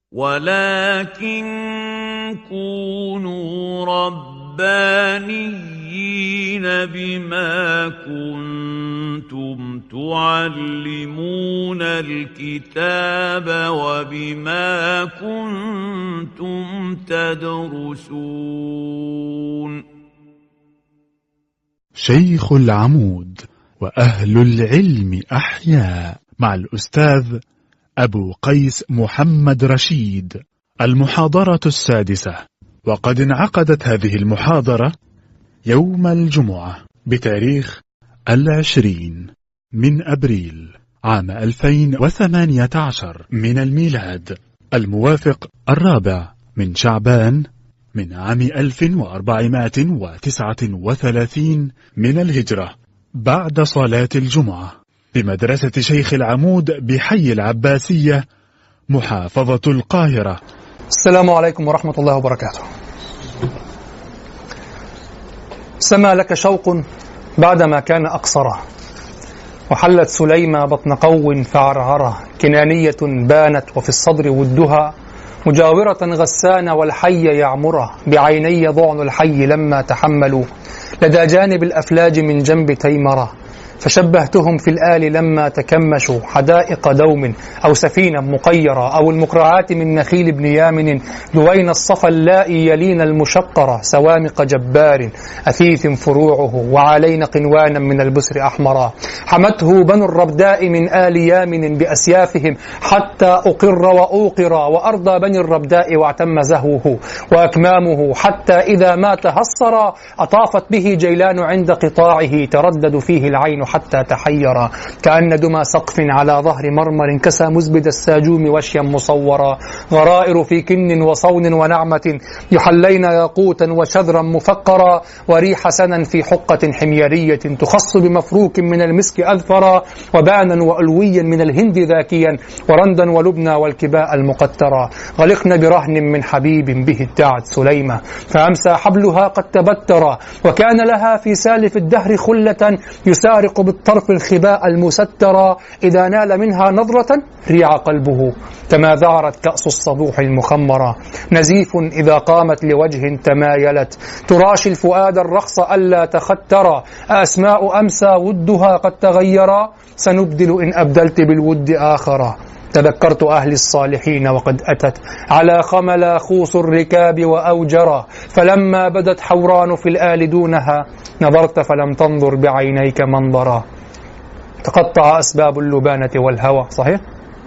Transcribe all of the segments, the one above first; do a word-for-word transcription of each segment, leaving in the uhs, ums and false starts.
ولكن كونوا ربانيين بما كنتم تعلمون الكتاب وبما كنتم تدرسون. شيخ العمود وأهل العلم أحياء مع الأستاذ أبو قيس محمد رشيد. المحاضرة السادسة، وقد انعقدت هذه المحاضرة يوم الجمعة بتاريخ العشرين من أبريل عام ألفين وثمانية عشر من الميلاد، الموافق الرابع من شعبان من عام ألف وأربعمائة وتسعة وثلاثين من الهجرة، بعد صلاة الجمعة بمدرسة شيخ العمود بحي العباسية محافظة القاهرة. السلام عليكم ورحمة الله وبركاته. سما لك شوق بعدما كان أقصرا، وحلت سليمة بطن قو فعرعرة، كنانية بانت وفي الصدر ودها، مجاورة غسان والحي يعمره، بعيني ضعن الحي لما تحملوا لدى جانب الأفلاج من جنب تيمرة، فشبهتهم في الآل لما تكمشوا حدائق دوم أو سفينة مقيرة، أو المقرعات من نخيل بن يامن دوين الصفا اللائي يلين المشقرة، سوامق جبار أثيث فروعه وعلين قنوانا من البسر أحمرا، حمته بنو الربداء من آل يامن بأسيافهم حتى أقر وأوقر، وأرضى بني الربداء واعتم زهوه وأكمامه، حتى إذا ما تهصر أطافت به جيلان عند قطاعه، تردد فيه العين حتى تحيرا، كأن دمى سقف على ظهر مرمر، كسى مزبد الساجوم وشيا مصورا، غرائر في كن وصون ونعمة، يحلين ياقوتا وشذرا مفقرا، وريح سنا في حقة حميرية، تخص بمفروك من المسك أذفرا، وبانا وألويا من الهند ذاكيا، ورندا ولبنا والكباء المقترا، غلقن برهن من حبيب به ادعت سليمة، فأمسى حبلها قد تبترا، وكان لها في سالف الدهر خلة يسارق بالطرف الخباء المسترى، إذا نال منها نظرة ريع قلبه، كما ذعرت كأس الصبوح المخمرة، نزيف إذا قامت لوجه تمايلت، تراشي الفؤاد الرقص ألا تخترا، أسماء أمسى ودها قد تغيرا، سنبدل إن أبدلت بالود آخرا، تذكرت أهل الصالحين وقد أتت على خملا خوص الركاب وأوجرا، فلما بدت حوران في الآل دونها، نظرت فلم تنظر بعينيك منظرا، تقطع أسباب اللبانة والهوى. صحيح؟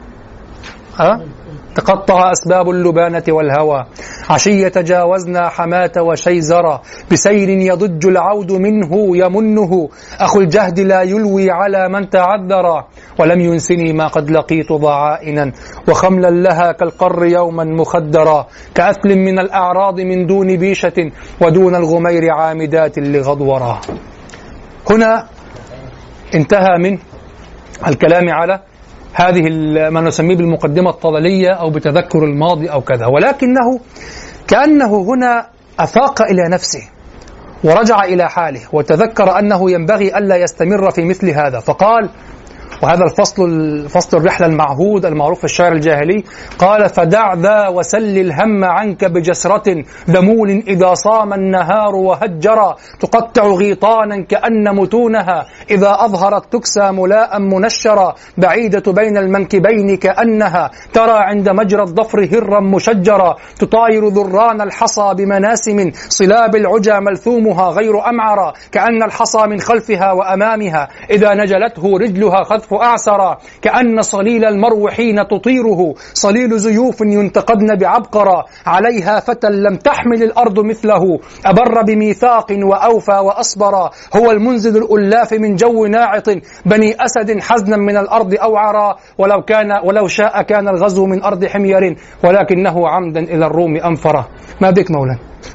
أه؟ تقطع أسباب اللبانة والهوى، عشية تجاوزنا حماة وشيزرا، بسير يضج العود منه يمنه، أخو الجهد لا يلوي على من تعذرا، ولم ينسني ما قد لقيت ضعائنا، وخملا لها كالقر يوما مخدرا، كأثل من الأعراض من دون بيشة، ودون الغمير عامدات لغضورا. هنا انتهى من الكلام على هذه ما نسميه بالمقدمة الطلالية أو بتذكر الماضي أو كذا، ولكنه كأنه هنا أفاق إلى نفسه ورجع إلى حاله، وتذكر أنه ينبغي ألا يستمر في مثل هذا، فقال، وهذا الفصل الفصل الرحلة المعهود المعروف في الشعر الجاهلي، قال: فدع ذا وسل الهم عنك بجسرة، ذمول إذا صام النهار وهجرا، تقطع غيطانا كأن متونها، إذا أظهرت تكسى ملاء منشرا، بعيدة بين المنكبين كأنها، ترى عند مجرى الظفر هرا مشجرا، تطاير ذران الحصى بمناسم، صلاب العجى ملثومها غير أمعرا، كأن الحصى من خلفها وأمامها، إذا نجلته رجلها خذف أعسرا، كأن صليل المرو حين تطيره، صليل زيوف ينتقدن بعبقرا، عليها فتى لم تحمل الأرض مثله، أبر بميثاق وأوفى وأصبرا، هو المنزل الألاف من جو ناعط، بني أسد حزنا من الأرض أوعرا، ولو كان ولو شاء كان الغزو من أرض حمير، ولكنه عمدا إلى الروم أنفرا. ما بك مولا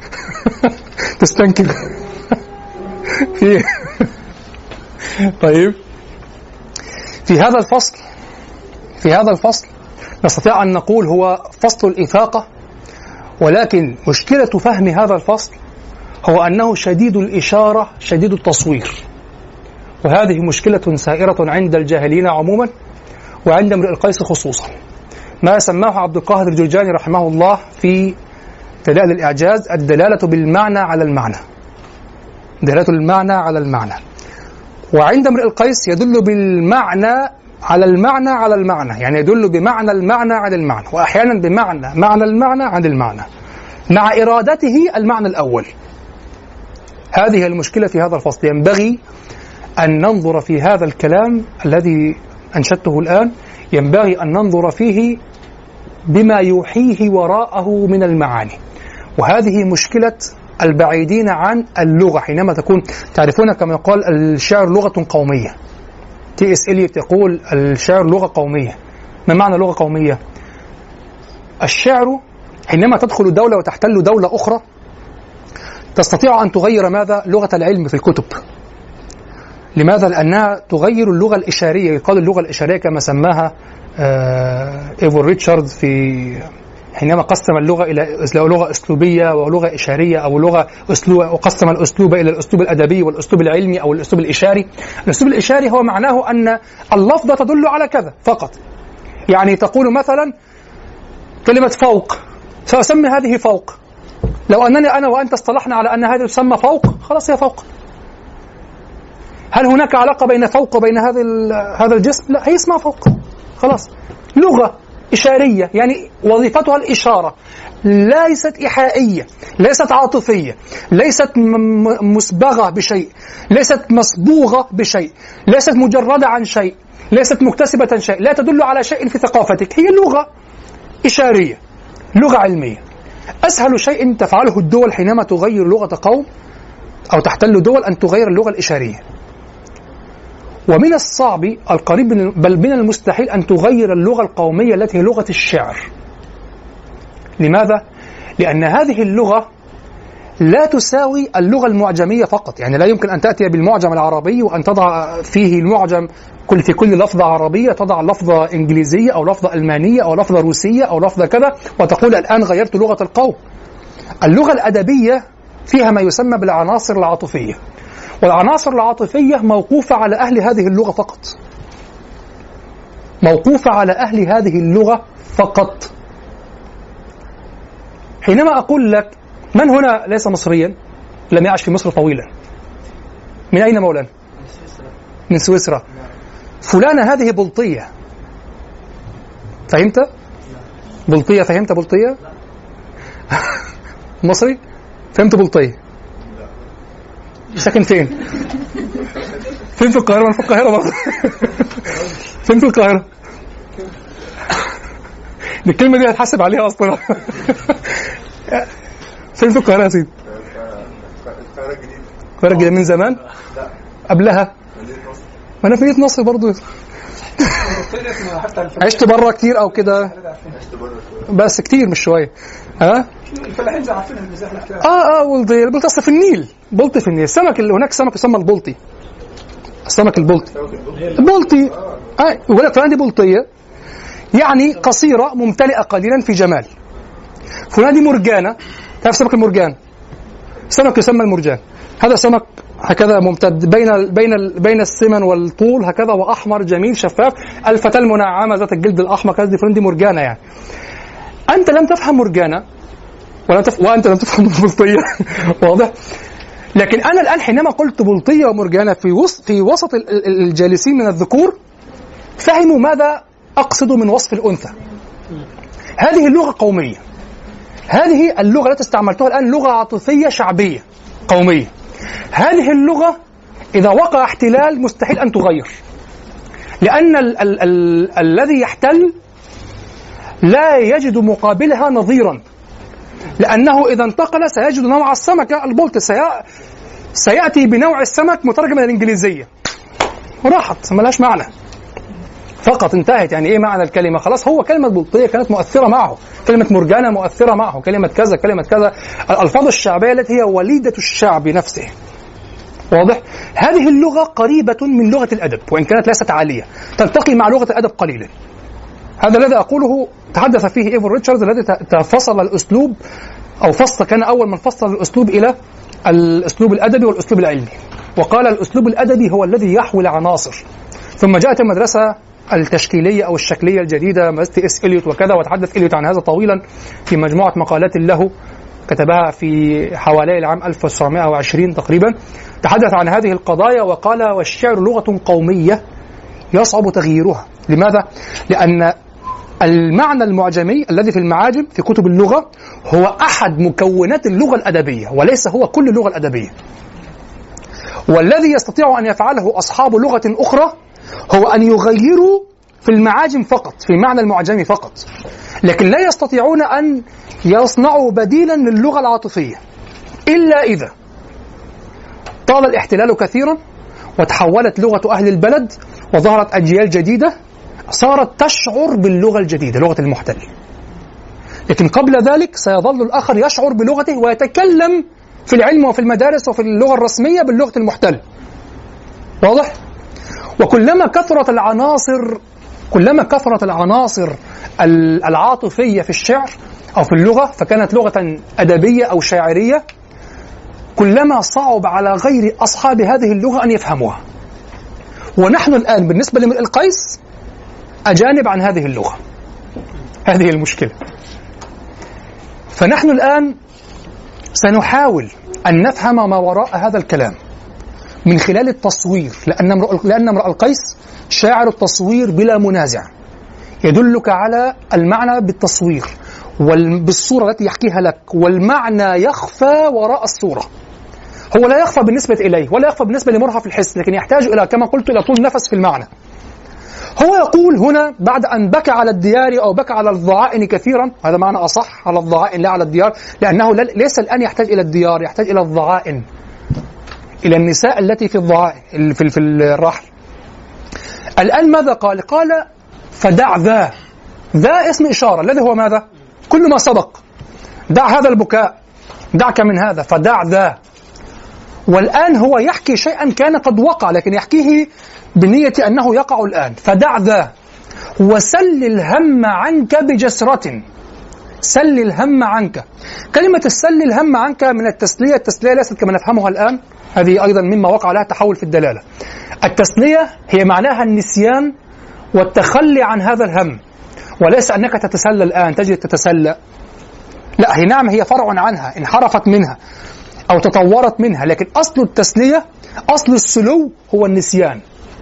تستنكر في طيب في هذا الفصل في هذا الفصل نستطيع أن نقول هو فصل الإفاقة، ولكن مشكلة فهم هذا الفصل هو أنه شديد الإشارة شديد التصوير، وهذه مشكلة سائرة عند الجاهلين عموما وعند امرئ القيس خصوصا. ما سماه عبد القاهر الجرجاني رحمه الله في دلائل الإعجاز الدلالة بالمعنى على المعنى، دلالة المعنى على المعنى. وعند امرئ القيس يدل بالمعنى على المعنى على المعنى، يعني يدل بمعنى المعنى عن المعنى، وأحيانا بمعنى معنى المعنى عن المعنى مع إرادته المعنى الأول. هذه المشكلة في هذا الفصل. ينبغي أن ننظر في هذا الكلام الذي أنشدته الآن، ينبغي أن ننظر فيه بما يوحيه وراءه من المعاني. وهذه مشكلة البعيدين عن اللغة، حينما تكون تعرفون كما يقال الشعر لغة قومية. تي اس إليوت يقول الشعر لغة قومية. ما معنى لغة قومية؟ الشعر حينما تدخل دولة وتحتل دولة أخرى تستطيع أن تغير ماذا؟ لغة العلم في الكتب. لماذا؟ لأنها تغير اللغة الإشارية. يقال اللغة الإشارية كما سماها إيفور ريتشارد في حينما قسم اللغة إلى لغة أسلوبية ولغة إشارية، أو لغة أسلوب، وقسم الأسلوب إلى الأسلوب الأدبي والأسلوب العلمي أو الأسلوب الإشاري. الأسلوب الإشاري هو معناه أن اللفظة تدل على كذا فقط. يعني تقول مثلا كلمة فوق، سأسمي هذه فوق. لو أنني أنا وأنت اصطلحنا على أن هذه تسمى فوق، خلاص هي فوق. هل هناك علاقة بين فوق وبين هذا هذا الجسم؟ لا، هي اسمها فوق خلاص. لغة إشارية يعني وظيفتها الإشارة، ليست إيحائية، ليست عاطفية، ليست مسبغة بشيء، ليست مصبوغة بشيء، ليست مجردة عن شيء، ليست مكتسبة شيء، لا تدل على شيء في ثقافتك. هي لغة إشارية، لغة علمية. أسهل شيء تفعله الدول حينما تغير لغة قوم أو تحتل دول أن تغير اللغة الإشارية. ومن الصعب القريب بل من المستحيل أن تغير اللغة القومية التي هي لغة الشعر. لماذا؟ لأن هذه اللغة لا تساوي اللغة المعجمية فقط. يعني لا يمكن أن تأتي بالمعجم العربي وأن تضع فيه المعجم كل في كل لفظة عربية تضع لفظة إنجليزية أو لفظة ألمانية أو لفظة روسية أو لفظة كذا وتقول الآن غيرت لغة القوم. اللغة الأدبية فيها ما يسمى بالعناصر العاطفية، والعناصر العاطفية موقوفة على أهل هذه اللغة فقط، موقوفة على أهل هذه اللغة فقط. حينما أقول لك من هنا ليس مصريا لم يعش في مصر طويلا؟ من أين مولانا؟ من سويسرا. فلانة هذه بلطية، فهمت؟ بلطية، فهمت بلطية؟ مصري؟ فهمت بلطية؟ ساكن فين؟ فين في القاهرة؟ أنا في القاهرة برضه. فين في القاهرة؟ دي الكلمة دي هتحسب عليها أصلا. فين في القاهرة يا سيدي؟ القاهرة الجديدة. القاهرة الجديدة من زمان؟ لا. قبلها؟ ما أنا في مدينة نصر برضه. عشت برا كتير أو كده؟ بس كتير مش شوية. ها؟ الفلاحين زي عارفين المزاح الكلام. اه اه بلطي، البلطي اصلا في النيل، بلطي في النيل. السمك اللي هناك سمك يسمى البلطي، السمك البلطي البلطي اه يقول لك فلان دي بلطيه، يعني قصيره ممتلئه قليلا في جمال. فلان دي مرجانه، تعرف سمك المرجان؟ سمك يسمى المرجان. هذا سمك هكذا ممتد بين بين بين السمن والطول هكذا، واحمر جميل شفاف. الفتاه المنعمه ذات الجلد الاحمر، هذه فلان دي مرجانه. يعني انت لم تفهم مرجانه ولا تف... وأنت لم تفهم البلطية. واضح؟ لكن أنا الآن حينما قلت بلطية ومرجانة في وسط في وسط الجالسين من الذكور فهموا ماذا أقصد من وصف الأنثى. هذه اللغة قومية، هذه اللغة التي استعملتها الآن لغة عاطفية شعبية قومية. هذه اللغة إذا وقع احتلال مستحيل أن تغير، لأن ال- ال- ال- الذي يحتل لا يجد مقابلها نظيرا، لأنه إذا انتقل سيجد نوع السمكة البلطي، سي... سيأتي بنوع السمك مترجم من الإنجليزية، وراحت ما لهاش معنى فقط، انتهت. يعني إيه معنى الكلمة؟ خلاص. هو كلمة بلطية كانت مؤثرة معه، كلمة مرجانة مؤثرة معه، كلمة كذا كلمة كذا، الألفاظ الشعبية التي هي وليدة الشعب نفسه. واضح؟ هذه اللغة قريبة من لغة الأدب وإن كانت ليست عالية، تلتقي مع لغة الأدب قليلا. هذا الذي أقوله تحدث فيه إيفور ريتشارد، الذي تفصل الأسلوب أو فصل كان أول من فصل الأسلوب إلى الأسلوب الأدبي والأسلوب العلمي، وقال الأسلوب الأدبي هو الذي يحوي العناصر. ثم جاءت المدرسة التشكيلية أو الشكلية الجديدة مدرسة إس إليوت وكذا، وتحدث إليوت عن هذا طويلا في مجموعة مقالات له كتبها في حوالي العام ألف وتسعمائة وعشرين تقريبا. تحدث عن هذه القضايا وقال: والشعر لغة قومية يصعب تغييرها. لماذا؟ لأن المعنى المعجمي الذي في المعاجم في كتب اللغة هو أحد مكونات اللغة الأدبية وليس هو كل اللغة الأدبية، والذي يستطيع أن يفعله أصحاب لغة أخرى هو أن يغيروا في المعاجم فقط، في المعنى المعجمي فقط، لكن لا يستطيعون أن يصنعوا بديلا للغة العاطفية إلا إذا طال الاحتلال كثيرا وتحولت لغة أهل البلد وظهرت أجيال جديدة صارت تشعر باللغة الجديدة، لغة المحتل. لكن قبل ذلك سيظل الآخر يشعر بلغته ويتكلم في العلم وفي المدارس وفي اللغة الرسمية باللغة المحتل. واضح؟ وكلما كثرت العناصر كلما كثرت العناصر العاطفية في الشعر أو في اللغة فكانت لغة أدبية أو شاعرية، كلما صعب على غير أصحاب هذه اللغة أن يفهموها. ونحن الآن بالنسبة لامرئ القيس أجانب عن هذه اللغة، هذه المشكلة. فنحن الآن سنحاول أن نفهم ما وراء هذا الكلام من خلال التصوير، لأن لأن امرؤ القيس شاعر التصوير بلا منازع، يدلك على المعنى بالتصوير وبالصورة التي يحكيها لك، والمعنى يخفى وراء الصورة. هو لا يخفى بالنسبة إليه ولا يخفى بالنسبة لمرهف الحس، لكن يحتاج إلى كما قلت إلى طول نفس في المعنى. هو يقول هنا بعد أن بكى على الديار أو بكى على الضعائن كثيرا، هذا معنى أصح، على الضعائن لا على الديار، لأنه ليس الآن يحتاج إلى الديار، يحتاج إلى الضعائن، إلى النساء التي في الضعائن في في الرحل. الآن ماذا قال؟ قال: فدع ذا، ذا اسم إشارة الذي هو ماذا؟ كل ما سبق. دع هذا البكاء، دعك من هذا، فدع ذا. والآن هو يحكي شيئا كان قد وقع لكن يحكيه بنية أنه يقع الآن. فدع ذا وسل الهم عنك بجسرة. سل الهم عنك. كلمة السل الهم عنك من التسلية، التسلية ليست كما نفهمها الآن، هذه أيضا مما وقع لها تحول في الدلالة. التسلية هي معناها النسيان والتخلي عن هذا الهم، وليس أنك تتسلى الآن تجد تتسلى، لا، هي نعم هي فرع عنها، انحرفت منها أو تطورت منها، لكن أصل التسلية، أصل السلو هو النسيان.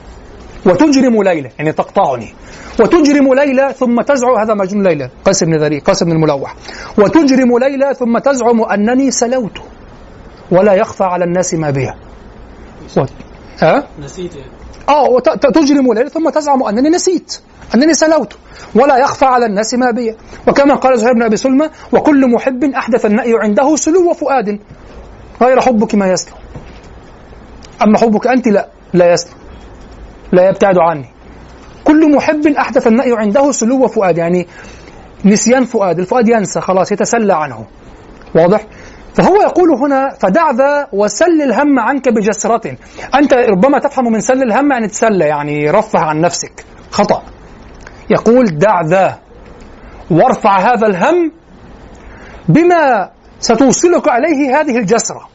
وتجرم ليلى يعني تقطعني، وتجرم ليلى ثم تزعم، هذا مجنون ليلى قيس بن ذري قيس بن الملوح، وتجرم ليلى ثم تزعم أنني سلوت ولا يخفى على الناس ما بها. و... ها؟ نسيت اه وت... تجرم ليلى ثم تزعم أنني نسيت، أنني سلوت ولا يخفى على الناس ما بها. وكما قال زهير بن أبي سلمى: وكل محب أحدث النأي عنده سلو فؤاد غير حبك ما يسلو. أما حبك أنت لا لا يسلو، لا يبتعد عني. كل محب أحدث النأي عنده سلو فؤاد، يعني نسيان فؤاد، الفؤاد ينسى خلاص، يتسلى عنه. واضح؟ فهو يقول هنا: فدع ذا وسل الهم عنك بجسرة. أنت ربما تفهم من سل الهم يعني تسلى، يعني رفه عن نفسك، خطأ. يقول: دع ذا وارفع هذا الهم بما ستوصلك عليه هذه الجسرة.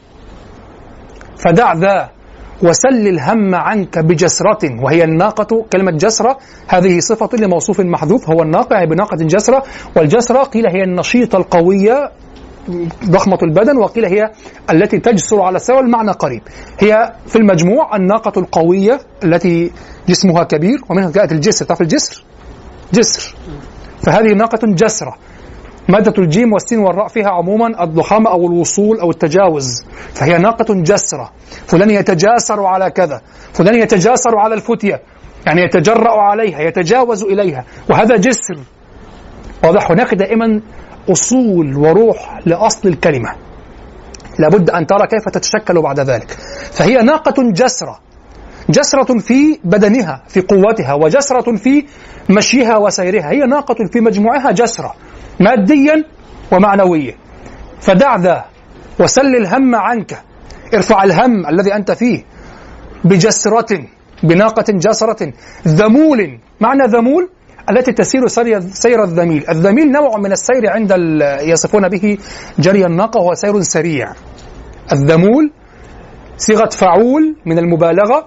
فدع ذا وسل الهم عنك بجسرة، وهي الناقة. كلمة جسرة هذه صفة لموصوف محذوف، هو الناقة بناقة جسرة، والجسرة قيل هي النشيطة القوية ضخمة البدن، وقيل هي التي تجسر على السوى، المعنى قريب. هي في المجموع الناقة القوية التي جسمها كبير، ومنها جاءت الجسر. تعرف الجسر؟ جسر. فهذه ناقة جسرة، مادة الجيم والسين والراء فيها عموما الضخامة أو الوصول أو التجاوز، فهي ناقة جسرة. فلان يتجاسر على كذا، فلان يتجاسر على الفتية، يعني يتجرأ عليها، يتجاوز إليها، وهذا جسر. واضح؟ هناك دائما أصول وروح لأصل الكلمة، لابد أن ترى كيف تتشكل بعد ذلك. فهي ناقة جسرة، جسرة في بدنها في قوتها، وجسرة في مشيها وسيرها. هي ناقة في مجموعها جسرة ماديا ومعنويا. فدع ذا وسل الهم عنك، ارفع الهم الذي أنت فيه بجسرة، بناقة جسرة. ذمول، معنى ذمول التي تسير سير الذميل. الذميل نوع من السير عند يصفون به جري الناقة، وهو سير سريع. الذمول صيغة فعول من المبالغة،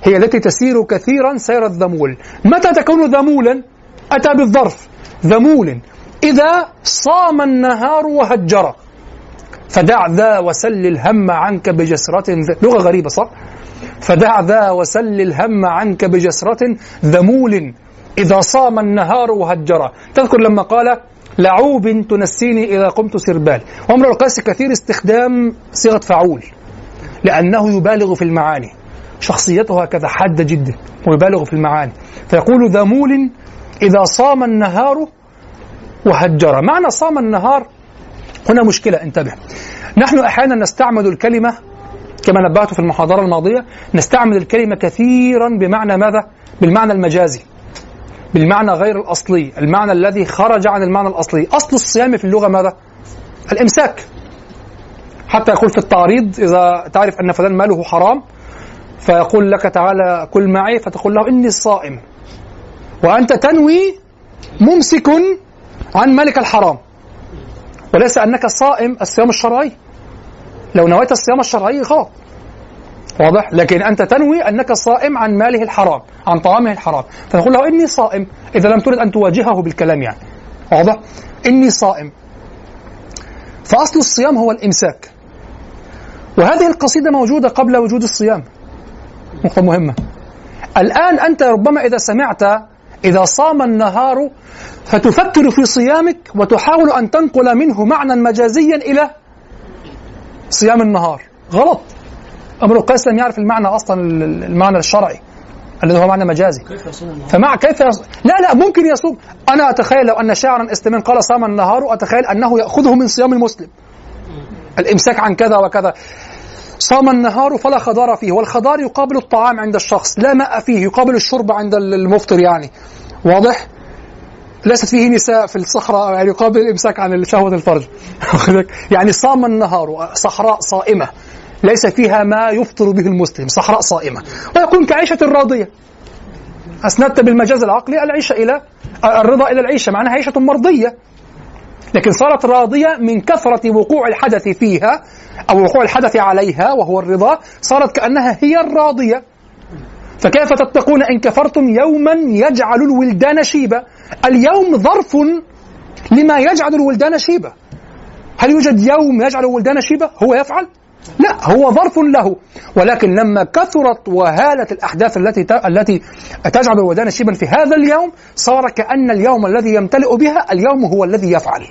هي التي تسير كثيرا سير الذمول. متى تكون ذمولا؟ أتى بالظرف ذمول إذا صام النهار وهجر، فدع ذا وسل الهم عنك بجسرة. لغة غريبة صح؟ فدع ذا وسل الهم عنك بجسرة ذمول إذا صام النهار وهجر. تذكر لما قال لعوب تنسيني إذا قمت سربال. وامرؤ القيس كثير استخدام صيغة فعول لأنه يبالغ في المعاني، شخصيته هكذا حادة جدا ويبالغ في المعاني، فيقول ذمول إذا صام النهار وهجر. معنى صام النهار هنا مشكلة، انتبه. نحن أحيانا نستعمل الكلمة كما نبهت في المحاضرة الماضية، نستعمل الكلمة كثيرا بمعنى ماذا؟ بالمعنى المجازي، بالمعنى غير الأصلي، المعنى الذي خرج عن المعنى الأصلي. أصل الصيام في اللغة ماذا؟ الإمساك. حتى يقول في التعريض إذا تعرف أن فلان ماله حرام فيقول لك تعالى كل معي، فتقول له إني صائم، وأنت تنوي ممسك عن مالك الحرام، وليس أنك صائم الصيام الشرعي. لو نويت الصيام الشرعي غلط، واضح؟ لكن أنت تنوي أنك صائم عن ماله الحرام، عن طعامه الحرام، فتقول له إني صائم إذا لم ترد أن تواجهه بالكلام، يعني واضح؟ إني صائم. فأصل الصيام هو الإمساك، وهذه القصيدة موجودة قبل وجود الصيام. نقطة مهمة. الآن أنت ربما إذا سمعت إذا صام النهار فتفكر في صيامك وتحاول أن تنقل منه معنى مجازيا إلى صيام النهار. غلط. امرؤ القيس لم يعرف المعنى أصلا، المعنى الشرعي الذي هو معنى مجازي. فمع كيف يصوم؟ لا لا ممكن يصوم. أنا أتخيل لو أن شاعرا استمن قال صام النهار، أتخيل أنه يأخذه من صيام المسلم، الإمساك عن كذا وكذا. صام النهار فلا خضار فيه، والخضار يقابل الطعام عند الشخص، لا ماء فيه، يقابل الشرب عند المفطر، يعني واضح؟ ليست فيه نساء في الصحراء، يعني يقابل الإمساك عن شهوة الفرج. يعني صام النهار، صحراء صائمة ليس فيها ما يفطر به المسلم، صحراء صائمة. ويكون كعيشة الراضية، أسندت بالمجاز العقلي العيشة إلى الرضا إلى العيشة، معناها عيشة مرضية، لكن صارت راضية من كثرة وقوع الحدث فيها أو وقوع الحدث عليها وهو الرضا، صارت كأنها هي الراضية. فكيف تتقون إن كفرتم يوما يجعل الولدان شيبا؟ اليوم ظرف لما يجعل الولدان شيبا. هل يوجد يوم يجعل الولدان شيبا؟ هو يفعل؟ لا، هو ظرف له. ولكن لما كثرت وهالت الأحداث التي التي تجعل الولدان شيبا في هذا اليوم، صار كأن اليوم الذي يمتلئ بها اليوم هو الذي يفعل.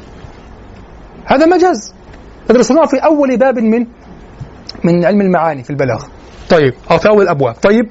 هذا مجاز تدرسونه في أول باب من من علم المعاني في البلاغة، طيب، أو في أول الأبواب. طيب،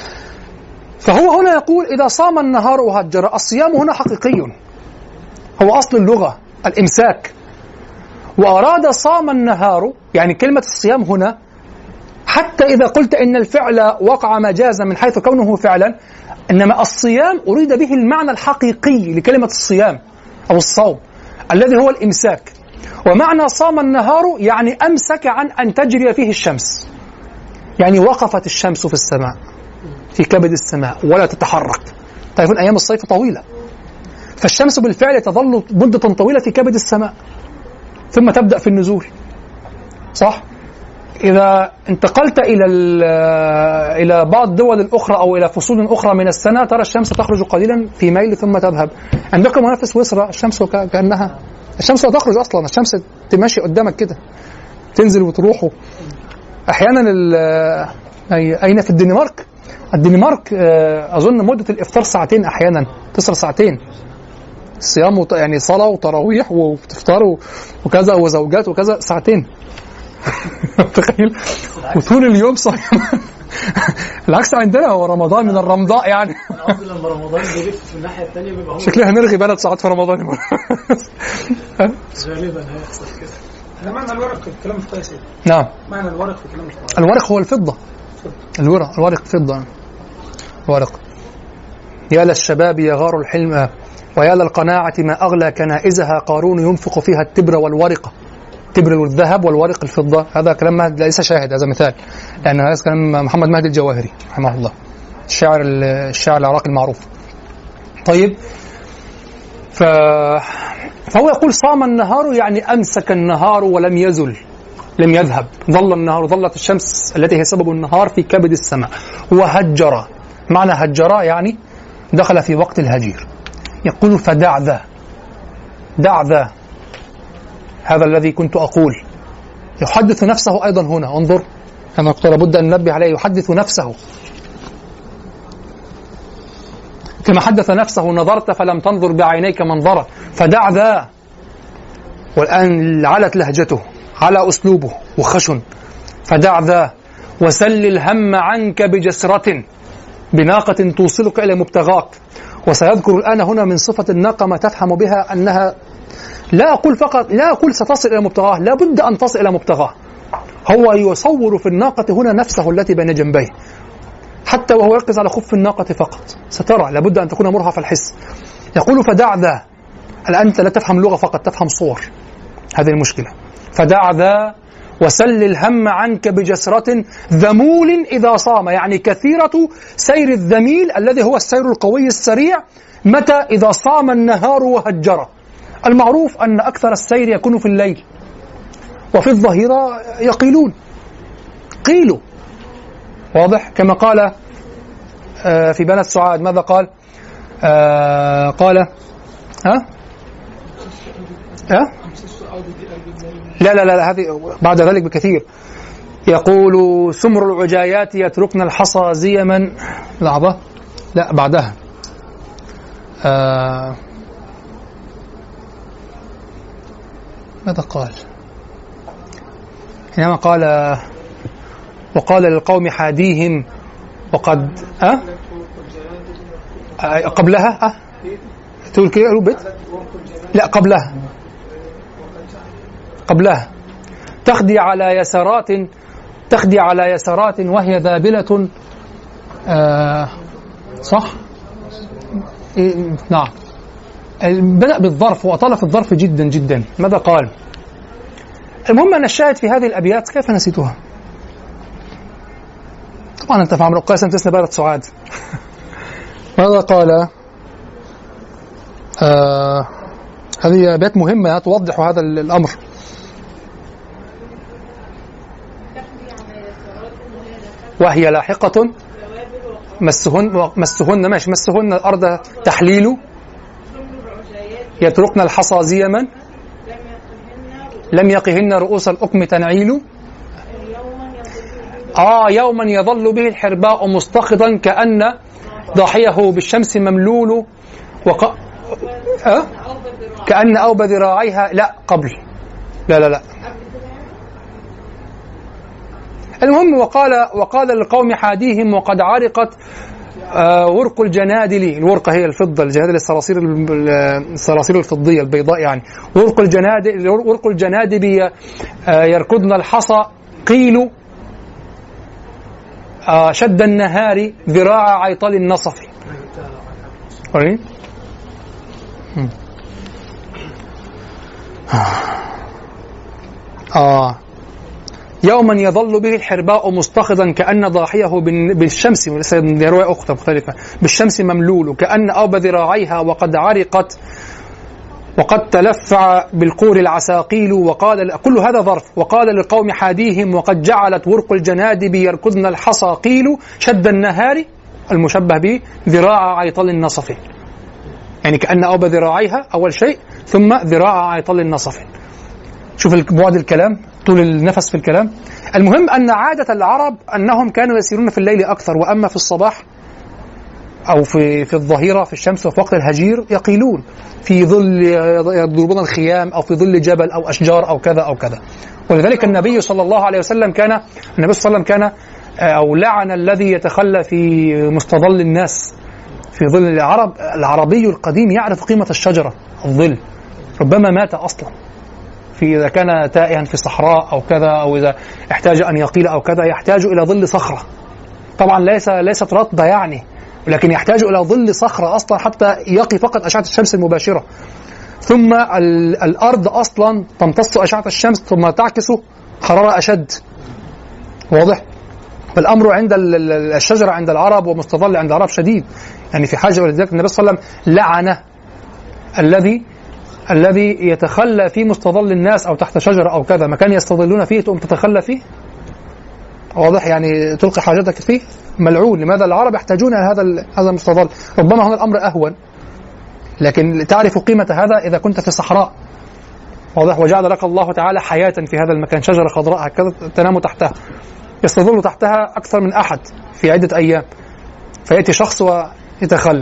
فهو هنا يقول إذا صام النهار وهجر. الصيام هنا حقيقي، هو أصل اللغة الإمساك، وأراد صام النهار، يعني كلمة الصيام هنا حتى إذا قلت إن الفعل وقع مجازا من حيث كونه فعلا، إنما الصيام أريد به المعنى الحقيقي لكلمة الصيام أو الصوم الذي هو الإمساك. ومعنى صام النهار يعني أمسك عن أن تجري فيه الشمس، يعني وقفت الشمس في السماء، في كبد السماء، ولا تتحرك. تعرفون أيام الصيف طويلة، فالشمس بالفعل تظل مدة طويلة في كبد السماء ثم تبدأ في النزول، صح؟ إذا انتقلت إلى إلى بعض الدول الأخرى أو إلى فصول أخرى من السنة ترى الشمس تخرج قليلا في ميل ثم تذهب. عندكم هنا في سويسرا الشمس كأنها الشمس لا تخرج أصلا، الشمس تمشي قدامك كده، تنزل وتروح. أحيانا أين في الدنمارك الدنمارك أظن مدة الإفطار ساعتين، أحيانا تصل ساعتين، صيام يعني صلاة وتراويح وتفطار وكذا وزوجات وكذا، ساعتين. تخيل، وطول اليوم صايم. العكس عندنا هو رمضان من الرمضاء، يعني لما رمضان بيلف في الناحية الثانية بيبقى شكلها هنرغي بلد ساعات في رمضان. غالبا هيحصل كده. معنى الورق في الكلام القياسي. نعم، معنى الورق في الكلام القياسي. الورق هو الفضة، الورق الورق فضة، الورق. يا للشباب يغار الحلم ويا للقناعة ما أغلى كنائزها، قارون ينفق فيها التبر والورقة، التبر والذهب والورق الفضة. هذا كلام مهدي، ليس شاهد، هذا مثال، لأن هذا كلام محمد مهدي الجواهري رحمه الله، الشاعر الشاعر العراقي المعروف. طيب، ف... فهو يقول صام النهار يعني أمسك النهار ولم يزل، لم يذهب، ظل النهار، ظلت الشمس التي هي سبب النهار في كبد السماء. وهجر، معنى هجر يعني دخل في وقت الهجير. يقول فدع ذا، دع ذا، هذا الذي كنت أقول. يحدث نفسه أيضا هنا، انظر كما قلت لابد أن ننبه عليه، يحدث نفسه كما حدث نفسه: نظرت فلم تنظر بعينيك منظرة. فدع ذا، والآن علت لهجته، على أسلوبه وخشن. فدع ذا وسل الهم عنك بجسرة، بناقة توصلك إلى مبتغاك. وسيذكر الآن هنا من صفة الناقة ما تفهم بها أنها لا أقول فقط لا أقول ستصل إلى مبتغاه، لا بد أن تصل إلى مبتغاه. هو يصور في الناقة هنا نفسه التي بين جنبيه، حتى وهو يركز على خف الناقة فقط، سترى لابد أن تكون مرهفة الحس. يقول فدع ذا، الآن أنت لا تفهم لغة فقط، تفهم صور، هذه المشكلة. فدع ذا وسل الهم عنك بجسرة، ذمول إذا صام، يعني كثيرة سير الذميل الذي هو السير القوي السريع، متى؟ إذا صام النهار وهجر. المعروف أن أكثر السير يكون في الليل، وفي الظهيرة يقيلون، قيلوا، واضح؟ كما قال في بنات سعاد، ماذا قال؟ آه قال ها؟ ها؟ لا لا لا هذه بعد ذلك بكثير. يقول سمر العجايات يتركن الحصى زيما، لحظة، لا بعدها آه ماذا قال؟ حينما قال وقال للقوم حاديهم وقد أه؟ أه؟ قبلها أه؟ تقول كده بيت؟ لا قبلها قبلها تخدي على يسارات تخدي على يسارات وهي ذابلة. آه صح؟ إيه نعم. بدأ بالظرف وأطال في الظرف جدا جدا. ماذا قال؟ المهم أن الشاهد في هذه الأبيات، كيف نسيتها؟ طبعا أنت فاهم قاسم تسنى بلد سعاد. ماذا قال؟ آه هذه أبيات مهمة توضح هذا الأمر. وهي لاحقة مسهن مسهن ماشي مسهن الأرض تحليل، يتركن الحصى زيما، لم يقهن رؤوس الأكم تنعيل. آه يوما يظل به الحرباء مستخضا كأن ضاحيه بالشمس مملول، وق... أه؟ كأن أوب ذراعيها، لا قبل، لا لا لا المهم وقال وقال للقوم حاديهم وقد عرقت آه ورق الجنادل، الورقة هي الفضة، الجنادل الصراصير الصراصير الفضية البيضاء يعني، ورق الجنادل ورق الجنادل آه يركضن الحصى، قيل آه شد النهار ذراع عيطل النصف. آه يوما يظل به الحرباء مستخضا كأن ضاحيه بالشمس، رواية أخرى مختلفة، بالشمس مملول كأن أوب ذراعيها وقد عرقت وقد تلفع بالقور العساقيل. وقال كل هذا ظرف. وقال للقوم حاديهم وقد جعلت ورق الجنادب يركضن الحصى، قيل شد النهار المشبه به ذراع عيطل النصف، يعني كأن أوب ذراعيها أول شيء، ثم ذراع عيطل النصف. شوف بعد الكلام، طول النفس في الكلام. المهم أن عادة العرب أنهم كانوا يسيرون في الليل أكثر، وأما في الصباح أو في في الظهيرة في الشمس وفي وقت الهجير يقيلون في ظل، يضربون الخيام أو في ظل جبل أو أشجار أو كذا أو كذا. ولذلك النبي صلى الله عليه وسلم كان النبي صلى الله عليه وسلم كان أو لعن الذي يتخلى في مستظل الناس في ظل. العرب العربي القديم يعرف قيمة الشجرة، الظل، ربما مات أصلا في إذا كان تائها في صحراء أو كذا، أو إذا احتاج أن يقيل أو كذا يحتاج إلى ظل صخرة، طبعا ليس ليست رطبة يعني، ولكن يحتاج إلى ظل صخرة أصلا حتى يقي فقط أشعة الشمس المباشرة. ثم الأرض أصلا تمتص أشعة الشمس ثم تعكس حرارة أشد، واضح؟ فالأمر عند الشجرة عند العرب ومستظل عند العرب شديد، يعني في حاجة. ولذلك النبي صلى الله عليه وسلم لعن الذي الذي يتخلى فيه مستظل الناس أو تحت شجرة أو كذا، مكان يستظلون فيه تقوم تتخلى فيه؟ واضح؟ يعني تلقي حاجتك فيه؟ ملعون. لماذا؟ العرب يحتاجون إلى هذا هذا المستظل. ربما هنا الأمر أهون، لكن تعرف قيمة هذا إذا كنت في صحراء. واضح؟ وجعل لك الله تعالى حياة في هذا المكان، شجرة خضراء هكذا تنام تحتها، يستظل تحتها أكثر من أحد في عدة أيام، فيأتي شخص ويتخلى.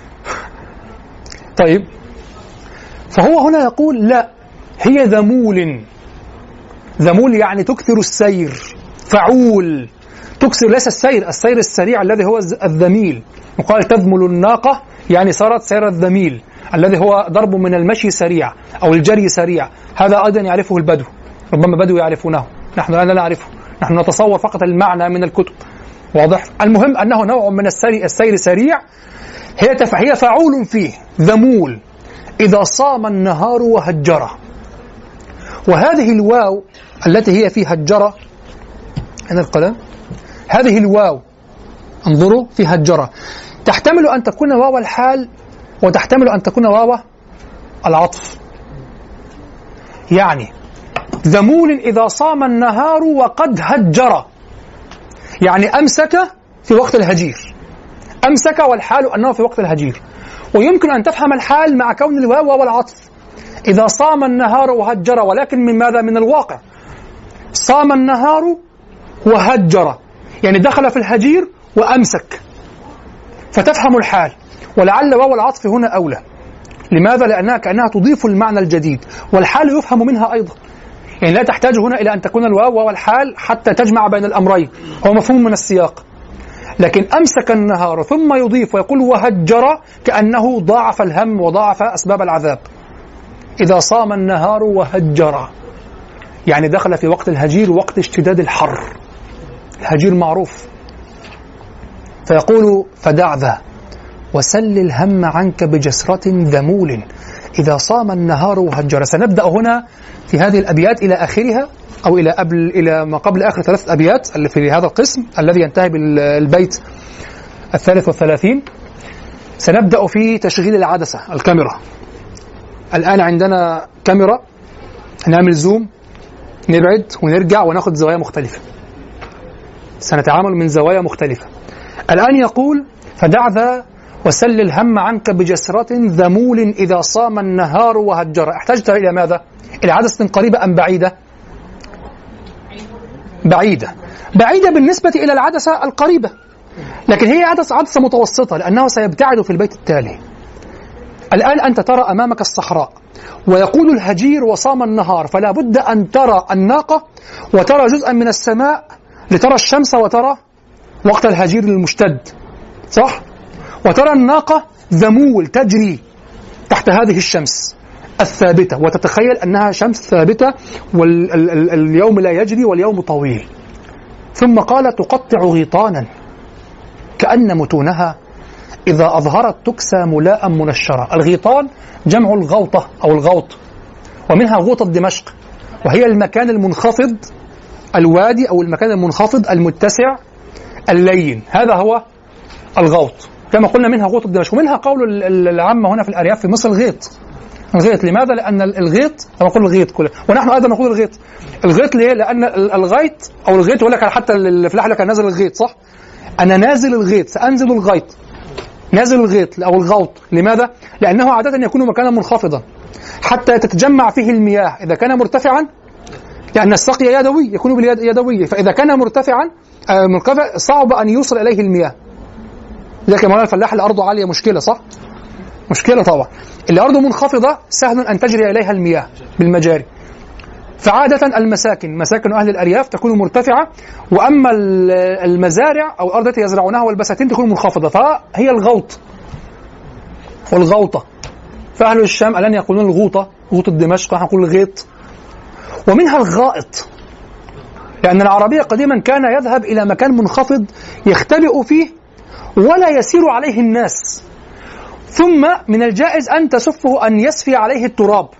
طيب، فهو هنا يقول لا، هي ذمول. ذمول يعني تكثر السير، فعول، تكثر ليس السير السير السريع الذي هو الذميل. وقال تذمل الناقة يعني صارت سير الذميل الذي هو ضرب من المشي سريع أو الجري سريع. هذا أيضا يعرفه البدو، ربما بدو يعرفونه، نحن لا نعرفه، نحن نتصور فقط المعنى من الكتب. واضح؟ المهم أنه نوع من السير, السير سريع، هي هي فعول فيه، ذمول إذا صام النهار وهجره. وهذه الواو التي هي في هجره، هنا القلم، هذه الواو انظروا في هجره تحتمل أن تكون واو الحال وتحتمل أن تكون واو العطف. يعني ذمول إذا صام النهار وقد هجر، يعني أمسك في وقت الهجير، أمسك والحال أنه في وقت الهجير. ويمكن أن تفهم الحال مع كون الواو والعطف، إذا صام النهار وهجر، ولكن من ماذا؟ من الواقع. صام النهار وهجر يعني دخل في الهجير وأمسك، فتفهم الحال. ولعل واو العطف هنا أولى. لماذا؟ لأنها كأنها تضيف المعنى الجديد، والحال يفهم منها أيضا، يعني لا تحتاج هنا إلى أن تكون الواو والحال حتى تجمع بين الأمرين، هو مفهوم من السياق. لكن أمسك النهار ثم يضيف ويقول وهجر، كأنه ضاعف الهم وضاعف أسباب العذاب. إذا صام النهار وهجر يعني دخل في وقت الهجير، وقت اشتداد الحر، الهجير معروف. فيقول فدع ذا وسل الهم عنك بجسرة ذمول إذا صام النهار وهجر. سنبدأ هنا في هذه الأبيات إلى آخرها، أو إلى قبل إلى ما قبل آخر ثلاث أبيات اللي في هذا القسم الذي ينتهي بالبيت الثالث والثلاثين. سنبدأ في تشغيل العدسة، الكاميرا. الآن عندنا كاميرا، نعمل زوم، نبعد ونرجع وناخد زوايا مختلفة، سنتعامل من زوايا مختلفة. الآن يقول فدع ذا وسل الهم عنك بجسرة ذمول إذا صام النهار وهجر. احتجت إلى ماذا؟ إلى عدسة قريبة أم بعيدة؟ بعيدة. بعيدة بالنسبة إلى العدسة القريبة، لكن هي عدسة عدسة متوسطة، لأنه سيبتعد في البيت التالي. الآن أنت ترى أمامك الصحراء ويقول الهجير وصام النهار، فلا بد أن ترى الناقة وترى جزءا من السماء لترى الشمس وترى وقت الهجير المشتد، صح؟ وترى الناقة ذمول تجري تحت هذه الشمس الثابتة، وتتخيل أنها شمس ثابتة واليوم لا يجري واليوم طويل. ثم قال تقطع غيطانا كأن متونها إذا أظهرت تكسى ملاء منشرة. الغيطان جمع الغوطة أو الغوط، ومنها غوطة دمشق، وهي المكان المنخفض، الوادي أو المكان المنخفض المتسع اللين، هذا هو الغوط كما قلنا. منها غوطة دمشق، ومنها قول العامة هنا في الأرياف في مصر الغيط. الغيط لماذا؟ لأن الغيط كما نقول الغيط كله، ونحن أيضا نقول الغيط. الغيط ليه؟ لأن الغيط أو الغيط يقول لك حتى الفلاح لك نازل الغيط، صح؟ أنا نازل الغيط، سأنزل الغيط، نازل الغيط أو الغوط. لماذا؟ لأنه عادة يكون مكانا منخفضا حتى تتجمع فيه المياه. إذا كان مرتفعا، لأن السقي يدوي يكون باليدوي، فإذا كان مرتفعا مرتفع صعب أن يوصل إليه المياه. لكن مولانا الفلاح اللي أرضه عالية مشكلة، صح؟ مشكلة طبعا. اللي أرضه منخفضة سهل أن تجري إليها المياه بالمجاري. فعادة المساكن، مساكن أهل الأرياف تكون مرتفعة، وأما المزارع أو الأرض التي يزرعونها والبساتين تكون منخفضة، فهي الغوط والغوطة. فأهل الشام الآن يقولون الغوطة، غوطة دمشق، نحن نقول الغيط. ومنها الغائط، لأن العربية قديما كان يذهب إلى مكان منخفض يختبئ فيه ولا يسير عليه الناس، ثم من الجائز أن تسفه، أن يسفي عليه التراب،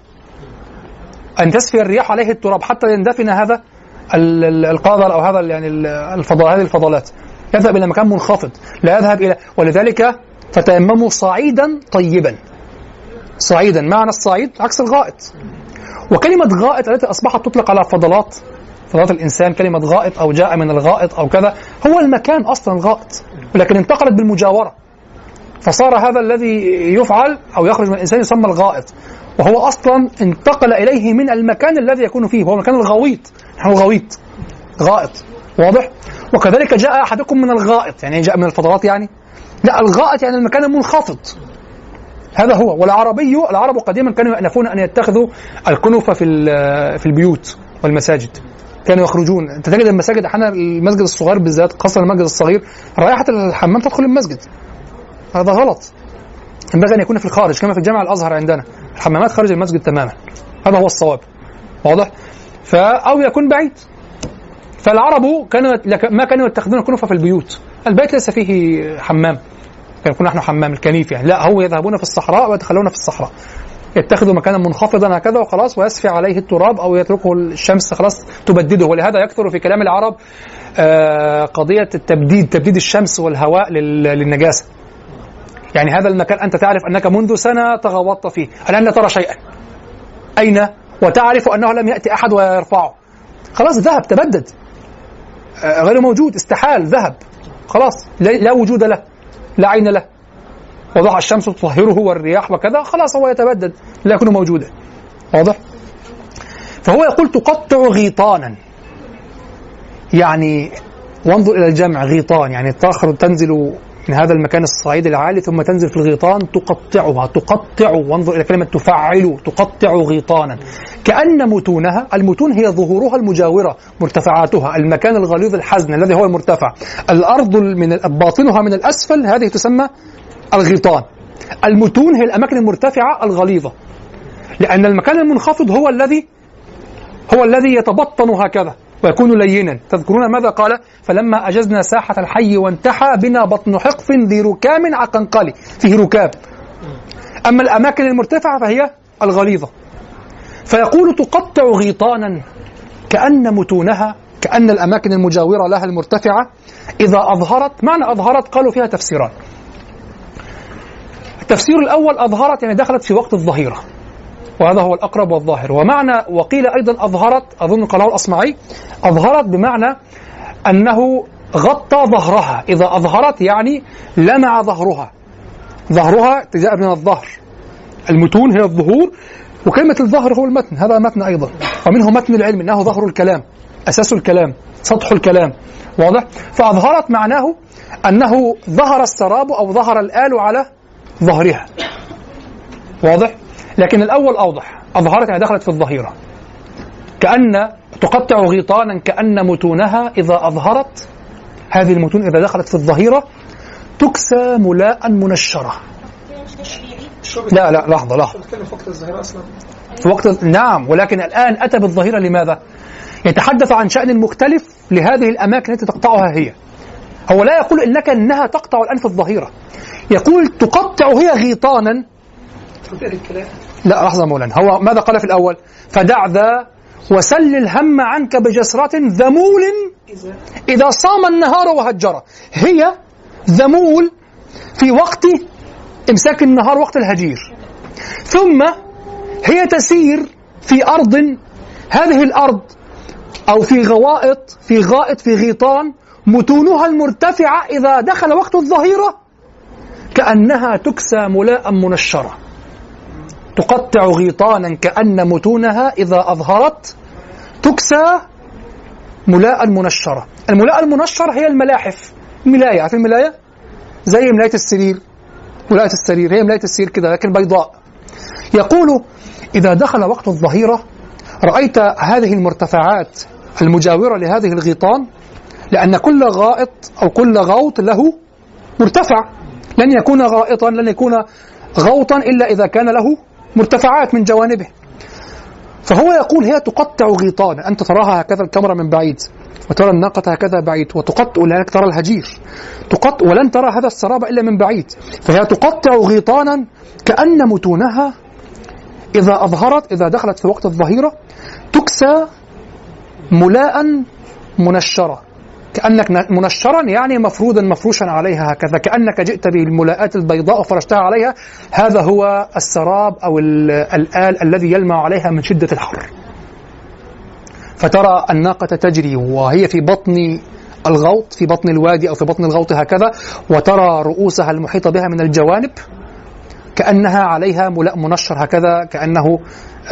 أن تسفي الرياح عليه التراب حتى يندفن هذا القاذر أو هذا يعني الفضاء، هذه الفضلات. يذهب إلى مكان منخفض، لا يذهب إلى، ولذلك فتيمموا صعيدا طيبا، صعيدا، معنى الصعيد عكس الغائط. وكلمة غائط التي أصبحت تطلق على فضلات فضلات الإنسان، كلمة غائط أو جاء من الغائط أو كذا، هو المكان أصلا الغائط، ولكن انتقلت بالمجاورة، فصار هذا الذي يفعل أو يخرج من الإنسان يسمى الغائط، وهو أصلا انتقل إليه من المكان الذي يكون فيه، هو مكان الغويط، نحن غويط غائط، واضح؟ وكذلك جاء أحدكم من الغائط، يعني جاء من الفضلات، يعني لا، الغائط يعني المكان المنخفض، هذا هو. والعربي العرب قديما كانوا يأنفون أن يتخذوا الكنف في في البيوت والمساجد، كانوا يخرجون. أنت تجد المساجد أحيانا، المسجد الصغير بالذات، خاصة المسجد الصغير، رائحة الحمام تدخل المسجد، هذا غلط، ينبغي أن يكون في الخارج، كما في الجامع الأزهر عندنا الحمامات خارج المسجد تماما، هذا هو الصواب، واضح؟ أو يكون بعيد. فالعرب كانوا ما كانوا يتخذون الكنف في البيوت، البيت ليس فيه حمام، كان يكون نحن حمام الكنيف يعني، لا، هو يذهبون في الصحراء ويتخلون في الصحراء، يتخذوا مكانا منخفضا هكذا وخلاص، ويسفي عليه التراب أو يتركه الشمس خلاص تبدده. ولهذا يكثر في كلام العرب آه قضية التبديد، تبديد الشمس والهواء للنجاسة. يعني هذا المكان أنت تعرف أنك منذ سنة تغوطت فيه، الآن لا ترى شيئا، أين؟ وتعرف أنه لم يأتي أحد ويرفعه، خلاص ذهب، تبدد، آه غير موجود، استحال، ذهب، خلاص لا وجود له، لا عين له، وضع الشمس تطهره والرياح وكذا، خلاص هو يتبدد، لا يكون موجودا، واضح؟ فهو يقول تقطع غيطانا، يعني وانظر إلى الجمع، غيطان يعني تخرج، تنزل من هذا المكان الصعيد العالي ثم تنزل في الغيطان تقطعها، تقطع، وانظر إلى كلمة تفعل، تقطع غيطانا، كأن متونها، المتون هي ظهورها المجاورة، مرتفعاتها، المكان الغليظ الحزن الذي هو المرتفع، الأرض من باطنها من الأسفل، هذه تسمى الغيطان. المتون هي الأماكن المرتفعة الغليظة، لأن المكان المنخفض هو الذي هو الذي يتبطن هكذا ويكون لينا. تذكرون ماذا قال؟ فلما أجزنا ساحة الحي وانتحى بنا بطن حقف ذي ركام عقنقلي، فيه ركاب. أما الأماكن المرتفعة فهي الغليظة. فيقول تقطع غيطانا كأن متونها، كأن الأماكن المجاورة لها المرتفعة إذا أظهرت، معنى أظهرت قالوا فيها تفسيران. التفسير الأول أظهرت يعني دخلت في وقت الظهيرة، وهذا هو الأقرب والظاهر. ومعنى وقيل أيضا أظهرت، أظن قاله الأصمعي، أظهرت بمعنى أنه غطى ظهرها، إذا أظهرت يعني لمع ظهرها، ظهرها تجاء من الظهر، المتون هي الظهور، وكلمة الظهر هو المتن، هذا متن أيضا، ومنه متن العلم أنه ظهر الكلام، أساس الكلام، سطح الكلام، واضح؟ فأظهرت معناه أنه ظهر السراب أو ظهر الآل على ظهرها، واضح؟ لكن الأول أوضح، أظهرت يعني دخلت في الظهيرة، كأن تقطع غيطانا كأن متونها إذا أظهرت، هذه المتون إذا دخلت في الظهيرة تكسى ملاء منشرة. لا لا لحظة لحظة في وقت، نعم، ولكن الآن أتى بالظهيرة لماذا؟ يتحدث عن شأن مختلف لهذه الأماكن التي تقطعها هي. هو لا يقول إنك أنها تقطع الآن في الظهيرة، يقول تقطع هي غيطانا. لا لحظة مولانا، هو ماذا قال في الأول؟ فدع ذا وسل الهم عنك بجسرة ذمول إذا صام النهار وهجره. هي ذمول في وقت إمساك النهار، وقت الهجير، ثم هي تسير في أرض، هذه الأرض أو في غوائط، في غائط، في غيطان، متونها المرتفعة إذا دخل وقت الظهيرة كأنها تكسى ملاء منشرة. تقطع غيطانا كأن متونها إذا أظهرت تكسى ملاء منشرة. الملاء المنشر هي الملاحف، ملاية، عارف الملاية؟ زي ملاية السرير، ملاية السرير هي ملاية السرير كده لكن بيضاء. يقول إذا دخل وقت الظهيرة رأيت هذه المرتفعات المجاورة لهذه الغيطان، لأن كل غائط أو كل غوط له مرتفع، لن يكون غائطا، لن يكون غوطا إلا إذا كان له مرتفعات من جوانبه. فهو يقول هي تقطع غيطانا، أنت تراها هكذا الكاميرا من بعيد، وترى الناقة هكذا بعيد، وتقطع لأنك ترى الهجير، تقطع ولن ترى هذا السراب إلا من بعيد. فهي تقطع غيطانا كأن متونها إذا أظهرت، إذا دخلت في وقت الظهيرة تكسى ملاء منشرة. كأنك منشرا يعني مفروضا مفروشا عليها هكذا، كأنك جئت بالملاءات البيضاء وفرشتها عليها. هذا هو السراب أو الآل الذي يلمع عليها من شدة الحر. فترى الناقة تجري وهي في بطن الغوط، في بطن الوادي أو في بطن الغوط هكذا، وترى رؤوسها المحيطة بها من الجوانب كأنها عليها ملاء منشر هكذا، كأنه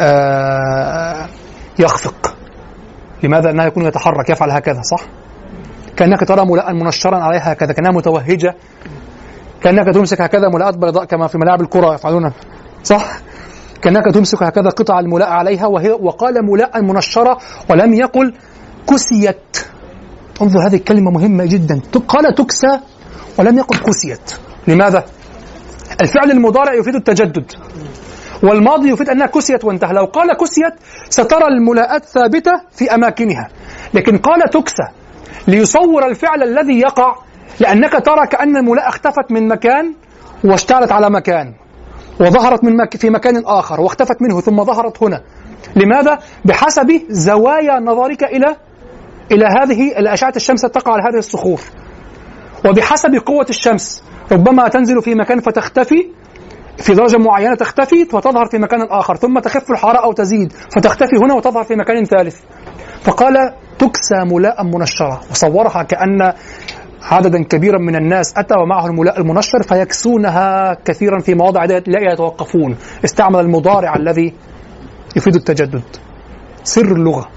آه يخفق. لماذا؟ أنها يكون يتحرك، يفعل هكذا، صح؟ كأنك ترى ملاء منشرا عليها هكذا، كأنها متوهجة، كأنك تمسك هكذا ملاءات بيضاء كما في ملاعب الكرة يفعلون، صح؟ كأنك تمسك هكذا قطع الملاء عليها، وهي وقال ملاء منشرة ولم يقل كسيت. انظر، هذه الكلمة مهمة جدا، قال تكسى ولم يقل كسيت. لماذا؟ الفعل المضارع يفيد التجدد، والماضي يفيد أنها كسيت وانتهى. لو قال كسيت سترى الملاءات ثابتة في أماكنها، لكن قال تكسى ليصور الفعل الذي يقع، لأنك ترى كأن الملاءة اختفت من مكان واشتعلت على مكان، وظهرت من مك في مكان آخر واختفت منه ثم ظهرت هنا. لماذا؟ بحسب زوايا نظرك إلى إلى هذه الأشعة الشمس تقع على هذه الصخور، وبحسب قوة الشمس ربما تنزل في مكان فتختفي في درجة معينة، تختفي وتظهر في مكان آخر، ثم تخف الحرارة أو تزيد فتختفي هنا وتظهر في مكان ثالث. فقال تكسى ملاء منشرة، وصورها كأن عددا كبيرا من الناس أتى ومعه الملاء المنشر فيكسونها كثيرا في مواضع لا يتوقفون. استعمل المضارع الذي يفيد التجدد. سر اللغة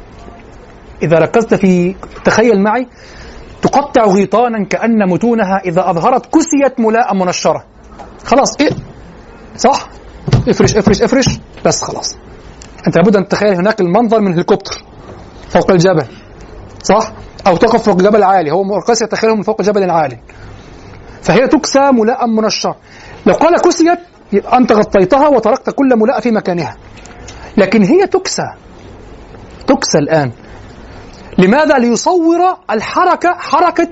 إذا ركزت في، تخيل معي، تقطع غيطانا كأن متونها إذا أظهرت كسيت ملاء منشرة، خلاص إيه؟ صح؟ افرش افرش افرش بس خلاص. أنت لابد أن تتخيل هناك المنظر من هليكوبتر فوق الجبل، صح؟ أو تقف فوق جبل عالي، هو مرقس يتخيله من فوق جبل عالي. فهي تكسى ملاء منشر. لو قال كسيت أنت غطيتها وتركت كل ملاء في مكانها، لكن هي تكسى تكسى الآن. لماذا؟ ليصور الحركة، حركة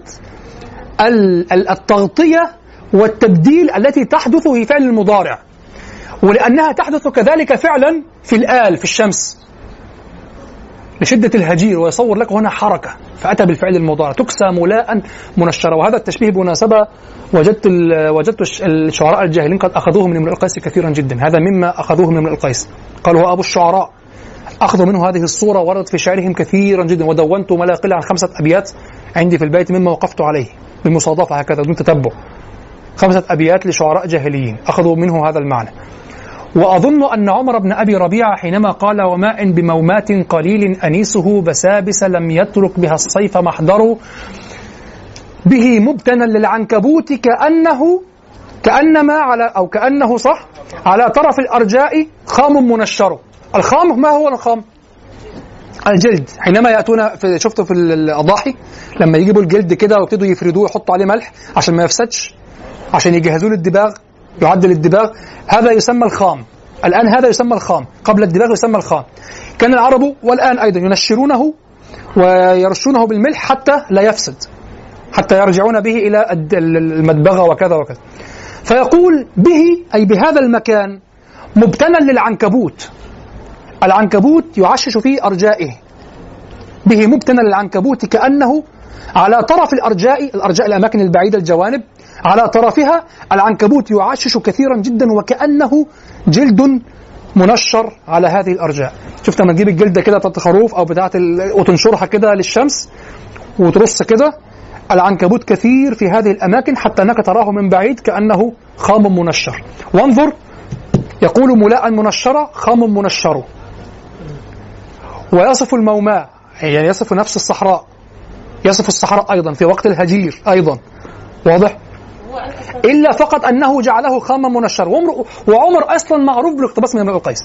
التغطية والتبديل التي تحدث في فعل المضارع، ولأنها تحدث كذلك فعلا في الآل في الشمس لشدة الهجير، ويصور لك هنا حركة، فأتى بالفعل المضارع تكسى ملاء منشرة. وهذا التشبيه بمناسبة وجدت وجدت الشعراء الجاهلين قد أخذوه من امرئ القيس كثيرا جدا. هذا مما أخذوه من امرئ القيس، قالوا هو أبو الشعراء، أخذوا منه هذه الصورة، وردت في شعرهم كثيرا جدا، ودونت ما لا يقل عن خمسة أبيات عندي في البيت مما وقفت عليه بالمصادفة هكذا بدون تتبع. خمسة أبيات لشعراء جاهليين أخذوا منه هذا المعنى. وأظن أن عمر بن أبي ربيعة حينما قال وماء بمومات قليل أنيسه بسابس لم يترك بها الصيف محضر به مبتنا للعنكبوت كأنه كأنما على أو كأنه صح على طرف الأرجاء خام منشر. الخام ما هو الخام؟ الجلد. حينما يأتون في شفتوا في الأضاحي لما يجيبوا الجلد كده ويبتدوا يفردوه يحطوا عليه ملح عشان ما يفسدش، عشان يجهزوه للدباغ، يعدل الدباغ، هذا يسمى الخام. الآن هذا يسمى الخام، قبل الدباغ يسمى الخام. كان العرب والآن أيضا ينشرونه ويرشونه بالملح حتى لا يفسد، حتى يرجعون به إلى المدبغة وكذا وكذا. فيقول به أي بهذا المكان مبتنا للعنكبوت. العنكبوت يعشش في أرجائه، به مبتنا للعنكبوت كأنه على طرف الأرجاء، الأرجاء الأماكن البعيدة الجوانب، على طرفها العنكبوت يعشش كثيرا جدا وكأنه جلد منشر على هذه الأرجاء. شفت لما تجيب الجلدة كده بتاعت الخروف أو بتاعت ال... وتنشرها كده للشمس وترص كده، العنكبوت كثير في هذه الأماكن حتى أنك تراه من بعيد كأنه خام منشر. وانظر يقول ملاء منشرة خام منشر. ويصف الموماء يعني يصف نفس الصحراء، يصف الصحراء أيضا في وقت الهجير أيضا، واضح؟ إلا فقط أنه جعله خاما منشر. وعمر أصلا معروف بالاقتباس من امرئ القيس.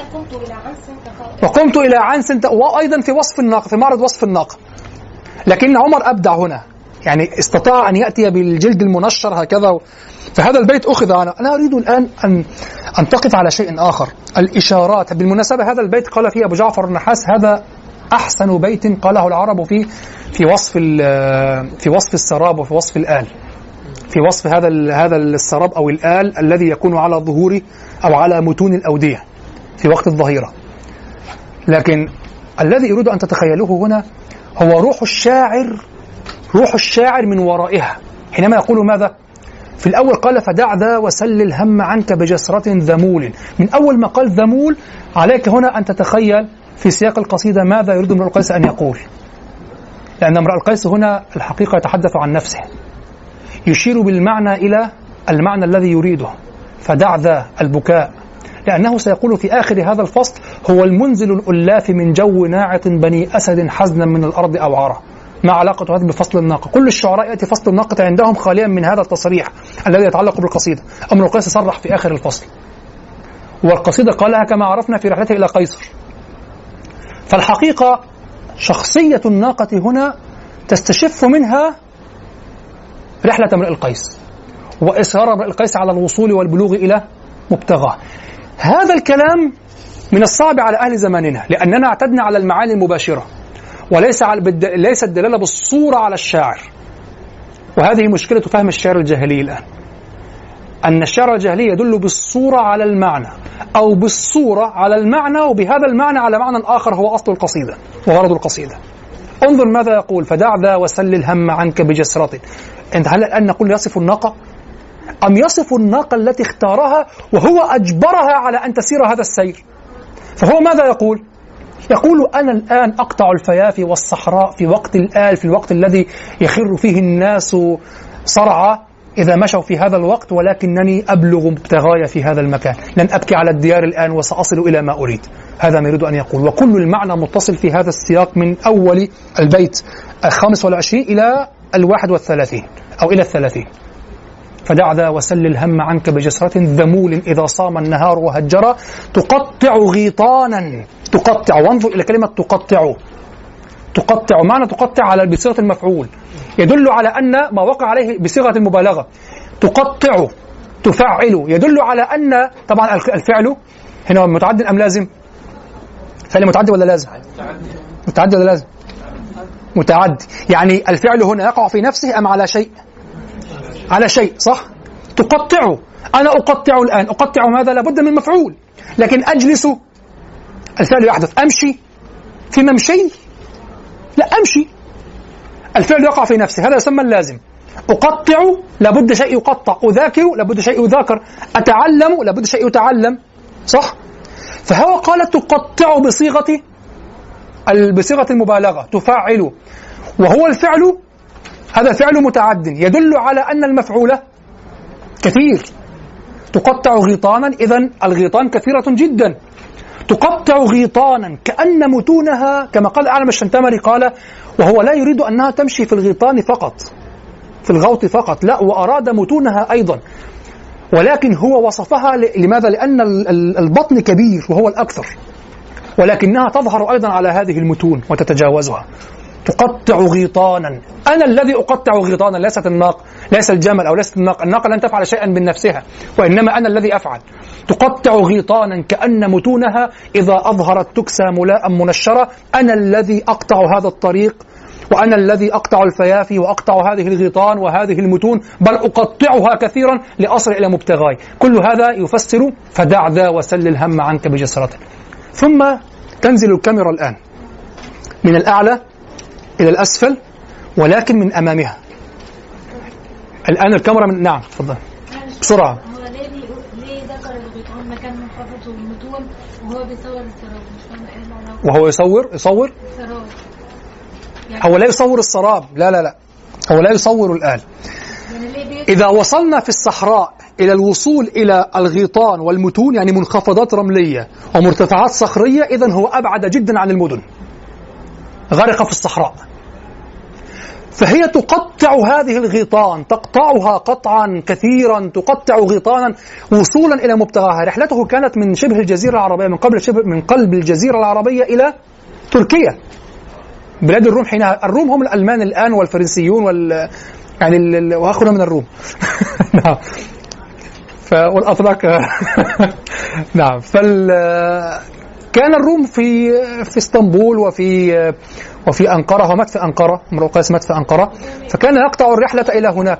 وقمت إلى عنس وأيضا في وصف الناقة، في معرض وصف الناقة. لكن عمر أبدع هنا، يعني استطاع أن يأتي بالجلد المنشر هكذا. فهذا البيت أخذ عنه. أنا أريد الآن أن أن تقف على شيء آخر، الإشارات. بالمناسبة هذا البيت قال فيه أبو جعفر النحاس هذا أحسن بيت قاله العرب في في وصف في وصف السراب وفي وصف الآل، في وصف هذا هذا السراب أو الآل الذي يكون على ظهور أو على متون الأودية في وقت الظهيرة. لكن الذي يريد أن تتخيلوه هنا هو روح الشاعر روح الشاعر من ورائها حينما يقول ماذا؟ في الأول قال فدع ذا وسل الهم عنك بجسرة ذمول. من أول ما قال ذمول عليك هنا أن تتخيل في سياق القصيدة ماذا يريد امرؤ القيس أن يقول، لأن امرؤ القيس هنا الحقيقة يتحدث عن نفسه، يشير بالمعنى إلى المعنى الذي يريده. فدع ذا البكاء، لأنه سيقول في آخر هذا الفصل هو المنزل الألاف من جو ناعط بني أسد حزنا من الأرض أوعرة. ما علاقة هذا بفصل الناقة؟ كل الشعراء يأتي فصل الناقة عندهم خاليا من هذا التصريح الذي يتعلق بالقصيدة. امرؤ القيس صرح في آخر الفصل، والقصيدة قالها كما عرفنا في رحلته إلى قيصر. فالحقيقة شخصية الناقة هنا تستشف منها رحلة امرئ القيس وإصرار امرئ القيس على الوصول والبلوغ إلى مبتغاه. هذا الكلام من الصعب على أهل زماننا، لأننا اعتدنا على المعاني المباشرة وليس على بالد... ليس الدلالة بالصورة على الشاعر. وهذه مشكلة فهم الشعر الجاهلي الآن، أن الشعر الجاهلي يدل بالصورة على المعنى أو بالصورة على المعنى، وبهذا المعنى على معنى آخر هو أصل القصيدة وغرض القصيدة. انظر ماذا يقول: فدع ذا وسل الهم عنك بجسرة. أنت هل الآن نقول يصف الناقة أم يصف الناقة التي اختارها وهو أجبرها على أن تسير هذا السير؟ فهو ماذا يقول؟ يقول أنا الآن أقطع الفيافي والصحراء في وقت الآل، في الوقت الذي يخر فيه الناس صرعى إذا مشوا في هذا الوقت، ولكنني أبلغ مبتغاي في هذا المكان، لن أبكي على الديار الآن وسأصل إلى ما أريد. هذا ما يريد أن يقول، وكل المعنى متصل في هذا السياق من أول البيت الخامس والعشرين إلى الواحد والثلاثين أو إلى الثلاثين. فدع ذا وسل الهم عنك بجسرة ذمول إذا صام النهار وهجر تقطع غيطانا. تقطع، وانظر إلى كلمة تقطع. تقطع معنى تقطع على بصيغة المفعول، يدل على أن ما وقع عليه بصيغة المبالغة. تقطع تفعل يدل على أن طبعا الفعل هنا متعد أم لازم؟ فعل متعد ولا لازم؟ متعد ولا لازم؟ متعد، يعني الفعل هنا يقع في نفسه أم على شيء؟ على شيء، صح؟ تقطع، أنا أقطع الآن، أقطع ماذا؟ لابد من مفعول، لكن أجلس الفعل يحدث. أمشي في ممشي؟ لا، أمشي الفعل يقع في نفسه، هذا يسمى اللازم. أقطع لابد شيء يقطع، أذاكر لابد شيء يذاكر، أتعلم لابد شيء يتعلم، صح؟ فهو قال تقطع بصيغة بصيغة المبالغة، تفعل، وهو الفعل هذا فعل متعد يدل على أن المفعول كثير. تقطع غيطانا، إذن الغيطان كثيرة جدا. تقطع غيطانا كأن متونها، كما قال أعلم الشنتمري قال وهو لا يريد أنها تمشي في الغيطان فقط، في الغوط فقط، لا، وأراد متونها أيضا، ولكن هو وصفها لماذا؟ لأن البطن كبير وهو الأكثر، ولكنها تظهر أيضا على هذه المتون وتتجاوزها. تقطع غيطانا، أنا الذي أقطع غيطانا، ليست الناق، ليس الجمل أو ليست الناق، الناقة لن تفعل شيئا من نفسها، وإنما أنا الذي أفعل. تقطع غيطانا كأن متونها إذا أظهرت تكسى ملاء منشرة، أنا الذي أقطع هذا الطريق، وأنا الذي أقطع الفيافي وأقطع هذه الغيطان وهذه المتون، بل أقطعها كثيرا لأصل إلى مبتغاي. كل هذا يفسر فدع ذا وسل الهم عنك بجسرة. ثم تنزل الكاميرا الآن من الأعلى إلى الأسفل، ولكن من أمامها. الآن الكاميرا من نعم تفضل بسرعة. هو ليه ليه ذكر الغيطان مكان منخفض والمتون وهو بيصور السراب؟ مش فاهم ايه العلاقة. وهو يصور يصور السراب يعني هو لا يصور السراب، لا لا لا هو لا يصور الآن. يعني إذا وصلنا في الصحراء إلى الوصول إلى الغيطان والمتون، يعني منخفضات رملية ومرتفعات صخرية، إذن هو أبعد جدا عن المدن، غرق في الصحراء. فهي تقطع هذه الغيطان، تقطعها قطعا كثيرا، تقطع غيطانا وصولا إلى مبتغاها. رحلته كانت من شبه الجزيرة العربية، من قبل شبه من قلب الجزيرة العربية إلى تركيا، بلاد الروم. حينها الروم هم الألمان الآن والفرنسيون وال يعني ال... وآخرنا من الروم نعم ف... والأتراك نعم. فال كان الروم في في اسطنبول وفي وفي أنقرة، ومات في أنقرة، امرؤ القيس مات في أنقرة، فكان يقطع الرحلة إلى هناك.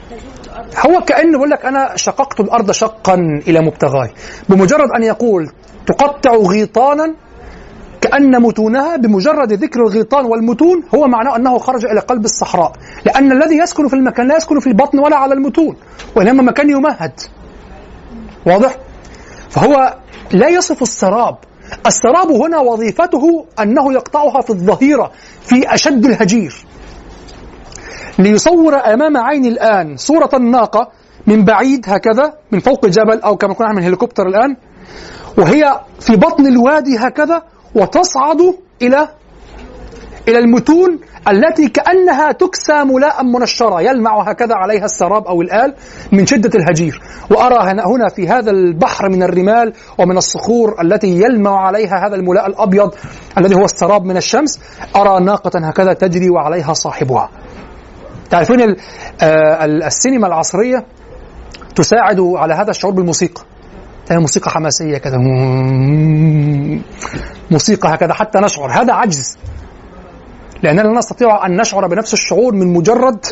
هو كأنه يقول لك أنا شققت الأرض شقا إلى مبتغاي. بمجرد أن يقول تقطع غيطانا كأن متونها بمجرد ذكر الغيطان والمتون هو معناه أنه خرج إلى قلب الصحراء، لأن الذي يسكن في المكان لا يسكن في البطن ولا على المتون، وإنما مكان يمهد. واضح؟ فهو لا يصف السراب. السراب هنا وظيفته أنه يقطعها في الظهيرة في أشد الهجير، ليصور أمام عيني الآن صورة الناقة من بعيد هكذا من فوق الجبل، أو كما كنا من هليكوبتر الآن، وهي في بطن الوادي هكذا، وتصعد إلى إلى المتون التي كأنها تكسى ملاء منشرة يلمع هكذا عليها السراب أو الآل من شدة الهجير. وأرى هنا في هذا البحر من الرمال ومن الصخور التي يلمع عليها هذا الملاء الأبيض الذي هو السراب من الشمس، أرى ناقة هكذا تجري وعليها صاحبها. تعرفون السينما العصرية تساعد على هذا الشعور بالموسيقى، موسيقى حماسية كذا، موسيقى هكذا حتى نشعر. هذا عجز، لأننا لا نستطيع أن نشعر بنفس الشعور من مجرد،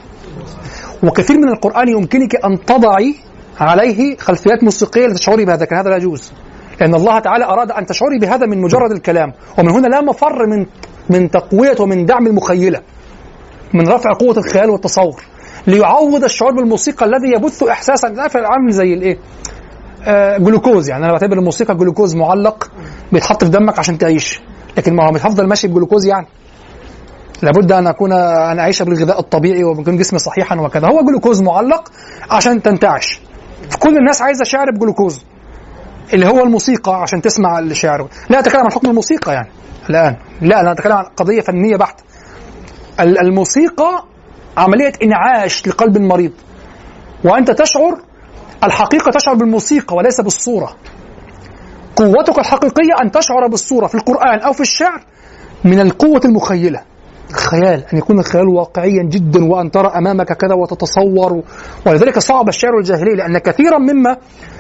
وكثير من القرآن يمكنك أن تضعي عليه خلفيات موسيقية لتشعري بهذا، لكن هذا لا يجوز، لأن الله تعالى أراد أن تشعري بهذا من مجرد الكلام. ومن هنا لا مفر من من تقوية ومن دعم المخيلة، من رفع قوة الخيال والتصور، ليعوض الشعور بالموسيقى الذي يبث إحساسا عامل زي الإيه؟ آه جلوكوز. يعني أنا بعتبر الموسيقى جلوكوز معلق بيتحط في دمك عشان تعيش، لكن ما هو مش هفضل ماشي بجلوكوز، يعني لابد أن أكون أنا أعيش بالغذاء الطبيعي وبكون جسمي صحيحا وكذا. هو جلوكوز معلق عشان تنتعش. كل الناس عايزة شعر بجلوكوز اللي هو الموسيقى عشان تسمع الشعر. لا أتكلم عن حكم الموسيقى يعني الآن، لا أنا أتكلم عن قضية فنية بحتة. الموسيقى عملية إنعاش لقلب المريض، وأنت تشعر الحقيقة، تشعر بالموسيقى وليس بالصورة. قوتك الحقيقية أن تشعر بالصورة في القرآن أو في الشعر من القوة المخيلة، الخيال، أن يكون الخيال واقعيا جدا، وأن ترى أمامك كذا وتتصور. ولذلك صعب الشعر الجاهلي، لأن كثيرا مما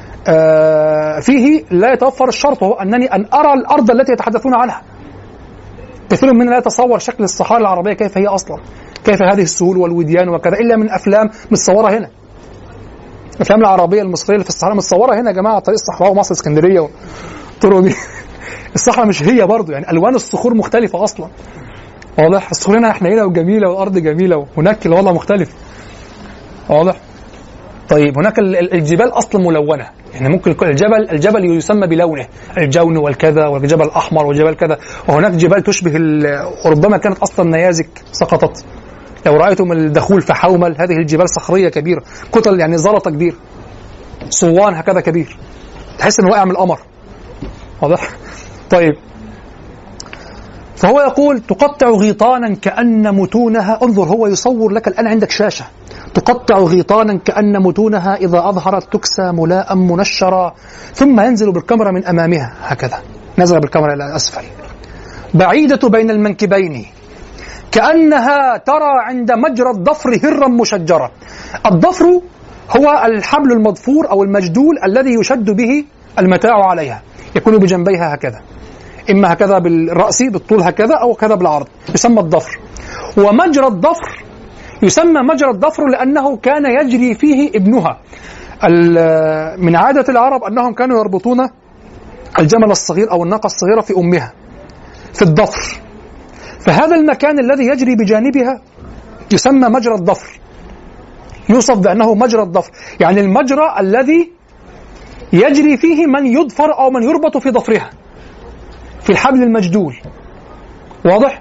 آه فيه لا يتوفر الشرط، وهو أنني أن أرى الأرض التي يتحدثون عنها. كثير منا لا يتصور شكل الصحراء العربية كيف هي أصلا، كيف هذه السهول والوديان وكذا، إلا من أفلام متصورة هنا. الأفلام العربية المصرية اللي في الصحراء متصورة هنا يا جماعة، طريق الصحراء ومصر اسكندرية والطرق دي. الصحراء مش هي برضو، يعني ألوان الصخور مختلفة أصلا. واضح؟ الصخور هنا حنينة وجميلة والأرض جميلة، وهناك الوضع مختلف. واضح؟ طيب هناك الجبال أصلا ملونة، يعني ممكن الجبل الجبل يسمى بلونه، الجون والكذا والجبل الأحمر والجبل كذا. وهناك جبال تشبه، وربما كانت أصلا نيازك سقطت. لو رأيتم الدخول في حومل، هذه الجبال صخرية كبيرة، كتل يعني زلطة كبير، صوان هكذا كبير، تحس أنه واقع من القمر. واضح؟ طيب فهو يقول تقطع غيطانا كأن متونها. انظر، هو يصور لك الآن عندك شاشة، تقطع غيطانا كأن متونها إذا أظهرت تكسى ملاء منشرا، ثم ينزل بالكاميرا من أمامها هكذا، نزل بالكاميرا إلى أسفل، بعيدة بين المنكبين كأنها ترى عند مجرى الضفر هرا مشجرا. الضفر هو الحبل المضفور أو المجدول الذي يشد به المتاع عليها، يكون بجنبيها هكذا، إما هكذا بالرأس بالطول هكذا، أو كذا بالعرض، يسمى الضفر. ومجرى الضفر يسمى مجرى الضفر لأنه كان يجري فيه ابنها. من عادة العرب أنهم كانوا يربطون الجمل الصغير أو الناقة الصغيرة في أمها في الضفر، فهذا المكان الذي يجري بجانبها يسمى مجرى الضفر، يوصف بأنه مجرى الضفر، يعني المجرى الذي يجري فيه من يضفر أو من يربط في ضفرها في الحبل المجدول. واضح؟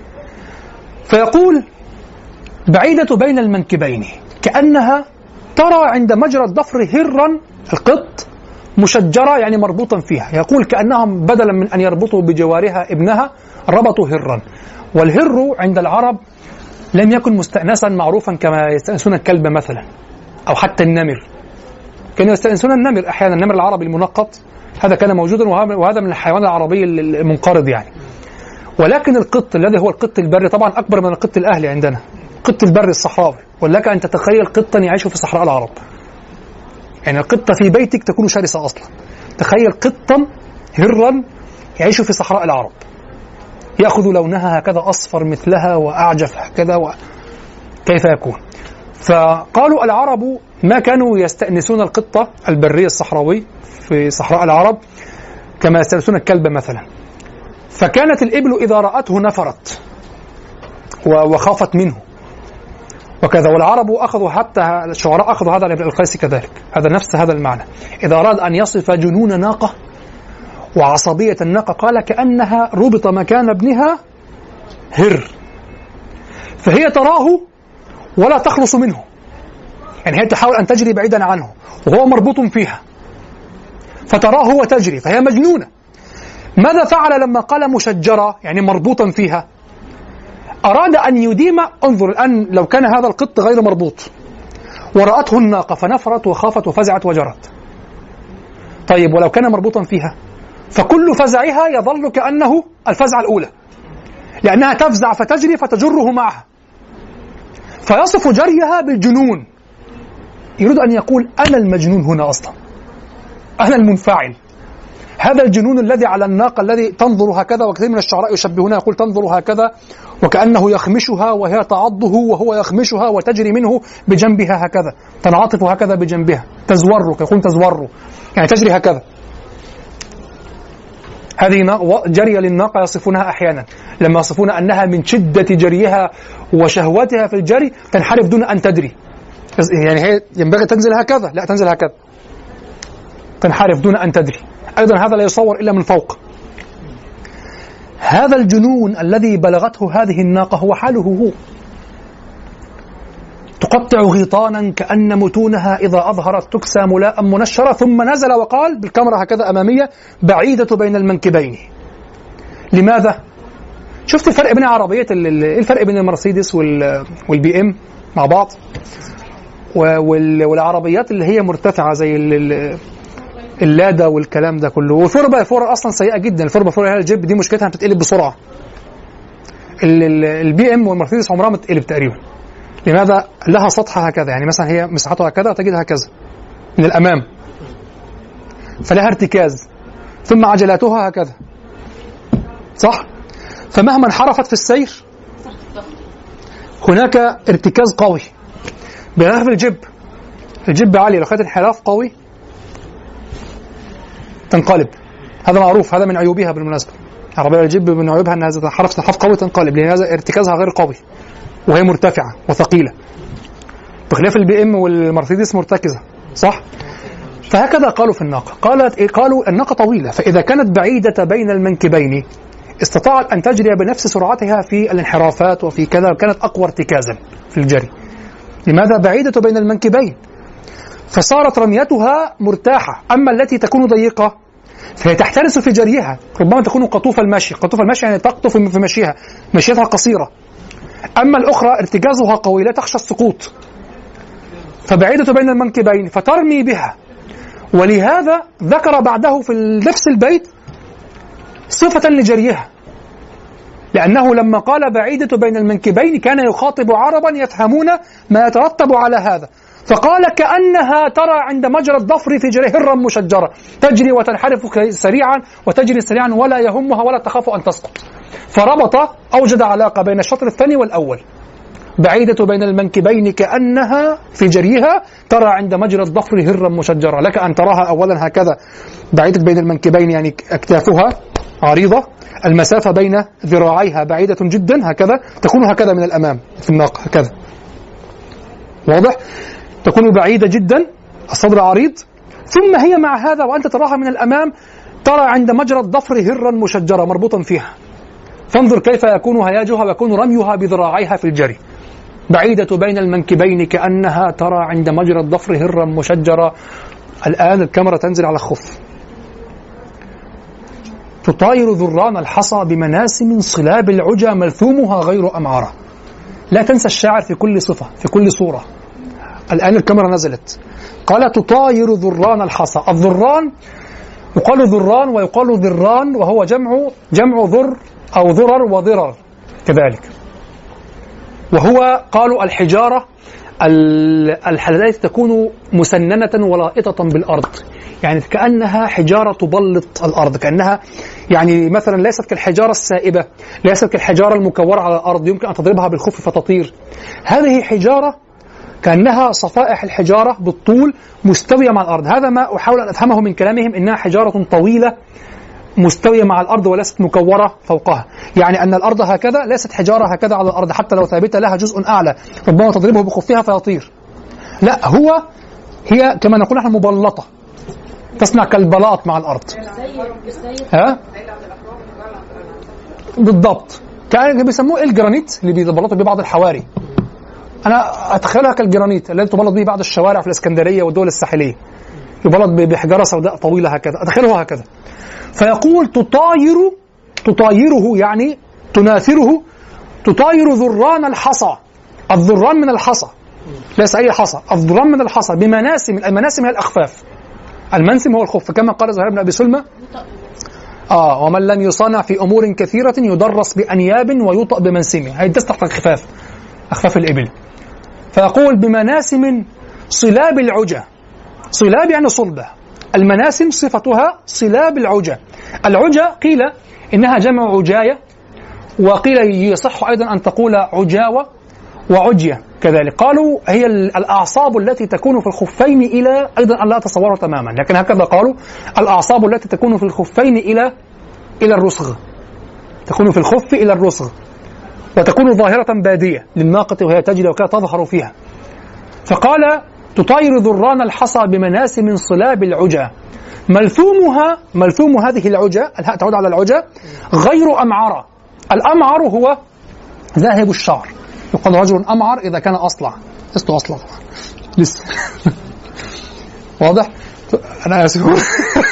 فيقول بعيدة بين المنكبين كأنها ترى عند مجرى الضفر هرا القط مشجرة، يعني مربوطا فيها. يقول كأنهم بدلا من أن يربطوا بجوارها ابنها ربطوا هرا. والهر عند العرب لم يكن مستأنسا معروفا كما يستأنسون الكلب مثلا، أو حتى النمر. كانوا يستأنسون النمر أحيانا، النمر العربي المنقط هذا كان موجودا، وهذا من الحيوان العربي المنقرض يعني. ولكن القط الذي هو القط البري طبعا أكبر من القط الأهلي عندنا، القط البري الصحراوي. ولك أن تتخيل قطا يعيش في صحراء العرب، يعني القطة في بيتك تكون شرسة أصلا. تخيل قطا هرا يعيش في صحراء العرب، يأخذ لونها هكذا أصفر مثلها وأعجف هكذا و... كيف يكون؟ فقالوا العرب ما كانوا يستأنسون القطة البرية الصحراوي في صحراء العرب كما يستأنسون الكلب مثلا. فكانت الإبل إذا رأته نفرت وخافت منه وكذا. والعرب أخذوا حتى الشعراء أخذوا هذا لابن القيس كذلك، هذا نفس هذا المعنى. إذا أراد أن يصف جنون ناقة وعصبية الناقة قال كأنها ربط مكان ابنها هر، فهي تراه ولا تخلص منه، يعني هي تحاول أن تجري بعيدا عنه وهو مربوط فيها، فتراه وتجري، فهي مجنونة. ماذا فعل لما قال مشجرة يعني مربوطا فيها؟ أراد أن يديم. انظر الآن، لو كان هذا القط غير مربوط ورأته الناقة فنفرت وخافت وفزعت وجرت، طيب ولو كان مربوطا فيها فكل فزعها يظل كأنه الفزعة الأولى، لأنها تفزع فتجري فتجره معها، فيصف جريها بالجنون. يريد أن يقول أنا المجنون هنا أصلا، أنا المنفعل. هذا الجنون الذي على الناقة الذي تنظر هكذا، وكثير من الشعراء يشبهون يقول تنظر هكذا وكأنه يخمشها وهي تعضه وهو يخمشها وتجري منه بجنبها هكذا، تنعطف هكذا بجنبها، تزور، يقول تزور يعني تجري هكذا. هذه جري للناقة يصفونها أحيانا لما يصفون أنها من شدة جريها وشهوتها في الجري تنحرف دون أن تدري، يعني هي ينبغي تنزل هكذا، لا تنزل هكذا، تنحرف دون أن تدري. أيضا هذا لا يصور إلا من فوق. هذا الجنون الذي بلغته هذه الناقة هو حاله هو، تقطع غيطانا كأن متونها إذا أظهرت تكسى ملاء منشرة، ثم نزل وقال بالكاميرا هكذا أمامية بعيدة بين المنكبين. لماذا؟ شفت الفرق بين عربية ال... الفرق بين المرسيدس وال... والبي ام مع بعض وال... والعربيات اللي هي مرتفعة زي ال... اللادا والكلام ده كله. والفور باي فور اصلا سيئه جدا، الفور باي فور هي الجيب دي مشكلتها بتتقلب بسرعه. البي ام والمرسيدس عمرها ما تتقلب تقريبا. لماذا؟ لها سطح هكذا، يعني مثلا هي مساحتها هكذا وتجد هكذا من الامام، فلها ارتكاز، ثم عجلاتها هكذا، صح؟ فمهما انحرفت في السير هناك ارتكاز قوي. بخلاف الجيب، الجيب عالي لو خدت انحراف قوي تنقلب، هذا معروف، هذا من عيوبها بالمناسبة. عربية الجيب من عيوبها أنها إذا انحرفت انحراف قوي تنقلب، لأن هذا ارتكازها غير قوي وهي مرتفعة وثقيلة، بخلاف البي ام والمرسيدس مرتكزة، صح؟ فهكذا قالوا في الناقة. قالت إيه؟ قالوا الناقة طويلة، فإذا كانت بعيدة بين المنكبين استطاعت أن تجري بنفس سرعتها في الانحرافات وفي كذا، كانت أقوى ارتكازا في الجري. لماذا؟ بعيدة بين المنكبين، فصارت رميتها مرتاحة. أما التي تكون ضيقة فهي تحترس في جريها، ربما تكون قطوف المشي، قطوف المشي يعني تقطف في مشيها، مشيتها قصيرة. أما الأخرى ارتكازها قوي لا تخشى السقوط، فبعيدة بين المنكبين فترمي بها. ولهذا ذكر بعده في نفس البيت صفة لجريها، لأنه لما قال بعيدة بين المنكبين كان يخاطب عربا يفهمون ما يترتب على هذا، فقال كأنها ترى عند مجرى الظفر في جري هرا مشجرة، تجري وتنحرف سريعا وتجري سريعا ولا يهمها ولا تخاف أن تسقط. فربط، أوجد علاقة بين الشطر الثاني والأول. بعيدة بين المنكبين كأنها في جريها ترى عند مجرى الظفر هرا مشجرة. لك أن تراها أولا هكذا بعيدة بين المنكبين، يعني أكتافها عريضة، المسافة بين ذراعيها بعيدة جدا، هكذا تكون هكذا من الأمام في الناقة هكذا، واضح؟ تكون بعيدة جدا، الصدر عريض، ثم هي مع هذا وأنت تراها من الأمام ترى عند مجرى الظفر هرا مشجرة مربوطا فيها. فانظر كيف يكون هياجها ويكون رميها بذراعيها في الجري. بعيدة بين المنكبين كأنها ترى عند مجرى الظفر هرا مشجرة. الآن الكاميرا تنزل على الخف. تطاير ذران الحصى بمناسم صلاب العجى ملثومها غير أمعرة. لا تنسى الشاعر في كل صفة، في كل صورة. الآن الكاميرا نزلت، قال تطاير ذران الحصى. الذران يقال ذران ويقال ذران، وهو جمع جمع ذر أو ذرر وذرر كذلك، وهو قالوا الحجارة التي تكون مسننة ولائطة بالأرض، يعني كأنها حجارة تبلط الأرض، كأنها يعني مثلا ليست كالحجارة السائبة، ليست كالحجارة المكورة على الأرض يمكن أن تضربها بالخف فتطير. هذه حجارة كأنها صفائح الحجارة بالطول مستوية مع الأرض. هذا ما أحاول أن أفهمه من كلامهم، إنها حجارة طويلة مستوية مع الأرض وليست مكورة فوقها، يعني أن الأرض هكذا ليست حجارة هكذا على الأرض حتى لو ثابتة لها جزء أعلى ربما تضربه بخفها فيطير، لا، هو هي كما نقول نحن مبلطة، تصنع كالبلاط مع الأرض. ها؟ بالضبط، كان بيسموه الجرانيت اللي بيبلطوا بيه بعض الحواري، أنا أتخيلها كالجرانيت الذي تبلط به بعض الشوارع في الإسكندرية والدول الساحلية، يبلط بحجارة سوداء طويلة هكذا، أتخيله هكذا. فيقول تطاير، تطايره يعني تناثره، تطاير ذران الحصى، الذران من الحصى ليس أي حصى، الذران من الحصى بمناسم، المناسم هي الأخفاف، المنسم هو الخف كما قال زهير بن أبي سلمى آه ومن لم يصنع في أمور كثيرة يدرس بأنياب ويطأ بمنسمه، هي تحت الخفاف، أخفاف الإبل. فيقول بمناسم صلاب العجة، صلاب يعني صلبة، المناسم صفتها صلاب العجة. العجة قيل إنها جمع عجاية، وقيل يصح أيضا أن تقول عجاوة وعجية كذلك، قالوا هي الأعصاب التي تكون في الخفين إلى، أيضا أن لا أتصوره تماما لكن هكذا قالوا، الأعصاب التي تكون في الخفين إلى إلى الرسغ، تكون في الخف إلى الرسغ، وتكون ظاهرة بادية للناقة وهي تجري وكذا تظهر فيها. فقال تطاير ذران الحصى بمناسم صلاب العجا، ملثومها، ملثوم هذه العجا، الهاء تعود على العجا، غير أمعرة. الأمعر هو ذاهب الشعر، يقال رجل أمعر إذا كان أصلع، لست أصلع لسه واضح؟ أنا آسف.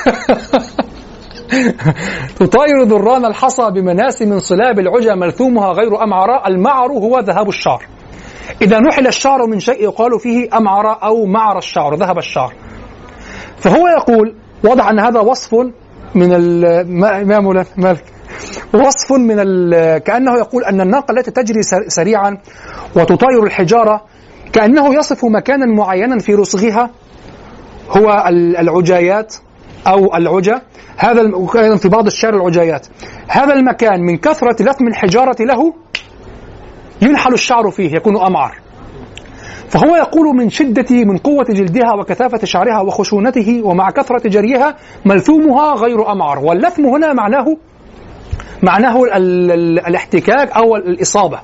تطاير ذران الحصى بمناسم صلاب العجا ملثومها غير أمعرة. المعر هو ذهاب الشعر، إذا نحل الشعر من شيء يقال فيه أمعر أو معر الشعر، ذهب الشعر. فهو يقول واضح أن هذا وصف من المامولة مالك، وصف من كأنه يقول أن الناقة التي تجري سريعا وتطاير الحجارة كأنه يصف مكانا معينا في رسغها هو العجايات أو العجا، هذا في بعض الشعر العجايات، هذا المكان من كثرة لثم الحجارة له ينحل الشعر فيه يكون أمعر. فهو يقول من شدة من قوة جلدها وكثافة شعرها وخشونته ومع كثرة جريها ملثومها غير أمعر. واللثم هنا معناه معناه ال ال الاحتكاك أو الإصابة.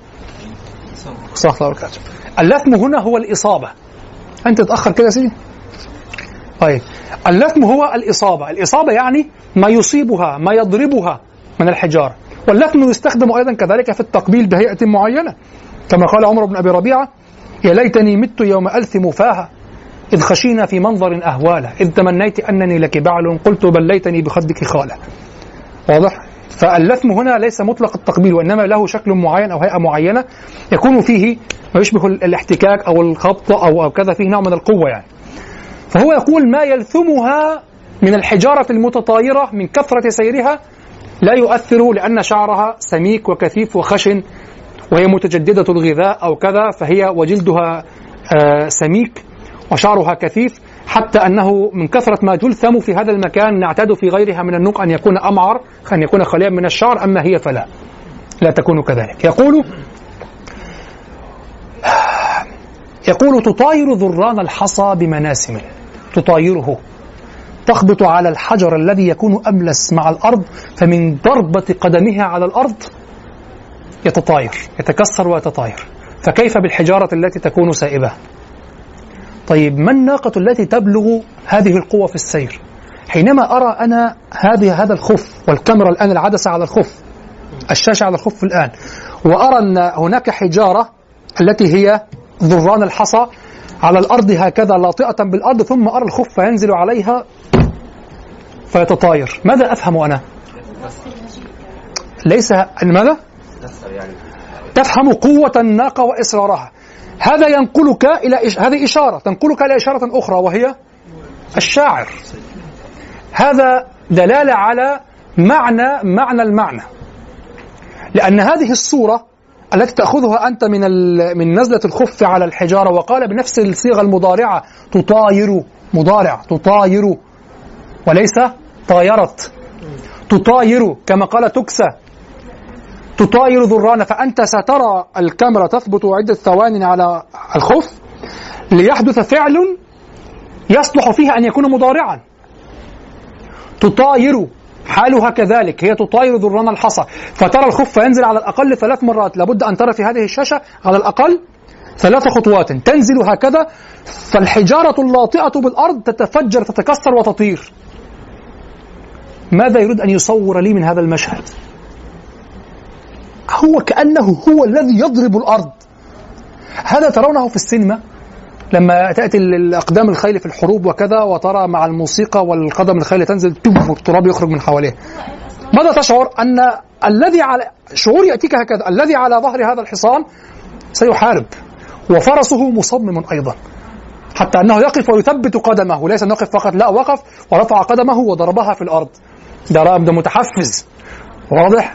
اللثم هنا هو الإصابة. أنت تتأخر كده يا سيدي. طيب اللثم هو الإصابة، الإصابة يعني ما يصيبها ما يضربها من الحجارة. واللثم يستخدم أيضا كذلك في التقبيل بهيئة معينة كما قال عمر بن أبي ربيعة يا ليتني مت يوم ألثم فاها إذ خشينا في منظر أهواله إذ تمنيت أنني لك بعل قلت بل ليتني بخدك خاله. واضح؟ فاللثم هنا ليس مطلق التقبيل وإنما له شكل معين أو هيئة معينة يكون فيه ما يشبه الاحتكاك أو الخبط أو, أو كذا، فيه نوع من القوة يعني. فهو يقول ما يلثمها من الحجارة المتطايرة من كثرة سيرها لا يؤثر لأن شعرها سميك وكثيف وخشن وهي متجددة الغذاء أو كذا، فهي وجلدها آه سميك وشعرها كثيف، حتى أنه من كثرة ما تلثم في هذا المكان نعتاد في غيرها من النقع أن يكون أمعر، أن يكون خاليا من الشعر، أما هي فلا لا تكون كذلك. يقول يقول تطاير ذران الحصى بمناسم، تطايره تخبط على الحجر الذي يكون أملس مع الأرض، فمن ضربة قدمها على الأرض يتطاير يتكسر ويتطاير، فكيف بالحجارة التي تكون سائبة؟ طيب ما الناقة التي تبلغ هذه القوة في السير؟ حينما أرى أنا هذه هذا الخف والكاميرا الآن العدسة على الخف، الشاشة على الخف الآن، وأرى أن هناك حجارة التي هي ذران الحصى على الأرض هكذا لاطئة بالأرض، ثم أرى الخف ينزل عليها فيتطاير، ماذا أفهم أنا؟ ليس ماذا؟ تفهم قوة الناقة وإصرارها. هذا ينقلك إلى إش... هذه إشارة تنقلك إلى إشارة أخرى وهي الشاعر. هذا دلالة على معنى معنى المعنى، لأن هذه الصورة التي تأخذها أنت من ال... من نزلة الخف على الحجارة، وقال بنفس الصيغة المضارعة تطاير، مضارع تطاير وليس طايرت، تطاير كما قال تكسى تطاير ذران. فأنت سترى الكاميرا تثبت عدة ثوان على الخف ليحدث فعل يصلح فيها أن يكون مضارعا، تطاير حالها كذلك، هي تطاير ذران الحصى، فترى الخف ينزل على الأقل ثلاث مرات. لابد أن ترى في هذه الشاشة على الأقل ثلاث خطوات تنزل هكذا، فالحجارة اللاطئة بالأرض تتفجر تتكسر وتطير. ماذا يريد أن يصور لي من هذا المشهد؟ هو كأنه هو الذي يضرب الأرض. هذا ترونه في السينما لما تأتي الأقدام الخيل في الحروب وكذا، وترى مع الموسيقى والقدم الخيل تنزل تب والتراب يخرج من حواليه. ماذا تشعر؟ أن الذي على شعور يأتيك هكذا، الذي على ظهر هذا الحصان سيحارب، وفرسه مصمم أيضا، حتى أنه يقف ويثبت قدمه، ليس أنه يقف فقط، لا، وقف ورفع قدمه وضربها في الأرض. ده رأب، ده متحفز، واضح؟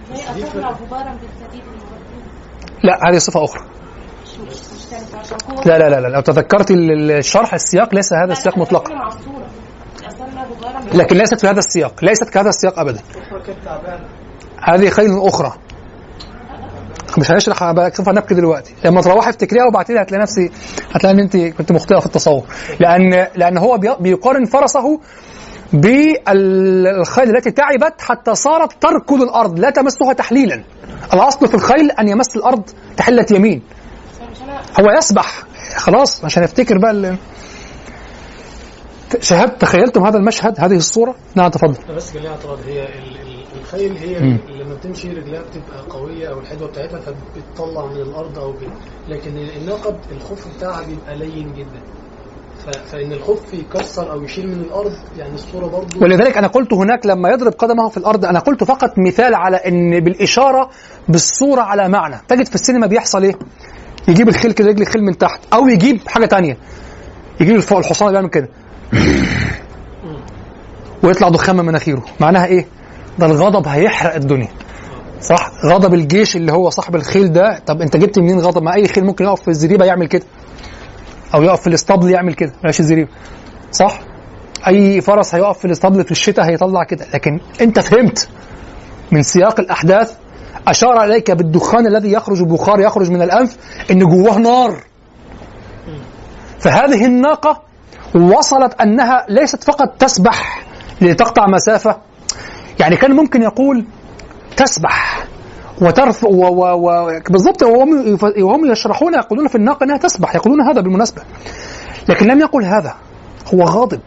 لا، هذه صفة أخرى. لا لا لا لا لو تذكرت الشرح السياق ليس هذا السياق مطلقا، لكن ليست في هذا السياق، ليست كهذا السياق أبدا. هذه خيل أخرى مش هنشرح بقى، سوف نبكي دلوقتي. لما تروحي افتكريها وبعد كده هتلاقي نفسي هتلاقي ان انت كنت مخطئه في التصور، لان لان هو بيقارن فرسه بالخيل التي تعبت حتى صارت تركض الارض لا تمسها تحليلا. الاصل في الخيل ان يمس الارض تحله يمين، هو يسبح خلاص عشان يفتكر بقى ال... شهدت تخيلتم هذا المشهد، هذه الصوره؟ نعم تفضل. بس ليها اعتراض، هي الخيل هي م. لما بتمشي رجلها بتبقى قويه او الحدوه بتاعتها فبتطلع من الارض او بي. لكن الناقه الخف بتاعها بيبقى لين جدا، فإن الخف يكسر أو يشيل من الأرض، يعني الصورة برضو. ولذلك أنا قلت هناك لما يضرب قدمه في الأرض، أنا قلت فقط مثال على أن بالإشارة بالصورة على معنى. تجد في السينما بيحصل إيه؟ يجيب الخيل كده، رجل الخيل من تحت، أو يجيب حاجة تانية، يجيب الحصان بيعمل كده ويطلع دخان من مناخيره. معناها إيه؟ ده الغضب هيحرق الدنيا، صح؟ غضب الجيش اللي هو صاحب الخيل ده. طب أنت جبت منين غضب؟ ما أي خيل ممكن يقف في الزريبة يعمل كده، أو يقف في الاسطبل يعمل كده، ماشي الزريبة، صح؟ أي فرس هيقف في الاسطبل في الشتاء هيطلع كده. لكن أنت فهمت من سياق الأحداث، أشار إليك بالدخان الذي يخرج، بخار يخرج من الأنف، إن جواه نار. فهذه الناقة وصلت أنها ليست فقط تسبح لتقطع مسافة، يعني كان ممكن يقول تسبح وترفع و... و... و... بالضبط. وهم... وهم يشرحون يقولون في الناقة أنها تسبح، يقولون هذا بالمناسبة، لكن لم يقل هذا، هو غاضب.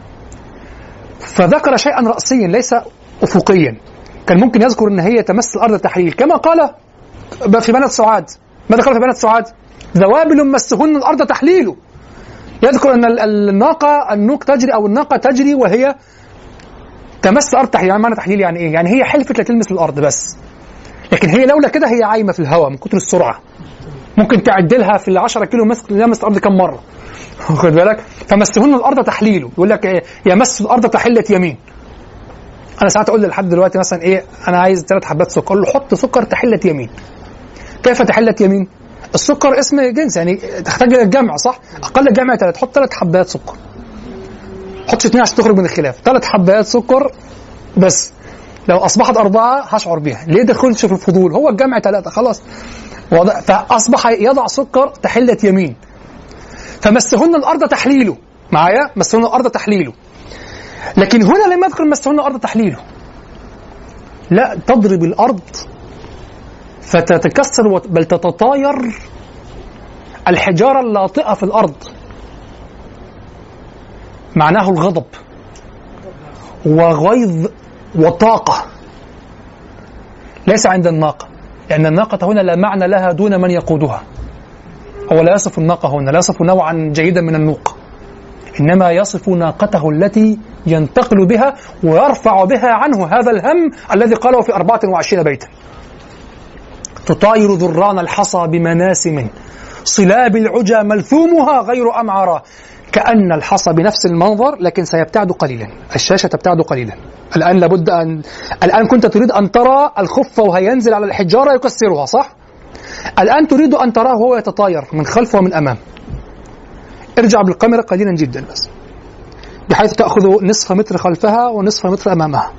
فذكر شيئا رأسيا ليس أفقيا. كان ممكن يذكر أن هي تمس الأرض تحليل، كما قال في بنات سعاد. ماذا قال في بنات سعاد؟ ذوابل مسهن الأرض تحليل. يذكر أن الناقة النوق تجري، أو الناقة تجري وهي تمس الأرض تحليل. يعني معنى تحليل يعني إيه؟ يعني هي حلفت لا تلمس الأرض بس، لكن هي لولا كده هي عايمة في الهواء من كتر السرعة، ممكن تعدلها في العشرة كيلو مسك لمس الأرض كم مرة، واخد بالك؟ فمسهن الأرض تحليله. يقول لك إيه؟ يمس الأرض تحلة يمين. أنا ساعات أقول لحد دلوقتي مثلا إيه، أنا عايز ثلاث حبات سكر، أقول له حط سكر تحلة يمين. كيف تحلة يمين؟ السكر اسم جنس، يعني تحتاج إلى الجمع، صح؟ أقل الجمع ثلاث، حط ثلاث حبات سكر، حطش اثنين عشان تخرج من الخلاف، ثلاث حبات سكر بس. لو أصبحت أربعة هشعر بها، ليه دخلش في الفضول؟ هو الجمع ثلاثة خلاص. فأصبح يضع سكر تحلة يمين. فمسهن الأرض تحليله، معايا؟ مسهن الأرض تحليله. لكن هنا لم يذكر مسهن الأرض تحليله، لا، تضرب الأرض فتتكسر بل تتطاير الحجارة اللاطئة في الأرض. معناه الغضب وغيظ وطاقة، ليس عند الناقة، لأن الناقة هنا لا معنى لها دون من يقودها. هو لا يصف الناقة هنا، لا يصف نوعا جيدا من النوق، إنما يصف ناقته التي ينتقل بها ويرفع بها عنه هذا الهم الذي قاله في أربعة وعشرين بيتا. تطاير ذران الحصى بمناسم، صلاب العجى ملثومها غير أمعرة. كأن الحصى بنفس المنظر، لكن سيبتعد قليلا، الشاشة تبتعد قليلا. الآن لابد أن الآن كنت تريد أن ترى الخف وهو ينزل على الحجارة يكسرها، صح؟ الآن تريد أن تراه وهو يتطاير من خلف ومن أمام. ارجع بالكاميرا قليلا جدا بس، بحيث تأخذ نصف متر خلفها ونصف متر أمامها.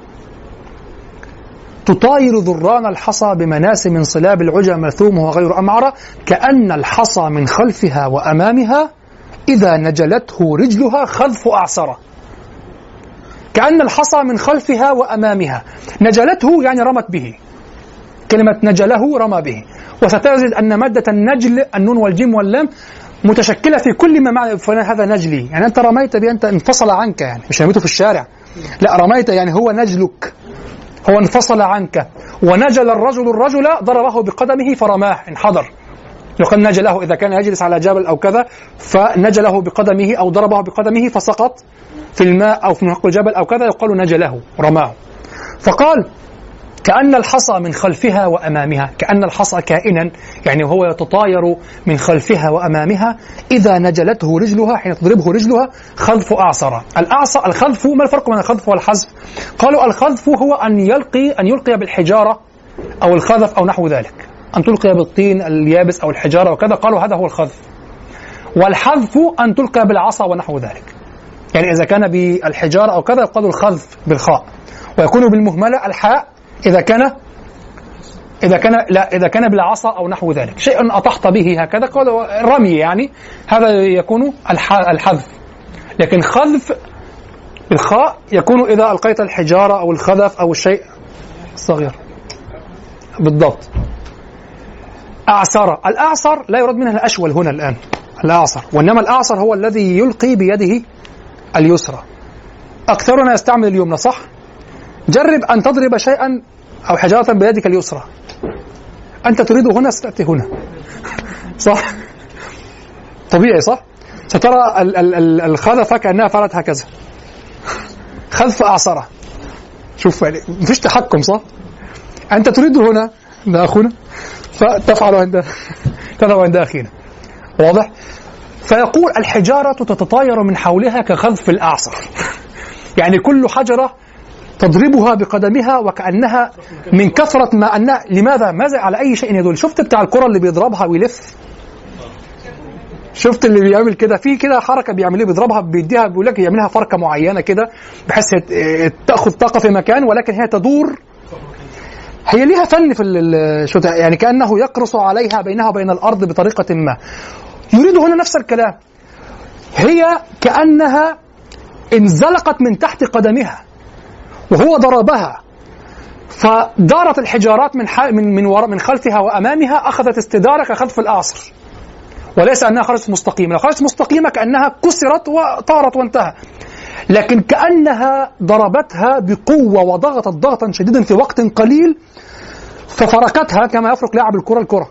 تطاير ذران الحصى بمناسم، صلاب العجى ملثومه غير أمعرة. كأن الحصى من خلفها وأمامها إذا نجلته رجلها خذف أعصرة. كأن الحصى من خلفها وأمامها. نجلته يعني رمت به، كلمة نجله رمى به. وستجد أن مادة النجل النون والجيم واللام متشكلة في كل ما معنى فلان هذا نجلي، يعني أنت رميت به، أنت انفصل عنك، يعني مش رميته في الشارع، لا رميت يعني هو نجلك، هو انفصل عنك. ونجل الرجل الرجل ضربه بقدمه فرماه، انحدر. يقال نجله إذا كان يجلس على جبل أو كذا فنجله بقدمه أو ضربه بقدمه فسقط في الماء أو في نهق الجبل أو كذا، يقال نجله رماه. فقال كأن الحصى من خلفها وأمامها، كأن الحصى كائنا يعني هو يتطاير من خلفها وأمامها إذا نجلته رجلها، حين تضربه رجلها خذف أعصر. الأعصر الخذف، ما الفرق بين الخذف والحذف؟ قالوا الخذف هو أن يلقي أن يلقي بالحجارة أو الخذف أو نحو ذلك، أن تلقي بالطين اليابس أو الحجارة وكذا، قالوا هذا هو الخذف. والحذف أن تلقي بالعصا ونحو ذلك، يعني إذا كان بالحجارة أو كذا يقال الخذف بالخاء، ويكون بالمهملة الحاء إذا كان إذا كان لا إذا كان بالعصا أو نحو ذلك، شيء أطحت به هكذا قالوا رمي، يعني هذا يكون الحذف. لكن خذف بالخاء يكون إذا ألقيت الحجارة أو الخذف أو الشيء الصغير. بالضبط. أعصر، الأعصر لا يراد منها الأشول هنا الآن الأعصر، وإنما الأعصر هو الذي يلقي بيده اليسرى. أكثرنا يستعمل اليمنى، صح؟ جرب أن تضرب شيئا أو حجارة بيدك اليسرى، أنت تريد هنا ستأتي هنا، صح؟ طبيعي صح؟ سترى الخذفة كأنها فعلت هكذا، خذف أعصرة. شوف يعني مفيش تحكم، صح؟ أنت تريد هنا ده أخونا فتفعل عند تذهب عند أخينا، واضح؟ فيقول الحجارة تتطاير من حولها كخذف الأعصر، يعني كل حجرة تضربها بقدمها وكأنها من كثرة ما أنها، لماذا؟ ماذا على أي شيء يدل؟ شفت بتاع الكرة اللي بيضربها ويلف؟ شفت اللي بيعمل كده في كده حركة بيعملها، بيضربها بيديها، بيقول لك يعملها فركة معينة كده بحيث تأخذ طاقة في مكان ولكن هي تدور، هي ليها فن في شو يعني كأنه يقرص عليها بينها وبين الأرض بطريقة ما. يريد هنا نفس الكلام، هي كأنها انزلقت من تحت قدمها وهو ضربها فدارت الحجارات من من من, من خلفها وأمامها، أخذت استدارة كخذف الأعصر، وليس أنها خرجت مستقيمة. لو خرجت مستقيمة كأنها كسرت وطارت وانتهى، لكن كأنها ضربتها بقوة وضغطت ضغطا شديدا في وقت قليل ففركتها كما يفرك لاعب الكرة الكرة.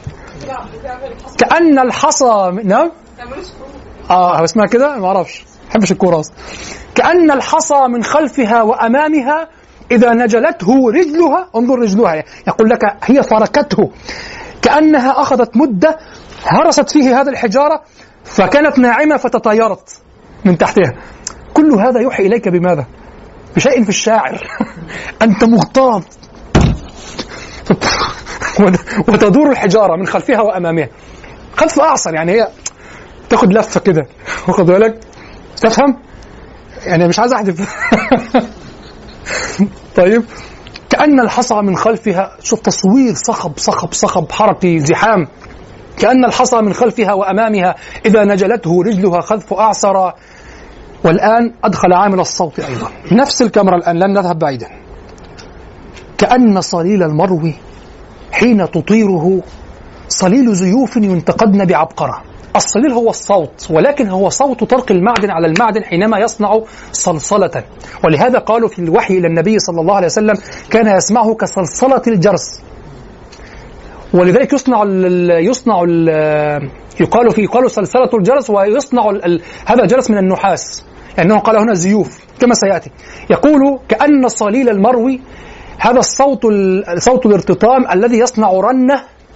كأن الحصى، نعم اه اسمها كده، ما اعرفش، بحبش الكرة اصلا. كأن الحصى من خلفها وأمامها إذا نجلته رجلها، انظر رجلها، يقول لك هي فركته، كأنها أخذت مدة هرست فيه هذه الحجارة فكانت ناعمة فتطايرت من تحتها. كل هذا يوحي إليك بماذا؟ بشيء في الشاعر. أنت مغتاظ وتدور الحجارة من خلفها وأمامها. خذف أعصر يعني هي تاخد لفة كده، واخد بالك؟ تفهم؟ يعني مش عايز أحذف. طيب، كأن الحصى من خلفها، شوف تصوير صخب صخب صخب حركي زحام، كأن الحصى من خلفها وأمامها إذا نجلته رجلها خذف أعصر. والآن أدخل عامل الصوت أيضا، نفس الكاميرا الآن، لن نذهب بعيدا. كأن صليل المروي حين تطيره صليل زيوف ينتقدن بعبقرة. الصليل هو الصوت، ولكن هو صوت طرق المعدن على المعدن حينما يصنع صلصلة، ولهذا قالوا في الوحي إلى النبي صلى الله عليه وسلم كان يسمعه كصلصلة الجرس. ولذلك يصنع ال يصنع ال يقال في يقال صلصلة الجرس، ويصنع ال هذا الجرس من النحاس، لأنه قال هنا زيوف كما سيأتي. يقول كأن صليل المروي هذا الصوت صوت الارتطام الذي يصنع رنة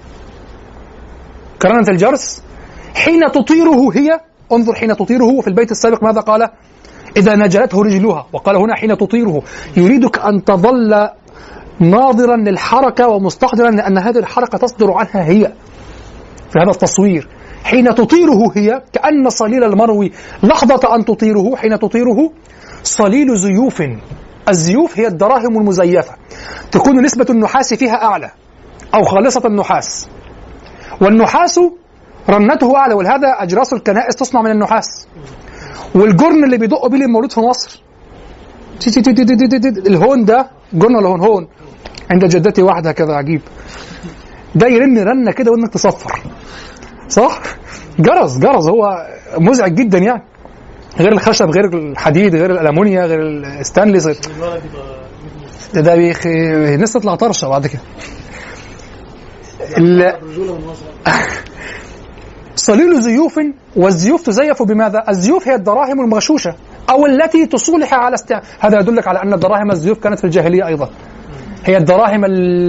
كرنة الجرس حين تطيره هي. انظر حين تطيره، في البيت السابق ماذا قال؟ إذا نجلته رجلها، وقال هنا حين تطيره. يريدك أن تظل ناظرا للحركة ومستحضرا لأن هذه الحركة تصدر عنها هي في هذا التصوير. حين تطيره هي كأن صليل المروي لحظة أن تطيره، حين تطيره صليل زيوف. الزيوف هي الدراهم المزيفة، تكون نسبة النحاس فيها أعلى أو خالصة النحاس، والنحاس رنته أعلى، ولهذا أجراس الكنائس تصنع من النحاس. والجرن اللي بيدقوا بيه المولود في مصر الهون ده قلنا له هون عند جدتي واحدة كذا عجيب، ده يرن رنة كده وانك تصفر، صح؟ جرس جرس هو مزعج جدا يعني، غير الخشب غير الحديد غير الألمونيا غير الستانلس، ده ده بيخ... الناس تطلع طرشة بعد كده. ال... صليل زيوف، والزيوف تزيف بماذا؟ الزيوف هي الدراهم المغشوشة أو التي تصلح على است... هذا يدلك على أن الدراهم الزيوف كانت في الجاهلية أيضا، هي الدراهم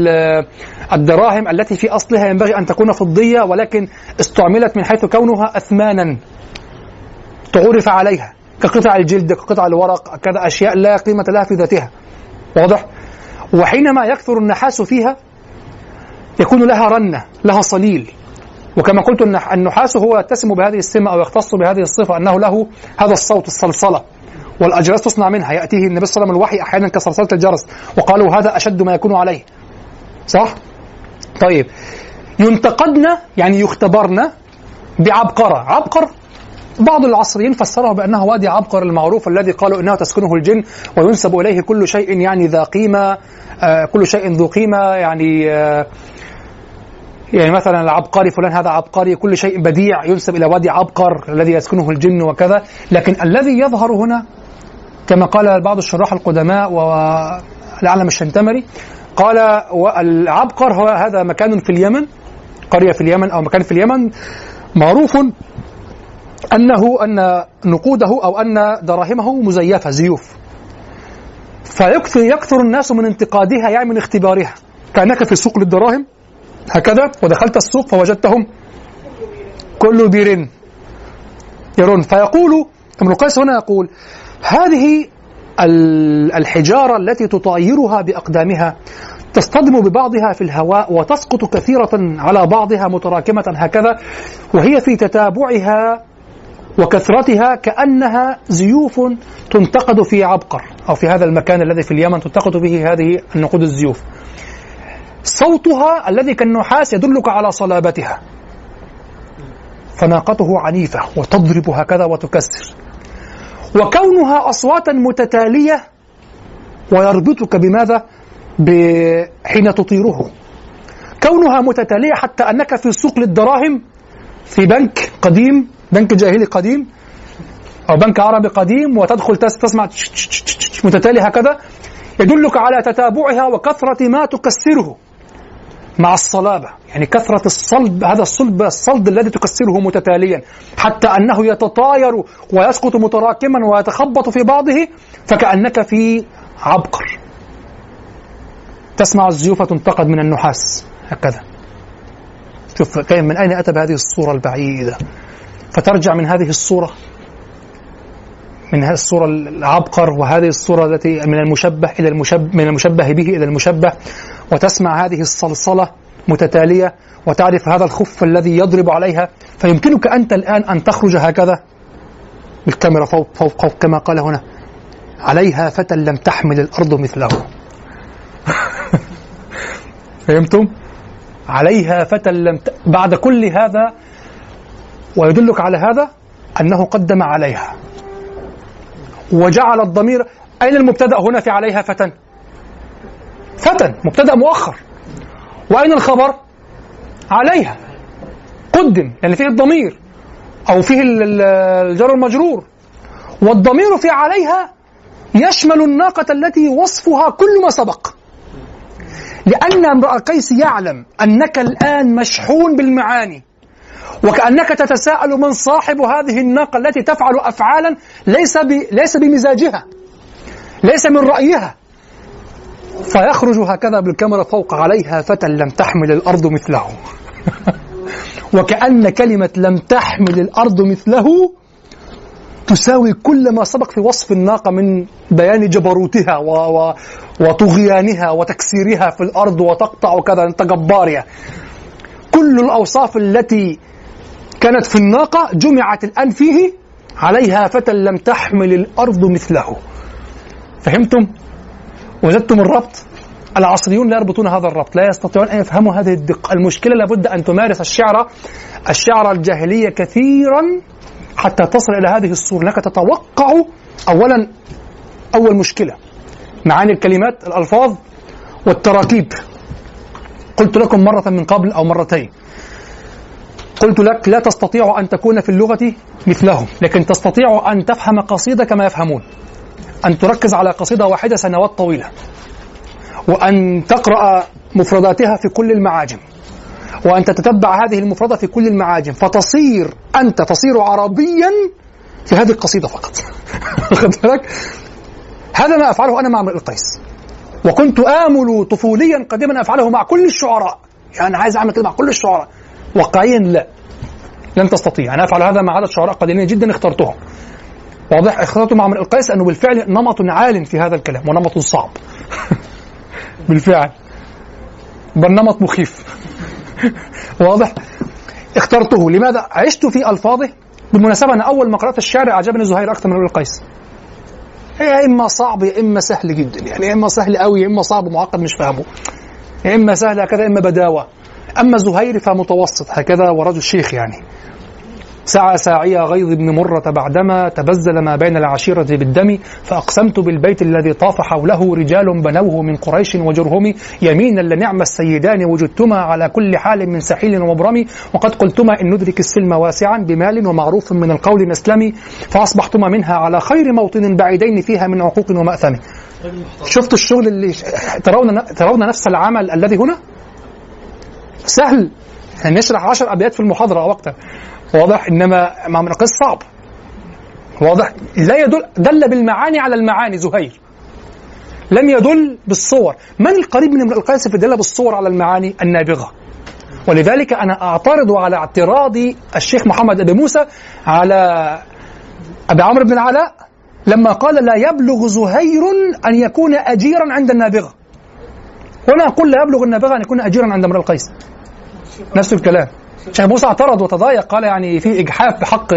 الدراهم التي في أصلها ينبغي أن تكون فضية ولكن استعملت من حيث كونها أثمانا تعرف عليها كقطع الجلد كقطع الورق كذا، أشياء لا قيمة لها في ذاتها، واضح؟ وحينما يكثر النحاس فيها يكون لها رنة لها صليل، وكما قلت النحاس هو يتسم بهذه السمة أو يختص بهذه الصفة أنه له هذا الصوت الصلصلة، والأجراس تصنع منها، يأتيه النبي صلى الله عليه وسلم الوحي أحيانا كصلصلة الجرس وقالوا هذا أشد ما يكون عليه، صح؟ طيب ينتقدن يعني يختبرن بعبقرة. عبقر بعض العصريين فسره بأنه وادي عبقر المعروف الذي قالوا إنه تسكنه الجن وينسب إليه كل شيء يعني ذا قيمة، آه كل شيء ذو قيمة يعني آه يعني مثلا العبقري فلان هذا عبقري، كل شيء بديع ينسب إلى وادي عبقر الذي يسكنه الجن وكذا. لكن الذي يظهر هنا كما قال بعض الشراح القدماء والأعلم الشنتمري، قال العبقر هو هذا مكان في اليمن، قرية في اليمن أو مكان في اليمن معروف أنه أن نقوده أو أن دراهمه مزيفة زيوف، فيكثر يكثر الناس من انتقادها يعني من اختبارها، كأنك في سوق للدراهم هكذا ودخلت السوق فوجدتهم كل بير يرون. فيقول ابن القيس هنا يقول هذه الحجارة التي تطايرها بأقدامها تصطدم ببعضها في الهواء وتسقط كثيرة على بعضها متراكمة هكذا، وهي في تتابعها وكثرتها كأنها زيوف تنتقد في عبقر أو في هذا المكان الذي في اليمن تنتقد به هذه النقود الزيوف. صوتها الذي كالنحاس يدلك على صلابتها، فناقته عنيفة وتضرب هكذا وتكسر، وكونها أصواتا متتالية ويربطك بماذا؟ حين تطيره، كونها متتالية حتى أنك في سوق للدراهم في بنك قديم، بنك جاهلي قديم أو بنك عربي قديم، وتدخل تسمع متتالي هكذا، يدلك على تتابعها وكثرة ما تكسره مع الصلابة، يعني كثرة الصلب، هذا الصلب الصلد الذي تكسره متتاليا حتى أنه يتطاير ويسقط متراكما ويتخبط في بعضه، فكأنك في عبقر. تسمع الزيوف تنتقد من النحاس هكذا. شوف كيف من أين أتى بهذه الصورة البعيدة، فترجع من هذه الصورة من هذه الصورة العبقر وهذه الصورة التي من المشبه إلى المشبه من المشبه به إلى المشبه، وتسمع هذه الصلصلة متتالية وتعرف هذا الخف الذي يضرب عليها، فيمكنك أنت الآن أن تخرج هكذا بالكاميرا فوق فوق فوق كما قال هنا عليها فتى لم تحمل الأرض مثله. فهمتم؟ عليها فتى لم ت... بعد كل هذا، ويدلك على هذا أنه قدم عليها وجعل الضمير. أين المبتدأ هنا في عليها فتى؟ فتى مبتدأ مؤخر، وأين الخبر؟ عليها قدم، يعني فيه الضمير أو فيه الجر المجرور، والضمير في عليها يشمل الناقة التي وصفها كل ما سبق، لأن امرأ قيس يعلم أنك الآن مشحون بالمعاني، وكأنك تتساءل من صاحب هذه الناقة التي تفعل أفعالا ليس ب... ليس بمزاجها، ليس من رأيها، فيخرج هكذا بالكاميرا فوق عليها فتى لم تحمل الأرض مثله. وكأن كلمة لم تحمل الأرض مثله تساوي كل ما سبق في وصف الناقة من بيان جبروتها و... و... وطغيانها وتكسيرها في الأرض وتقطع وكذا، أنت جبارية. كل الأوصاف التي كانت في الناقة جمعت الآن فيه عليها فتى لم تحمل الأرض مثله. فهمتم؟ وجدتم الربط؟ العصريون لا يربطون هذا الربط، لا يستطيعون أن يفهموا هذه الدقة. المشكلة لابد أن تمارس الشعر الشعر الجاهلية كثيرا حتى تصل إلى هذه الصورة، لك تتوقع أولا أول مشكلة معاني الكلمات، الألفاظ والتراكيب. قلت لكم مرة من قبل أو مرتين، قلت لك لا تستطيع أن تكون في اللغة مثلهم، لكن تستطيع أن تفهم قصيدة كما يفهمون، أن تركز على قصيدة واحدة سنوات طويلة، وأن تقرأ مفرداتها في كل المعاجم، وأن تتتبع هذه المفردة في كل المعاجم، فتصير أنت تصير عربيا في هذه القصيدة فقط. هذا ما أفعله أنا مع امرئ القيس، وكنت آمل طفوليا قديما أفعله مع كل الشعراء، يعني عايز أعمل كده مع كل الشعراء. واقعيا لا، لن تستطيع. أنا أفعل هذا مع عدد شعراء قليلين جدا اخترتهم، واضح. اخترته مع امرئ القيس أنه بالفعل نمط عال في هذا الكلام، ونمط صعب بالفعل، بل نمط مخيف. واضح. اخترته لماذا؟ عشت في ألفاظه. بالمناسبة أنا أول ما قرأت الشعر أعجبني زهير أكثر من امرئ القيس. يا إما صعب يا إما سهل جدا، يعني يا إما سهل قوي يا إما صعب معقد مش فاهمه، يا إما سهل هكذا يا إما بداوة. أما زهير فمتوسط هكذا، ورجل الشيخ يعني. سعى ساعي غيظ بن مرة بعدما تبذل ما بين العشيرة بالدم، فأقسمت بالبيت الذي طاف حوله رجال بنوه من قريش وجرهم، يمينا لنعم السيدان وجدتما على كل حال من سحيل ومبرم، وقد قلتما إن ندرك السلم واسعا بمال ومعروف من القول نسلم، فأصبحتما منها على خير موطن بعيدين فيها من عقوق ومأثم. شفت الشغل اللي ترون ترون نفس العمل الذي هنا سهل، يعني نشرح عشر أبيات في المحاضرة أو أكثر، واضح. إنما مع امرئ القيس صعب، واضح. لا يدل دل بالمعاني على المعاني زهير، لم يدل بالصور. من القريب من امرئ القيس في الدلالة بالصور على المعاني؟ النابغة. ولذلك أنا أعترض على اعتراض الشيخ محمد أبي موسى على أبي عمرو بن العلاء لما قال لا يبلغ زهير أن يكون أجيرا عند النابغة، وأنا أقول لا يبلغ النابغة أن يكون أجيرا عند امرئ القيس. نفس الكلام. الشيخ موسى اعترض وتضايق، قال يعني في إجحاف بحق.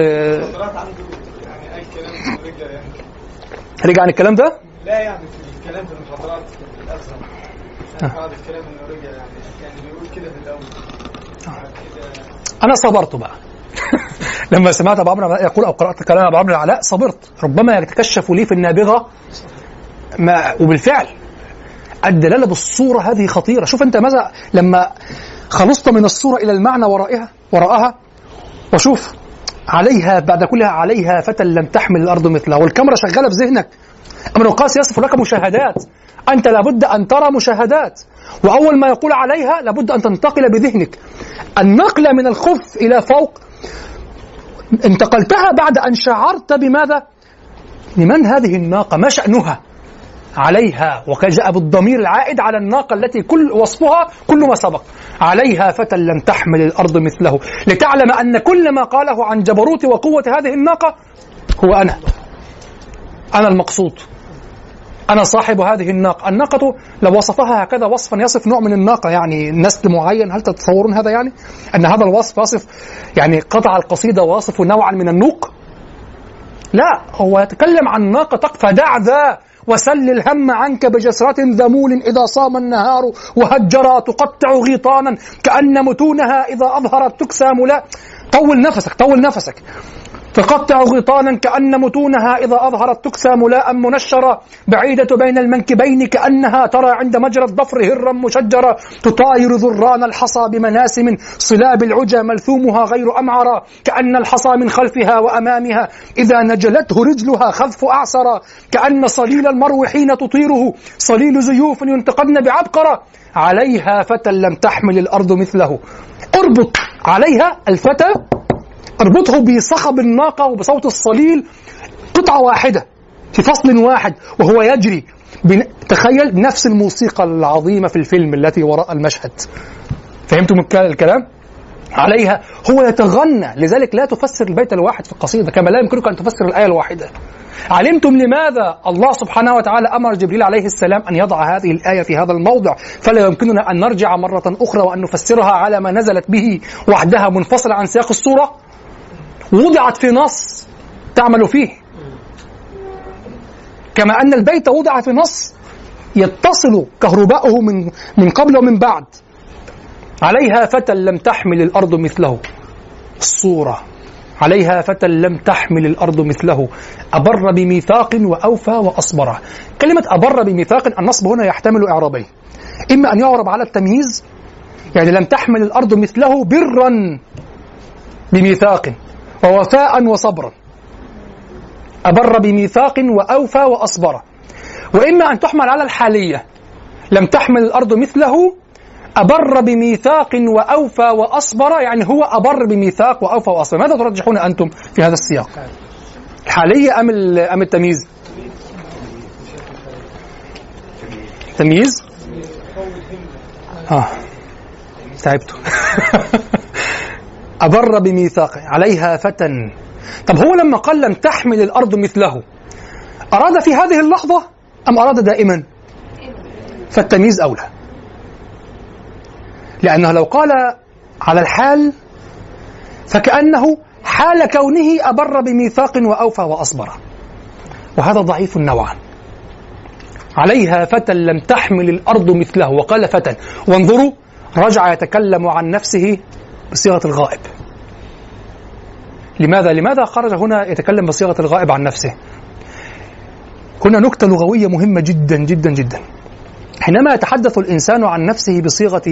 رجع عن الكلام ده؟ لا، يعني في الكلام في المحاضرات في الأزهر بعض الكلام إنه رجع، يعني يعني بيقول كده في الأول. أنا صبرت بقى. لما سمعت أبو عمرو يقول أو قرأت كلام أبو عمرو العلاء صبرت، ربما يتكشف لي في النابغة ما. وبالفعل الدلالة بالصورة هذه خطيرة. شوف أنت ماذا لما خلصت من الصورة إلى المعنى ورائها وراءها، وشوف عليها بعد كلها عليها فتى لم تحمل الأرض مثلها، والكاميرا شغالة في ذهنك. امرئ القيس يصف لك مشاهدات، أنت لابد أن ترى مشاهدات، وأول ما يقول عليها لابد أن تنتقل بذهنك. النقلة من الخف إلى فوق انتقلتها بعد أن شعرت بماذا؟ لمن هذه الناقة؟ ما شأنها؟ عليها، وجاء بالضمير العائد على الناقة التي كل وصفها كل ما سبق. عليها فتى لم تحمل الأرض مثله، لتعلم أن كل ما قاله عن جبروت وقوة هذه الناقة هو أنا أنا المقصود، أنا صاحب هذه الناقة. الناقة لو وصفها هكذا وصفا يصف نوع من الناقة، يعني نسل معين، هل تتصورون هذا؟ يعني أن هذا الوصف يصف يعني قطع القصيدة ويصف نوعا من النوق؟ لا، هو يتكلم عن ناقة فدع ذا وسل الهم عنك بجسرة ذمول إذا صام النهار وهجرا تقطع غيطانا كأن متونها إذا أظهرت تكسى ملا. طول نفسك طول نفسك. تقطع غيطانا كأن متونها إذا أظهرت تكسى ملاء منشرة بعيدة بين المنكبين كأنها ترى عند مجرى الضفر هرا مشجرة تطاير ذران الحصى بمناسم صلاب العجى ملثومها غير أمعرة كأن الحصى من خلفها وأمامها إذا نجلته رجلها خذف أعسرة كأن صليل المرو حين تطيره صليل زيوف ينتقدن بعبقرة. عليها فتى لم تحمل الأرض مثله. اربط عليها الفتى، اربطه بصخب الناقة وبصوت الصليل، قطعة واحدة في فصل واحد وهو يجري. بن... تخيل نفس الموسيقى العظيمة في الفيلم التي وراء المشهد. فهمتم الكلام؟ عليها هو يتغنى، لذلك لا تفسر البيت الواحد في القصيدة كما لا يمكنك أن تفسر الآية الواحدة. علمتم لماذا الله سبحانه وتعالى أمر جبريل عليه السلام أن يضع هذه الآية في هذا الموضع، فلا يمكننا أن نرجع مرة أخرى وأن نفسرها على ما نزلت به وحدها منفصلة عن سياق السورة؟ وضعت في نص تعمل فيه، كما أن البيت وضع في نص يتصل كهرباؤه من من قبل ومن بعد. عليها فتى لم تحمل الأرض مثله. الصورة عليها فتى لم تحمل الأرض مثله أبر بميثاق وأوفى وأصبر. كلمة أبر بميثاق النصب هنا يحتمل إعرابين، إما أن يعرب على التمييز، يعني لم تحمل الأرض مثله برا بميثاق ووفاء وصبرا، أبر بميثاق وأوفى وأصبر. وإما أن تحمل على الحالية، لم تحمل الأرض مثله أبر بميثاق وأوفى وأصبر، يعني هو أبر بميثاق وأوفى وأصبر. ماذا ترجحون أنتم في هذا السياق؟ الحالية أم أم التمييز؟ تمييز؟ آه تعبت. أبر بميثاق عليها فتى. طب هو لما قال لم تحمل الأرض مثله أراد في هذه اللحظة أم أراد دائما؟ فالتمييز أولى، لأنه لو قال على الحال فكأنه حال كونه أبر بميثاق وأوفى وأصبر، وهذا ضعيف نوعا. عليها فتى لم تحمل الأرض مثله، وقال فتى، وانظروا رجع يتكلم عن نفسه بصيغة الغائب. لماذا؟ لماذا خرج هنا يتكلم بصيغة الغائب عن نفسه؟ هنا نكتة لغوية مهمة جدا جدا جدا. حينما يتحدث الإنسان عن نفسه بصيغة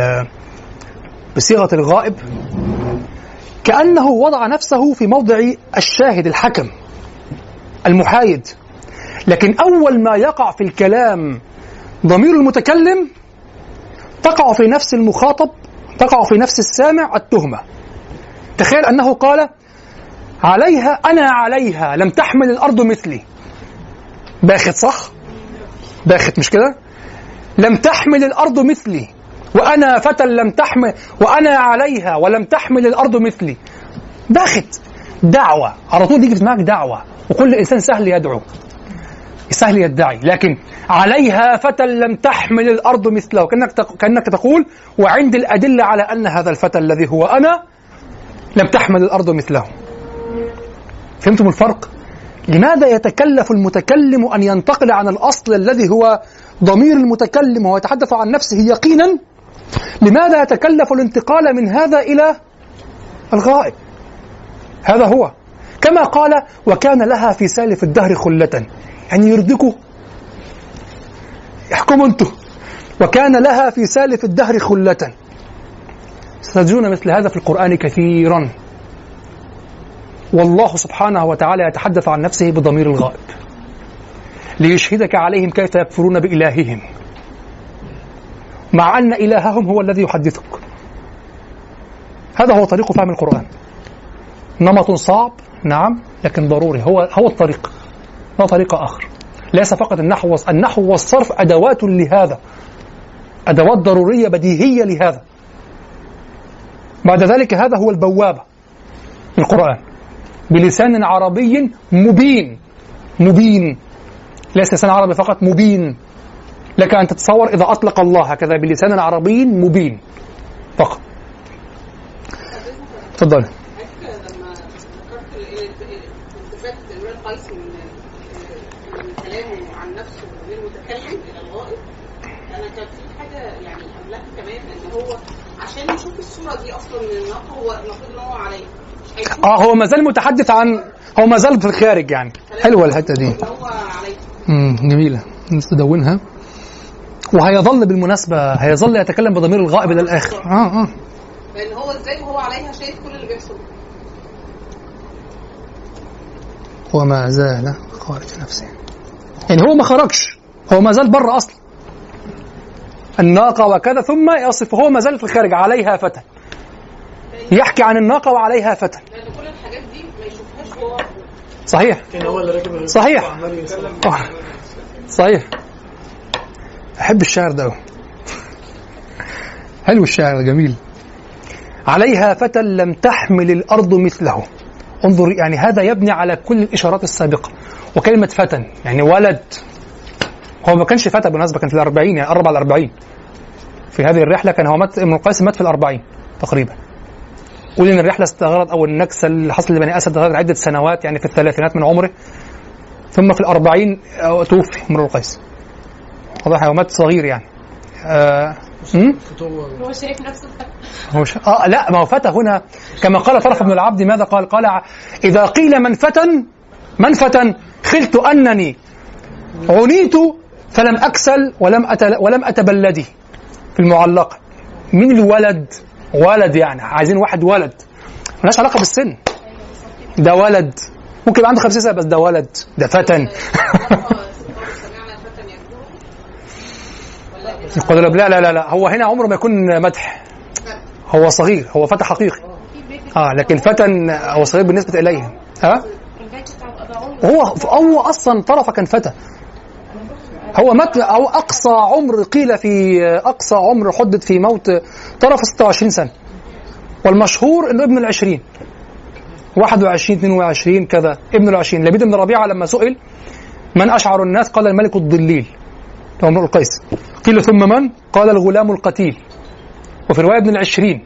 بصيغة الغائب كأنه وضع نفسه في موضع الشاهد الحكم المحايد، لكن أول ما يقع في الكلام ضمير المتكلم تقع في نفس المخاطب، تقع في نفس السامع التهمة. تخيل أنه قال عليها، أنا عليها لم تحمل الأرض مثلي. باخت صح؟ باخت مش كده؟ لم تحمل الأرض مثلي، وأنا فتى لم تحمل، وأنا عليها ولم تحمل الأرض مثلي. باخت دعوة على طول يجي في دماغك دعوة، وكل إنسان سهل يدعو سهل يدعي، لكن عليها فتى لم تحمل الأرض مثله، كأنك كأنك تقول وعند الأدلة على أن هذا الفتى الذي هو أنا لم تحمل الأرض مثله. فهمتم الفرق؟ لماذا يتكلف المتكلم أن ينتقل عن الأصل الذي هو ضمير المتكلم وهو يتحدث عن نفسه يقينا؟ لماذا يتكلف الانتقال من هذا إلى الغائب؟ هذا هو. كما قال وكان لها في سالف الدهر خلة، يعني يردكوا يحكموا انتوا. وكان لها في سالف الدهر خلة. ستجدون مثل هذا في القرآن كثيرا. والله سبحانه وتعالى يتحدث عن نفسه بضمير الغائب ليشهدك عليهم كيف يكفرون بإلههم، مع أن إلههم هو الذي يحدثك. هذا هو طريق فهم القرآن. نمط صعب نعم، لكن ضروري، هو هو الطريق، لا طريق آخر. ليس فقط النحو النحو والصرف أدوات لهذا، أدوات ضرورية بديهية لهذا. بعد ذلك هذا هو البوابة القرآن بلسان عربي مبين، مبين ليس لسان عربي فقط، مبين. لك أن تتصور إذا أطلق الله هكذا بلسان عربي مبين فقط. تفضل. لما ذكرت التفات الإمام القيس من كلامه عن نفسه غير متكلم إلى الغائب، أنا كان في حاجة يعني قبلها كمان إن هو عشان يشوف الصورة دي أصلا من النقطة هو المفروض إن هو عليه. اه هو ما زال متحدث عن، هو ما زال في الخارج يعني. حلوة الحتة دي. امم جميلة، نستدونها. وهيظل بالمناسبة هيظل يتكلم بضمير الغائب إلى الآخر. اه اه لأن هو إزاي وهو عليها شايف كل اللي بيحصل. وما زال خارج نفسه، يعني هو ما خرجش، هو ما زال بره أصلا الناقة وكذا، ثم يصف هو ما زال في الخارج. عليها فتى، يحكي عن الناقة وعليها فتى. لأن كل الحاجات دي ما يشوفهاش هو. صحيح صحيح صحيح. أحب الشعر ده، حلو الشعر جميل. عليها فتى لم تحمل الأرض مثله. انظر، يعني هذا يبني على كل الإشارات السابقة. وكلمة فتى يعني ولد، هو ما كانش فتى بالنسبة، كان في الأربعين، يعني قرب على الأربعين في هذه الرحلة. كان هو مات، ابن القيس مات في الأربعين تقريبا. قول إن الرحلة استغرقت أو النكسة اللي حصل لبني أسد استغرقت عدة سنوات، يعني في الثلاثينات من عمره، ثم في الأربعين توفي امرؤ القيس. واضح، هو مات صغير يعني. آه هو شايف نفسه هو ش... آه لا، ما هو فتى هنا كما قال طرف بن العبد. ماذا قال؟ قال إذا قيل من فتى من فتى خلت أنني عنيت فلم أكسل ولم أتل... ولم أتبلدي. في المعلقة من الولد؟ ولد يعني عايزين واحد ولد، ملهاش علاقة بالسن، ده ولد ممكن يبقى عنده خمسين سنة بس ده ولد، ده فتى. يقول لا لا لا لا، هو هنا عمره ما يكون مدح، هو صغير، هو فتى حقيقي. اه لكن فتى هو صغير بالنسبة إليه. ها هو هو أصلا طرف كان فتى، هو مات أو أقصى عمر قيل في أقصى عمر حدد في موت طرف ستة وعشرين سنة، والمشهور إنه ابن العشرين، واحد وعشرين اثنين وعشرين كذا، ابن العشرين. لبيد بن ربيعة لما سئل من أشعر الناس قال الملك الضليل هو امرؤ القيس. قيل ثم من؟ قال الغلام القتيل. وفي رواية ابن العشرين.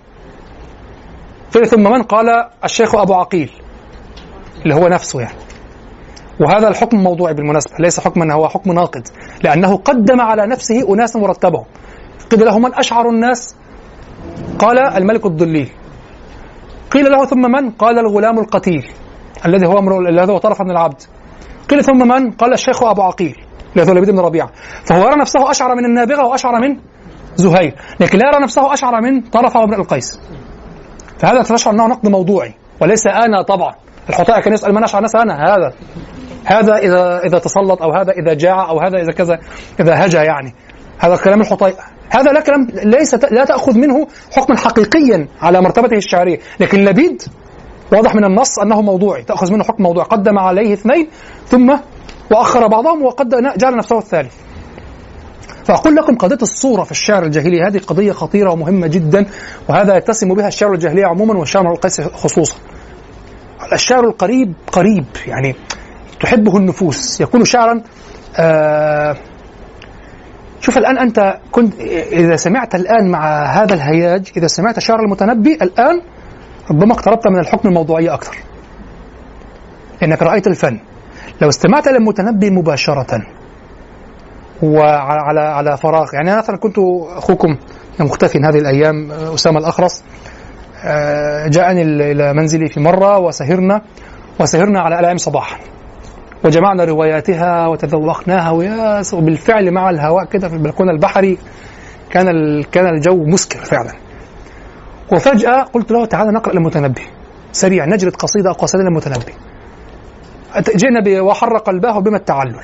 قيل ثم من؟ قال الشيخ أبو عقيل اللي هو نفسه يعني. وهذا الحكم موضوعي بالمناسبة، ليس حكما، هو حكم ناقد، لأنه قدم على نفسه أناس مرتبهم. قيل له من أشعر الناس؟ قال الملك الضليل. قيل له ثم من؟ قال الغلام القتيل الذي هو امرؤ الذي هو طرف بن العبد. قيل ثم من؟ قال الشيخ أبو عقيل الذي هو لبيد بن ربيعة. فهو يرى نفسه أشعر من النابغة وأشعر من زهير، لكن لا يرى نفسه أشعر من طرف وامرؤ القيس. فهذا تشعر أنه نقد موضوعي وليس أنا. طبعا الحطائي كان يسأل من أشعر الناس؟ أنا. هذا هذا إذا إذا تسلط، أو هذا إذا جاع، أو هذا إذا كذا إذا هجا، يعني هذا كلام الحطائي. هذا لا كلام، ليس لا تأخذ منه حكما حقيقيا على مرتبته الشعرية. لكن لبيد واضح من النص أنه موضوعي، تأخذ منه حكم موضوعي، قدم عليه اثنين ثم وأخر بعضهم وقد جعل نفسه الثالث. فأقول لكم قضية الصورة في الشعر الجاهلي هذه قضية خطيرة ومهمة جدا، وهذا يتسم بها الشعر الجاهلي عموما والشعر القيس خصوصا. الشعر القريب قريب يعني تحبه النفوس، يكون شعرا. آه شوف الآن أنت كنت إذا سمعت الآن مع هذا الهياج، إذا سمعت شعر المتنبي الآن ربما اقتربت من الحكم الموضوعي أكثر، لأنك رأيت الفن. لو استمعت إلى المتنبي مباشرة وعلى على على فراغ، يعني أنا مثلا كنت أخوكم مختفي هذه الأيام أسامة الأخرس جاءني إلى منزلي في مرة وسهرنا وسهرنا على الأيام صباحا، وجمعنا رواياتها وتذوقناها، وبالفعل مع الهواء كده في البلكونة البحري كان كان الجو مسكر فعلا. وفجأة قلت له تعالى نقرأ المتنبي سريع، نجرد قصيدة أو قصيدة للمتنبي. جئنا وحرق قلبه بما التعلل،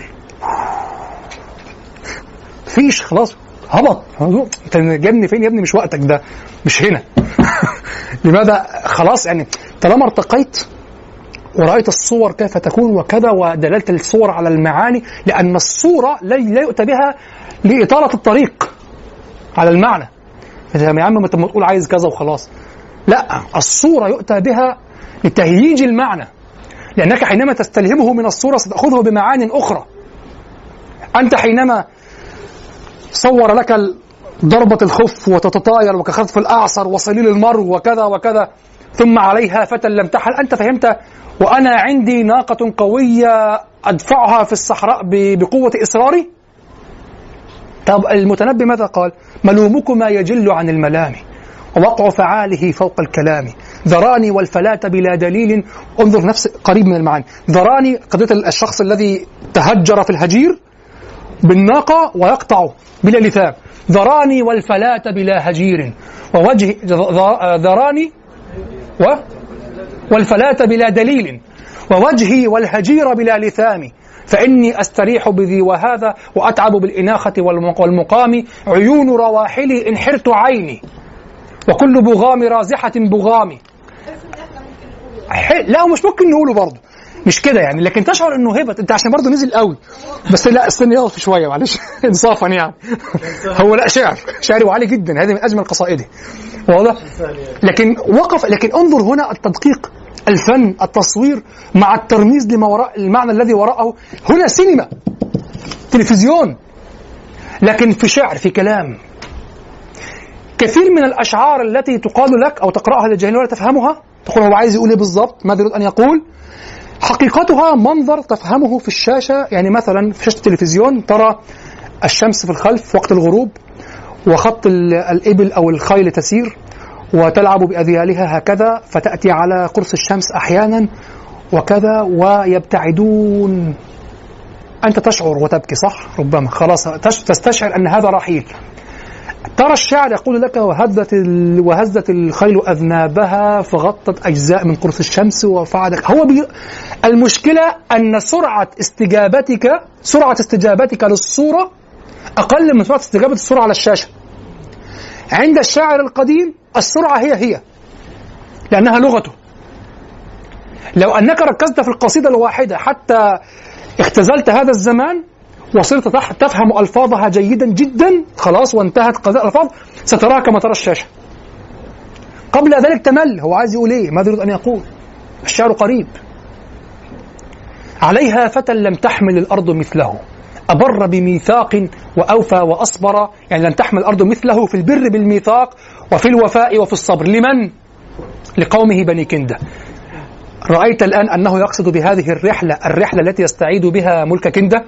فيش خلاص هبط. انت جابني فين يا ابني؟ مش وقتك ده، مش هنا. لماذا؟ خلاص يعني طالما ارتقيت ورأيت الصور كيف تكون وكذا، ودلالة الصور على المعاني، لأن الصورة لا يؤتى بها لإطالة الطريق على المعنى. يا عم ما تقول عايز كذا وخلاص، لا، الصورة يؤتى بها لتهييج المعنى، لأنك حينما تستلهمه من الصورة ستأخذه بمعان أخرى. أنت حينما صور لك ضربة الخف وتتطاير وكخطف الأعصر وصليل المرو وكذا وكذا، ثم عليها فتى لم تحل، أنت فهمت وأنا عندي ناقة قوية أدفعها في الصحراء بقوة إصراري. طب المتنبي ماذا قال؟ ملومكما يجل عن الملام ووقع فعاله فوق الكلام، ذراني والفلاة بلا دليل. انظر نفس قريب من المعاني. ذراني قضية الشخص الذي تهجر في الهجير بالناقة ويقطع بلا لثام. ذراني والفلاة بلا هجير ووجه ذراني و والفلاة بلا دليل ووجهي والهجير بلا لثام، فإني أستريح بذي وهذا وأتعب بالإناخة والمقام، عيون رواحلي انحرت عيني وكل بغام رازحة بغامي. لا مش ممكن نقوله برضه مش كده يعني، لكن تشعر انه هبط انت عشان برضه نزل قوي، بس لا استنى يقف شويه معلش انصافا يعني. هو لا شعر شعري وعالي جدا، هذه من اجمل قصائده واضح، لكن وقف. لكن انظر هنا التدقيق، الفن، التصوير مع الترميز لما وراء المعنى الذي وراءه. هنا سينما تلفزيون، لكن في شعر، في كلام. كثير من الاشعار التي تقال لك او تقراها للجاهل ولا تفهمها، تقول هو عايز يقول ايه بالضبط، ماذا يريد ان يقول، حقيقتها منظر تفهمه في الشاشة. يعني مثلا في شاشة التلفزيون ترى الشمس في الخلف وقت الغروب، وخط الإبل أو الخيل تسير وتلعب بأذيالها هكذا فتأتي على قرص الشمس أحيانا وكذا ويبتعدون. أنت تشعر وتبكي صح؟ ربما خلاص تستشعر أن هذا رحيل. ترى الشاعر يقول لك وهزت وهزت الخيل أذنابها فغطت أجزاء من قرص الشمس وفعلت. هو بي... المشكلة أن سرعة استجابتك سرعة استجابتك للصورة أقل من سرعة استجابة الصورة على الشاشة. عند الشاعر القديم السرعة هي هي لأنها لغته. لو أنك ركزت في القصيدة الواحدة حتى اختزلت هذا الزمان وصرت تفهم ألفاظها جيدا جدا خلاص وانتهت قضاء الألفاظ ستراها كما ترى الشاشة. قبل ذلك تمل، هو عايز يقول إيه؟ ماذا يريد أن يقول؟ الشعر قريب. عليها فتى لم تحمل الأرض مثله أبر بميثاق وأوفى وأصبر، يعني لم تحمل الأرض مثله في البر بالميثاق وفي الوفاء وفي الصبر. لمن؟ لقومه بني كندة. رأيت الآن أنه يقصد بهذه الرحلة الرحلة التي يستعيد بها ملك كندة.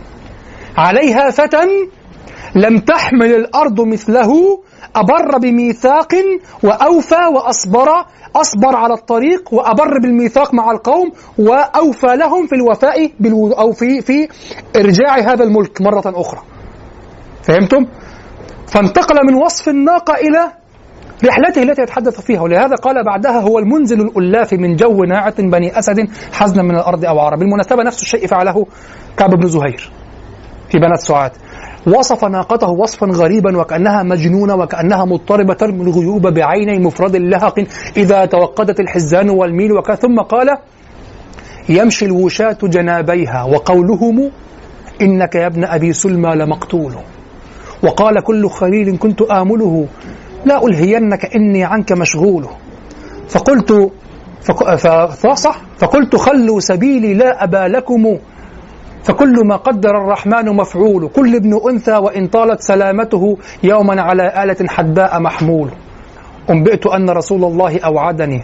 عليها فتى لم تحمل الأرض مثله أبر بميثاق وأوفى وأصبر، أصبر على الطريق وأبر بالميثاق مع القوم وأوفى لهم في الوفاء بالو... أو في في إرجاع هذا الملك مرة أخرى. فهمتم؟ فانتقل من وصف الناقة إلى رحلته التي يتحدث فيها، ولهذا قال بعدها هو المنزل الألاف من جو ناعة بني أسد حزنا من الأرض أو عرب. بالمناسبة نفس الشيء فعله كعب بن زهير في بنات سعاد، وصف ناقته وصفا غريبا وكأنها مجنونة وكأنها مضطربة ترمي الغيوب بعيني مفرد لهق إذا توقدت الحزان والميل وكذا. ثم قال يمشي الوشاة جنابيها وقولهم إنك يا ابن أبي سلمى لمقتول، وقال كل خليل كنت آمله لا ألهينك إني عنك مشغول. فقلت فق... فصح فقلت خلوا سبيلي لا أبا لكم، فكل ما قدر الرحمن مفعول، كل ابن أنثى وإن طالت سلامته يوما على آلة حداء محمول. أنبئت أن رسول الله أوعدني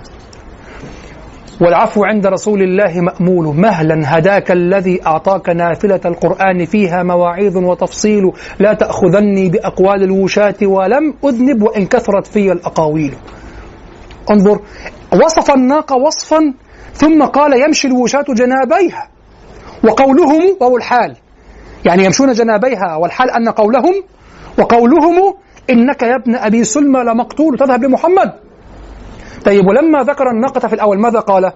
والعفو عند رسول الله مأمول، مهلا هداك الذي أعطاك نافلة القرآن فيها مواعيظ وتفصيل، لا تأخذني بأقوال الوشاة ولم أذنب وإن كثرت في الأقاويل. انظر، وصف الناقة وصفا ثم قال يمشي الوشاة جنابيها وقولهم وهو الحال، يعني يمشون جنابيها والحال أن قولهم وقولهم إنك يا ابن أبي سلمى لمقتول تذهب لمحمد. طيب ولما ذكر الناقة في الأول ماذا قال؟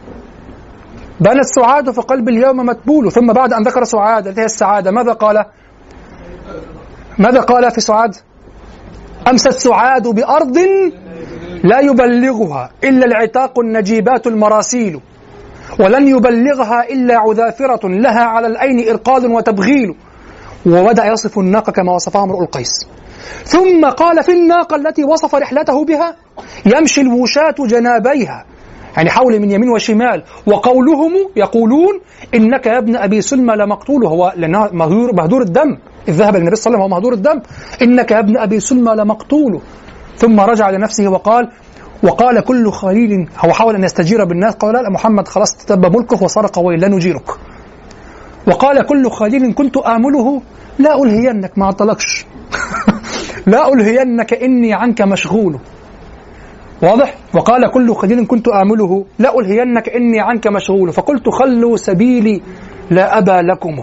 بانت سعاد فقلب اليوم متبول. ثم بعد أن ذكر سعاد التي هي السعادة ماذا قال؟ ماذا قال في سعاد؟ أمست سعاد بأرض لا يبلغها إلا العتاق النجيبات المراسيل، ولن يبلغها إلا عذافرة لها على الأين إرقاد وتبغيل. وبدأ يصف الناقة كما وصفها امرؤ القيس. ثم قال في الناقة التي وصف رحلته بها يمشي الوشاة جنابيها، يعني حول من يمين وشمال، وقولهم يقولون إنك يا ابن أبي سلمى لمقتول، هو لأنه مهدور, مهدور الدم إذ ذهب النبي صلى الله عليه وسلم هو مهدور الدم، إنك يا ابن أبي سلمى لمقتول. ثم رجع لنفسه وقال وقال كل خليل، هو حاول أن يستجير بالناس، قال لا محمد خلاص تتبى ملكه وصار قوي لا نجيرك. وقال كل خليل كنت آمله لا ألهينك، ما عطلكش لا ألهينك إني عنك مشغول. واضح؟ وقال كل خليل كنت آمله لا ألهينك إني عنك مشغول، فقلت خلوا سبيلي لا أبا لكم،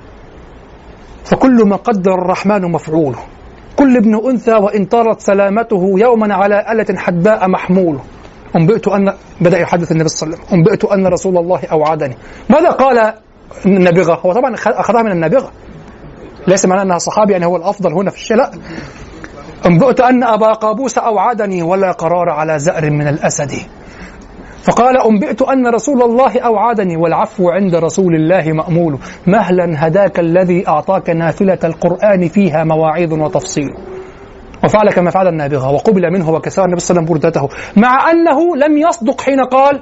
فكل ما قدر الرحمن مفعول، كل ابن أنثى وإن طارت سلامته يوما على آلة حداء محمول. أنبئت أن بدأ يحدث النبي صلى الله عليه وسلم أنبئت أن رسول الله أوعدني. ماذا قال النابغة؟ هو طبعا أخذها من النابغة، ليس معناه أنها صحابي يعني هو الأفضل هنا في الشيء، لا. أنبئت أن أبا قابوس أوعدني ولا قرار على زأر من الأسد. فقال أنبئت أن رسول الله أوعدني والعفو عند رسول الله مأمول، مهلا هداك الذي أعطاك نافلة القرآن فيها مواعيظ وتفصيل. وفعل كما فعل النابغة وقبل منه وكسر النبي صلى الله عليه وسلم بردته، مع أنه لم يصدق حين قال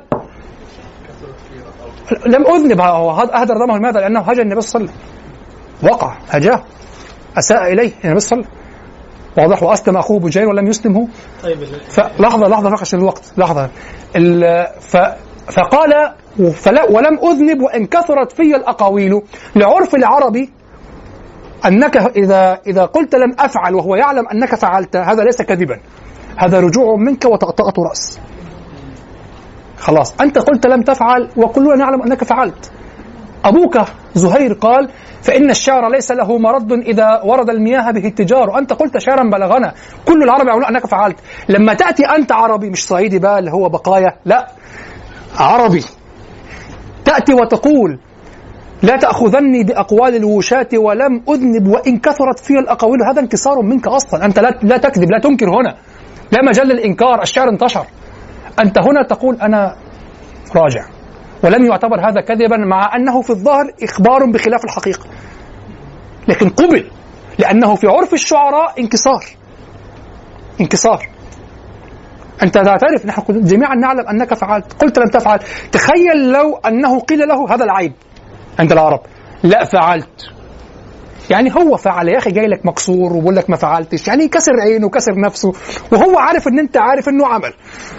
لم أذنب، أهدر دمه. لماذا؟ لأنه هجى النبي صلى الله عليه وسلم، وقع هجاه، أساء إليه النبي صلى الله عليه وسلم. واضح؟ وأسلم أخوه بجير ولم يسلمه. فلحظة لحظة فقش الوقت لحظة ف... فقال فلا ولم أذنب وإن كثرت في الأقاويل. لعرف العربي أنك إذا إذا قلت لم أفعل وهو يعلم أنك فعلت، هذا ليس كذبا، هذا رجوع منك وطأطأة رأس. خلاص أنت قلت لم تفعل وكلنا نعلم أنك فعلت. أبوك زهير قال فإن الشعر ليس له مرد إذا ورد المياه به التجار، وأنت قلت شعرا بلغنا كل العرب يقولون أنك فعلت. لما تأتي أنت عربي مش صعيدي بقى اللي هو بقايا، لا عربي، تأتي وتقول لا تأخذني بأقوال الوشاة ولم أذنب وإن كثرت في الأقاويل، هذا انكسار منك أصلا. أنت لا, لا تكذب، لا تنكر هنا، لا مجال للإنكار، الشعر انتشر. أنت هنا تقول أنا راجع، ولم يعتبر هذا كذبا مع أنه في الظاهر إخبار بخلاف الحقيقة، لكن قبل لأنه في عرف الشعراء انكسار. انكسار أنت تعترف، نحن جميعا نعلم أنك فعلت، قلت لم تفعل. تخيل لو أنه قيل له هذا العيب عند العرب، لا فعلت، يعني هو فعل يا أخي، جاي لك مكسور وبقول لك ما فعلتش، يعني كسر عينه وكسر نفسه وهو عارف أن أنت عارف أنه عمل.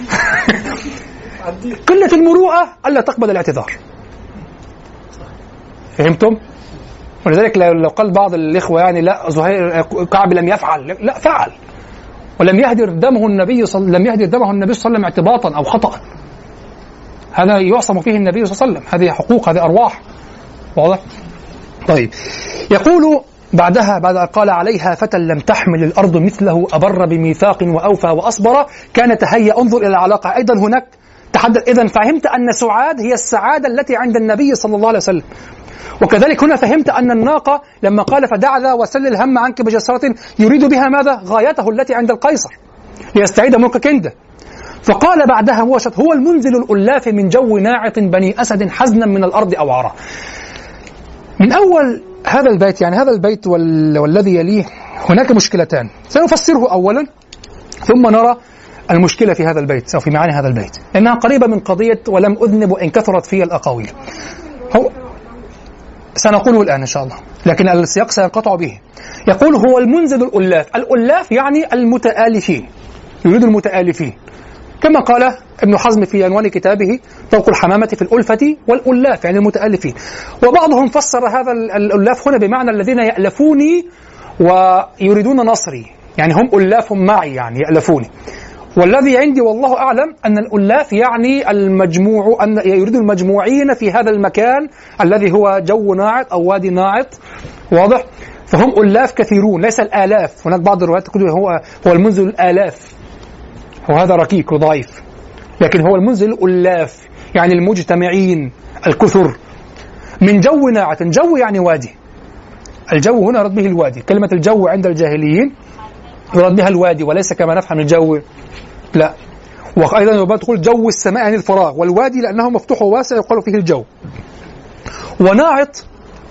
قلة المروءة ألا تقبل الاعتذار. فهمتم؟ ولذلك لو قال بعض الإخوة يعني لا زهير كعب لم يفعل، لا فعل، ولم يهدر دمه النبي صل... لم يهدر دمه النبي صلى الله عليه وسلم اعتباطا أو خطأ، هذا يعصم فيه النبي صلى الله عليه وسلم، هذه حقوق، هذه أرواح. واضح؟ طيب يقول بعدها بعد أن قال عليها فتى لم تحمل الأرض مثله أبر بميثاق وأوفى وأصبر كان تهيأ. انظر إلى العلاقة أيضا هناك تحدث. إذن فهمت أن سعاد هي السعادة التي عند النبي صلى الله عليه وسلم، وكذلك هنا فهمت أن الناقة لما قال فدع ذا وسل الهم عنك بجسرة يريد بها ماذا؟ غايته التي عند القيصر ليستعيد ملك كنده. فقال بعدها موشت هو المنزل الألاف من جو ناعط بني أسد حزنا من الأرض أوعرا. من أول هذا البيت، يعني هذا البيت وال... والذي يليه هناك مشكلتان، سنفسره أولا ثم نرى المشكلة في هذا البيت أو في معاني هذا البيت، لأنها قريبة من قضية ولم أذنب وإن كثرت في الأقاويل. هو سنقوله الآن إن شاء الله، لكن السياق سينقطع به. يقول هو المنزل الألاف. الألاف يعني المتآلفين، يريد المتآلفين، كما قال ابن حزم في عنوان كتابه طوق الحمامة في الألفة والألاف، يعني المتآلفين. وبعضهم فسر هذا الألاف هنا بمعنى الذين يألفوني ويريدون نصري، يعني هم ألاف معي، يعني يألفوني. والذي عندي والله أعلم أن الألاف يعني المجموع، أن يريد المجموعين في هذا المكان الذي هو جو ناعط أو وادي ناعط. واضح؟ فهم ألاف كثيرون ليس الآلاف. هناك بعض الروايات تقول هو هو المنزل الآلاف، وهذا ركيك وضعيف، لكن هو المنزل الألاف يعني المجتمعين الكثر من جو ناعط. جو يعني وادي، الجو هنا يراد به الوادي. كلمة الجو عند الجاهليين يراد بها الوادي وليس كما نفهم الجو، لا. وأيضا يبقى تقول جو السماء يعني الفراغ، والوادي لأنه مفتوح وواسع يقال فيه الجو. وناعط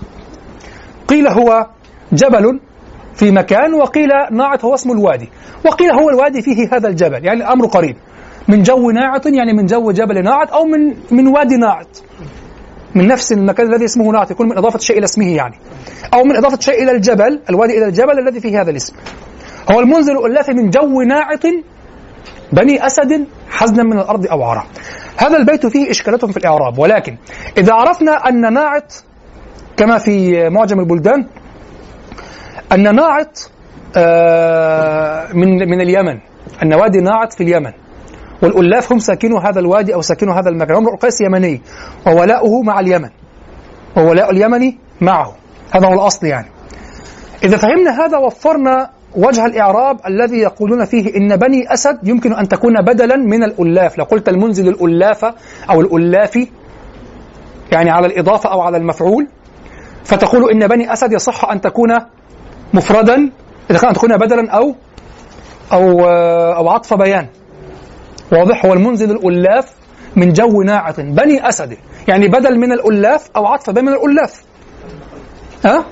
قيل هو جبل في مكان، وقيل ناعط هو اسم الوادي، وقيل هو الوادي فيه هذا الجبل، يعني الأمر قريب. من جو ناعط يعني من جو جبل ناعط أو من من وادي ناعط، من نفس المكان الذي اسمه ناعط، يكون من إضافة شيء إلى اسمه يعني، أو من إضافة شيء إلى الجبل، الوادي إلى الجبل الذي فيه هذا الاسم. هو المنزل الألاف من جو ناعط بني أسد حزنا من الأرض أوعرا. هذا البيت فيه إشكالات في الإعراب، ولكن إذا عرفنا أن ناعط كما في معجم البلدان أن ناعط من من اليمن، أن وادي ناعط في اليمن، والألاف هم ساكنوا هذا الوادي أو ساكنوا هذا المكان. امرؤ القيس يمني وولاؤه مع اليمن، وولاء اليمني معه، هذا هو الأصل يعني. إذا فهمنا هذا وفرنا وجه الإعراب الذي يقولون فيه إن بني أسد يمكن أن تكون بدلا من الألاف. لو قلت المنزل الألافة أو الألافي يعني على الإضافة أو على المفعول، فتقول إن بني أسد يصح أن تكون مفردا إذا كان أن تكون بدلا أو أو أو عطف بيان. واضح؟ هو المنزل الألاف من جو ناعة بني أسد، يعني بدل من الألاف أو عطف بيان من الألاف. ها؟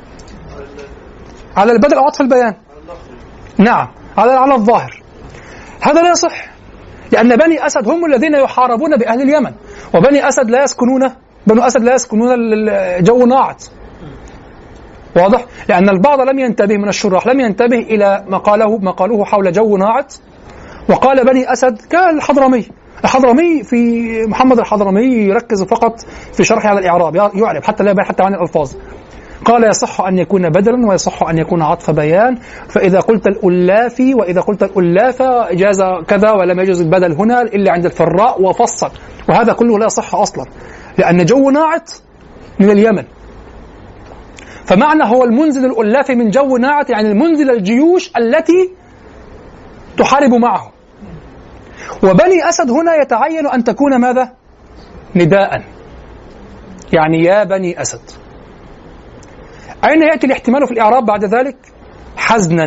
على البدل أو عطف البيان. نعم، على على الظاهر. هذا لا يصح، لأن بني أسد هم الذين يحاربون بأهل اليمن، وبني أسد لا يسكنون بنو أسد لا يسكنون جو ناعط. واضح؟ لأن البعض لم ينتبه من الشراح، لم ينتبه إلى ما قاله ما قالوه حول جو ناعط، وقال بني أسد كالحضرمي. الحضرمي في محمد الحضرمي يركز فقط في شرحه على الإعراب، يعرب حتى لا يبين حتى عن الألفاظ. قال يصح أن يكون بدلا ويصح أن يكون عطف بيان. فإذا قلت الألافي وإذا قلت الألافة جاز كذا ولم يجوز البدل هنا إلا عند الفراء وفصل، وهذا كله لا يصح أصلا، لأن جو ناعت من اليمن. فمعنى هو المنزل الألافي من جو ناعت يعني المنزل الجيوش التي تحارب معه. وبني أسد هنا يتعين أن تكون ماذا؟ نداء، يعني يا بني أسد. أين يأتي الاحتمال في الإعراب بعد ذلك؟ حزنا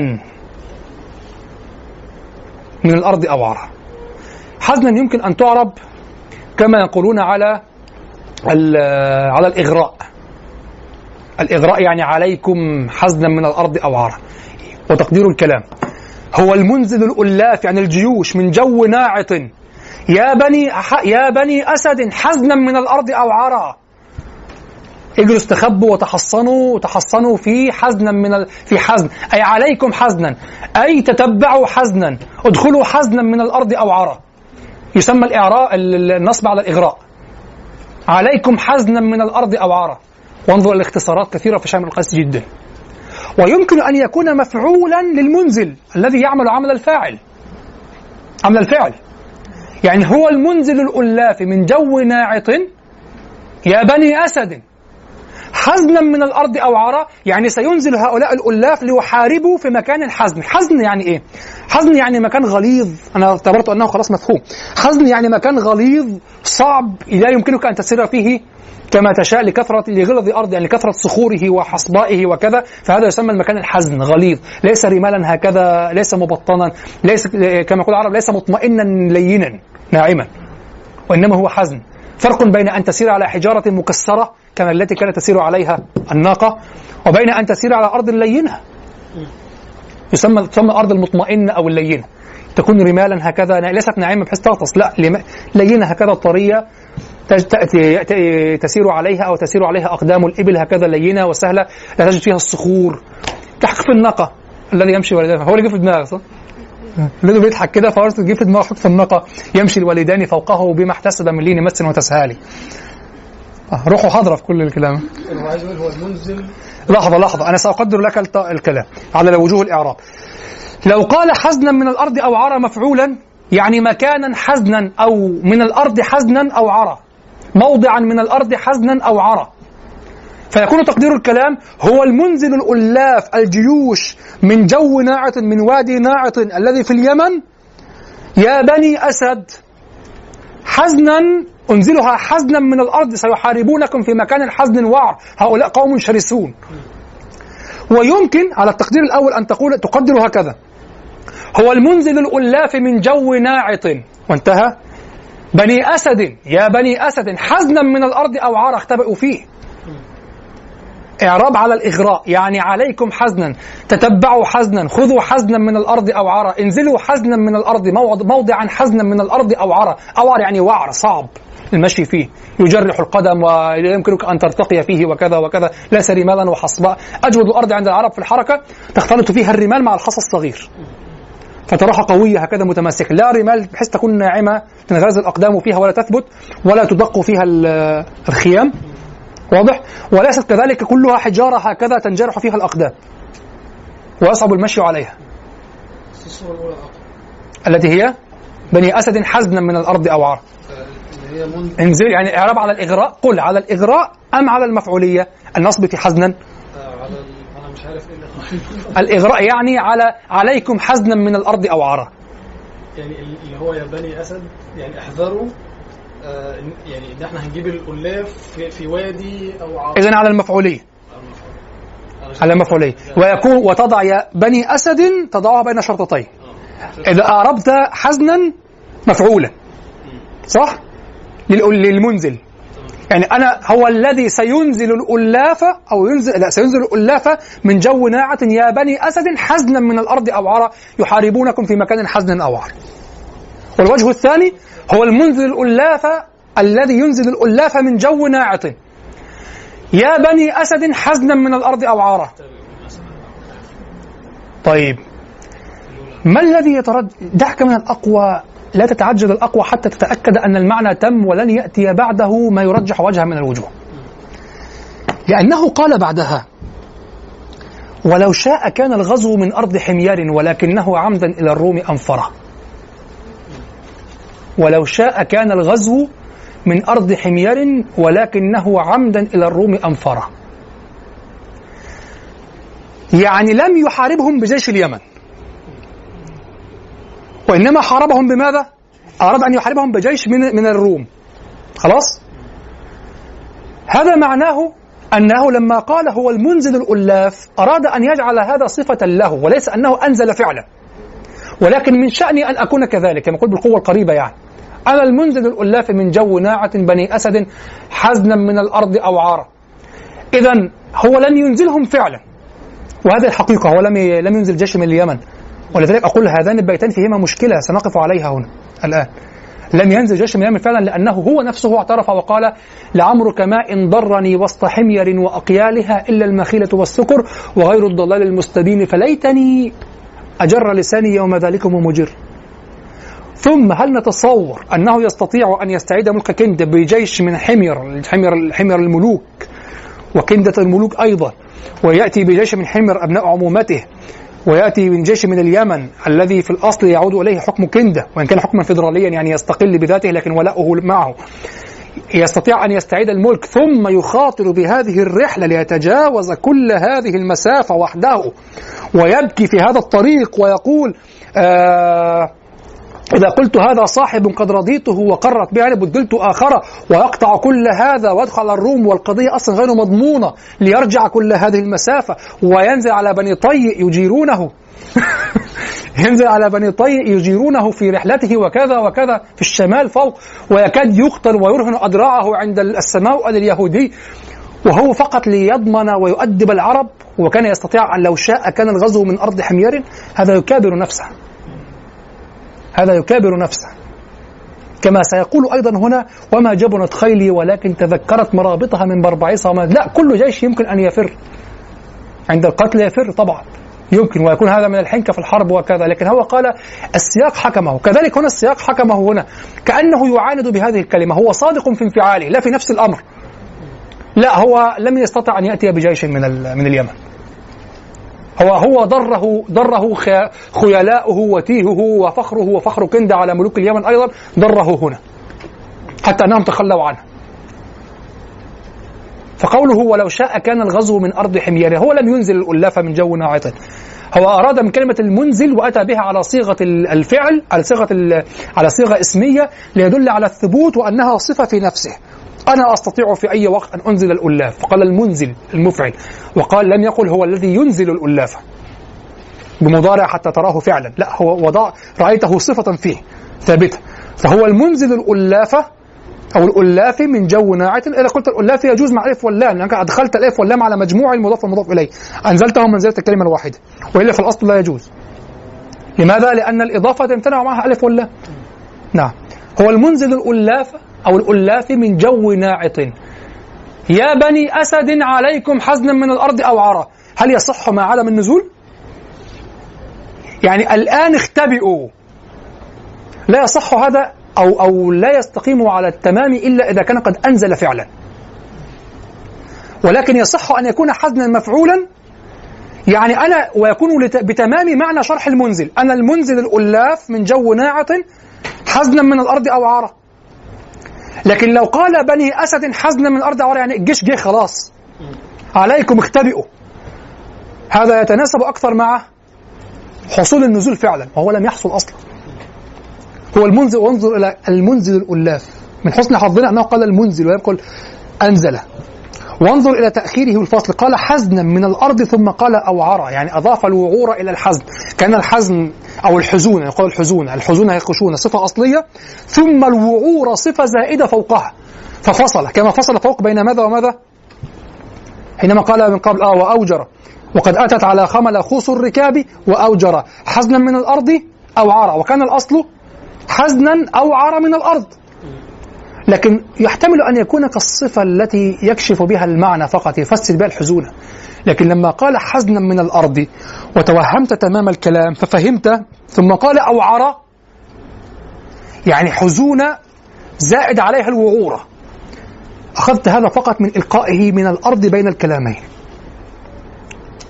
من الأرض أو عرى. حزنا يمكن أن تعرب كما يقولون على على الإغراء. الإغراء يعني عليكم حزنا من الأرض أو عرى. وتقدير الكلام هو المنزل الألاف يعني الجيوش من جو ناعت يا بني يا بني أسد حزنا من الأرض أو عرى. اجلوا استخبوا وتحصنوا وتحصنوا في حزنا من ال... في حزن أي عليكم حزنا، أي تتبعوا حزنا، ادخلوا حزنا من الأرض أو عرى. يسمى الإعراء النصب على الإغراء، عليكم حزنا من الأرض أو عرى. وانظر الاختصارات كثيرة في شامل القيس جدا. ويمكن أن يكون مفعولا للمنزل الذي يعمل عمل الفاعل، عمل الفعل، يعني هو المنزل الألاف من جو ناعط يا بني أسد حزنا من الأرض أو عرى، يعني سينزل هؤلاء الألاف ليحاربوا في مكان حزن. حزن يعني إيه؟ حزن يعني مكان غليظ، أنا اعتبرت أنه خلاص مفهوم. حزن يعني مكان غليظ صعب لا يمكنك أن تسير فيه كما تشاء لكثرة لغلظ الأرض، يعني لكثرة صخوره وحصبائه وكذا، فهذا يسمى المكان الحزن غليظ، ليس رمالا هكذا، ليس مبطنا، ليس كما يقول العرب ليس مطمئنا لينا ناعما، وإنما هو حزن. فرق بين أن تسير على حجارة مكسرة كما التي كانت تسير عليها الناقة، وبين أن تسير على أرض لينة يسمى تسمى الأرض المطمئنة أو اللينة، تكون رمالا هكذا ليست ناعمة بحيث تغطس، لا لينة هكذا طرية تسير عليها أو تسير عليها أقدام الإبل هكذا لينة وسهلة لا تجد فيها الصخور كحكف الناقة الذي يمشي والدان. هو اللي جه في دماغه صح؟ اللي بيضحك كده فورت جه في دماغه حكف الناقة يمشي الوالدان فوقه بما احتسب من لين مس وتسهالي. آه روحوا حاضرة في كل الكلام. هو عايز يقول هو المنزل. لحظة لحظة أنا سأقدر لك الكلام على وجوه الإعراب. لو قال حزنا من الأرض أو عرى مفعولا يعني مكانا حزنا أو من الأرض حزنا أو عرى، موضعا من الأرض حزنا أو عرى، فيكون تقدير الكلام هو المنزل الألاف الجيوش من جو ناعط من وادي ناعط الذي في اليمن يا بني أسد حزنا أنزلها حزنا من الأرض سيحاربونكم في مكان حزن وعر، هؤلاء قوم شرسون. ويمكن على التقدير الأول أن تقول تقدر هكذا هو المنزل الألاف من جو ناعط وانتهى بني أسد يا بني أسد حزنا من الأرض أو عرى اختبئوا فيه. إعراب على الإغراء يعني عليكم حزنا، تتبعوا حزنا، خذوا حزنا من الأرض أو عرى، انزلوا حزنا من الأرض موضعا حزنا من الأرض أو عرى. أوعر يعني وعر صعب المشي فيه، يجرح القدم ويمكنك أن ترتقي فيه وكذا وكذا، ليس رمالا وحصباء. أجود الأرض عند العرب في الحركة تختلط فيها الرمال مع الحصى الصغير فتراها قوية هكذا متماسكة، لا رمال بحيث تكون ناعمة تنغرز الأقدام فيها ولا تثبت ولا تدق فيها الخيام، واضح؟ وليست كذلك كلها حجارة هكذا تنجرح فيها الأقدام ويصعب المشي عليها. التي هي بني أسد حزنا من الأرض أو عرى. انزل يعني إعراب على الإغراء، قل على الإغراء أم على المفعولية؟ النصب في حزنا على أنا مش عارف إيه الإغراء يعني على عليكم حزنا من الأرض أو عرى، يعني اللي هو يا بني أسد يعني احذروا آه يعني إن إحنا هنجيب الألاف في, في وادي أو عرى. إذن على المفعولية على المفعولية ويكون وتضع يا بني أسد تضعها بين شرطتين. إذا أعربت حزنا مفعولا صح للمنزل، يعني أنا هو الذي سينزل الألافة أو ينزل لا سينزل الألافة من جو ناعة يا بني أسد حزنا من الأرض أو عرى يحاربونكم في مكان حزن أو عرى. والوجه الثاني هو المنزل الألافة الذي ينزل الألافة من جو ناعة يا بني أسد حزنا من الأرض أو عرى. طيب ما الذي يترد؟ دعك من الأقوى، لا تتعجل الأقوى حتى تتأكد أن المعنى تم ولن يأتي بعده ما يرجح وجها من الوجوه، لأنه قال بعدها ولو شاء كان الغزو من أرض حمير ولكنه عمدا إلى الروم أنفره. ولو شاء كان الغزو من أرض حمير ولكنه عمدا إلى الروم أنفره. يعني لم يحاربهم بجيش اليمن، وإنما حاربهم بماذا؟ أراد أن يحاربهم بجيش من من الروم. خلاص؟ هذا معناه أنه لما قال هو المنزل الألاف أراد أن يجعل هذا صفة له، وليس أنه أنزل فعلا. ولكن من شأني أن أكون كذلك، كما يقول بالقوة القريبة، يعني أنا المنزل الألاف من جو ناعة بني أسد حزنا من الأرض أوعارا. إذن هو لم ينزلهم فعلا، وهذه الحقيقة، هو لم لم ينزل جيش من اليمن. ولذلك أقول هذان البيتان فيهما مشكلة سنقف عليها هنا الآن. لم ينزل جيش من اليمن فعلا، لأنه هو نفسه اعترف وقال لعمرك ما إن ضرني وسط حمير وأقيالها إلا المخيلة والسكر وغير الضلال المستبين فليتني أجر لساني يوم ذلكم مجر. ثم هل نتصور أنه يستطيع أن يستعيد ملك كندة بجيش من حمير حمير, حمير الملوك وكندة الملوك أيضا، ويأتي بجيش من حمير أبناء عمومته، ويأتي من جيش من اليمن الذي في الأصل يعود إليه حكم كندة وإن كان حكما فيدراليا يعني يستقل بذاته لكن ولاؤه معه، يستطيع أن يستعيد الملك ثم يخاطر بهذه الرحلة ليتجاوز كل هذه المسافة وحده ويبكي في هذا الطريق ويقول آه إذا قلت هذا صاحب قد رضيته وقرت به يعني بدلت آخر، ويقطع كل هذا ويدخل الروم والقضية أصلا غير مضمونة ليرجع كل هذه المسافة، وينزل على بني طي يجيرونه ينزل على بني طي يجيرونه في رحلته وكذا وكذا في الشمال فوق، ويكاد يقتل ويرهن أدراعه عند السماء اليهودي، وهو فقط ليضمن ويؤدب العرب. وكان يستطيع أن لو شاء كان الغزو من أرض حمير. هذا يكابر نفسه، هذا يكابر نفسه، كما سيقول أيضا هنا وما جبنت خيلي ولكن تذكرت مرابطها من بربعيصة وما. لا، كل جيش يمكن أن يفر عند القتل، يفر طبعا يمكن، ويكون هذا من الحنكة في الحرب وكذا، لكن هو قال السياق حكمه. كذلك هنا السياق حكمه هنا، كأنه يعاند بهذه الكلمة. هو صادق في انفعاله لا في نفس الأمر، لا هو لم يستطع أن يأتي بجيش من من اليمن. هو هو ضره ضره خيلاؤه وتيهه وفخره وفخر كندة على ملوك اليمن أيضا ضره هنا حتى أنهم تخلوا عنه. فقوله ولو شاء كان الغزو من أرض حمير، هو لم ينزل الألاف من جو ناعة، هو أراد من كلمة المنزل وأتى بها على صيغة الفعل، على صيغة على صيغة اسمية ليدل على الثبوت وأنها صفة في نفسه. أنا أستطيع في أي وقت أن أنزل الألاف، فقال المنزل المفعل، وقال لم يقل هو الذي ينزل الألاف بمضارع حتى تراه فعلا، لا هو وضع رأيته صفة فيه ثابتة، فهو المنزل الألافة أو الألاف من جو ناعة. إذا قلت الألاف يجوز مع الألف واللام، لأنك أدخلت الألف واللام على مجموع المضاف والمضاف إليه، أنزلته منزلة الكلمة الواحدة، وإلا في الأصل لا يجوز. لماذا؟ لأن الإضافة تمتنع معها ألف واللام. نعم، هو المنزل الألافة أو الألاف من جو ناعة. يا بني أسد عليكم حزنا من الأرض أوعارا. هل يصح مع عدم النزول؟ يعني الآن اختبئوا، لا يصح هذا أو أو لا يستقيم على التمام إلا إذا كان قد أنزل فعلا. ولكن يصح أن يكون حزنا مفعولا، يعني أنا ويكون بتمام معنى شرح المنزل، أنا المنزل الألاف من جو ناعة حزنا من الأرض أوعارا. لكن لو قال بني أسد حزنا من الأرض أوعارا يعني الجيش جه خلاص عليكم اختبئوا، هذا يتناسب أكثر مع حصول النزول فعلا، وهو لم يحصل أصلا. هو المنزل، وانظر إلى المنزل الألاف، من حسن حظنا أنه قال المنزل ولم يقل أنزل. وانظر إلى تأخيره والفصل، قال حزنا من الأرض ثم قال أوعرا، يعني أضاف الوعور إلى الحزن، كان الحزن أو الحزون، يقول الحزون، الحزون هي الخشونة صفة أصلية، ثم الوعور صفة زائدة فوقها، ففصل كما فصل فوق بين ماذا وماذا، حينما قال من قبل آه وأوجر وقد أتت على خمل خوص الركاب وأوجر حزنا من الأرض أوعرا، وكان الأصل حزنا أوعر من الأرض، لكن يحتمل أن يكون كالصفة التي يكشف بها المعنى فقط، يفسر بها الحزونة. لكن لما قال حزنا من الأرض وتوهمت تمام الكلام ففهمت، ثم قال أوعر يعني حزونة زائد عليها الوعورة، أخذت هذا فقط من إلقائه من الأرض بين الكلامين.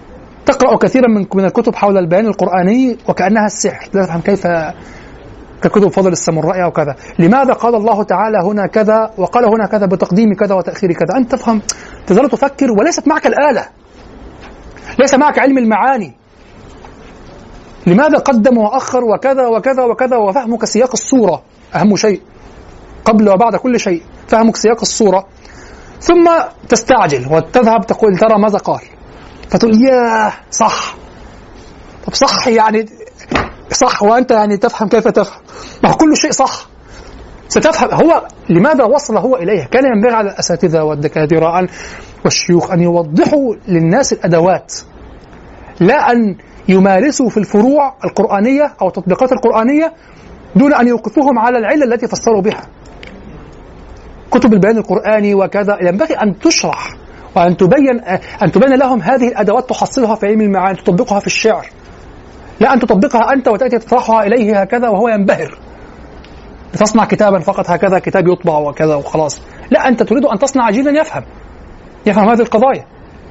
تقرأ كثيرا من من الكتب حول البيان القرآني وكأنها السحر، لا تفهم كيف ككتب فضل السامرائي أو كذا. لماذا قال الله تعالى هنا كذا وقال هنا كذا بتقديم كذا وتأخير كذا؟ أنت تفهم، تظل تفكر وليست معك الآلة، ليس معك علم المعاني. لماذا قدم وأخر وكذا وكذا وكذا؟ وفهمك سياق الصورة أهم شيء قبل وبعد كل شيء، فهمك سياق الصورة. ثم تستعجل وتذهب تقول ترى ماذا قال، فتقول ياه صح. طب صح يعني صح وأنت يعني تفهم كيف تفهم، ما كل شيء صح ستفهم. هو لماذا وصل هو إليه؟ كان ينبغي على الأساتذة والدكاترة والشيوخ أن يوضحوا للناس الأدوات، لا أن يمارسوا في الفروع القرآنية أو التطبيقات القرآنية دون أن يوقفوهم على العلة التي فسروا بها. كتب البيان القرآني وكذا ينبغي أن تشرح وأن تبين أن تبين لهم هذه الأدوات تحصلها في علم المعاني، تطبقها في الشعر، لا أن تطبقها أنت وتأتي تطرحها إليه هكذا وهو ينبهر. تصنع كتابا فقط هكذا، كتاب يطبع وكذا وخلاص، لا، أنت تريد أن تصنع جيلا يفهم يفهم هذه القضايا.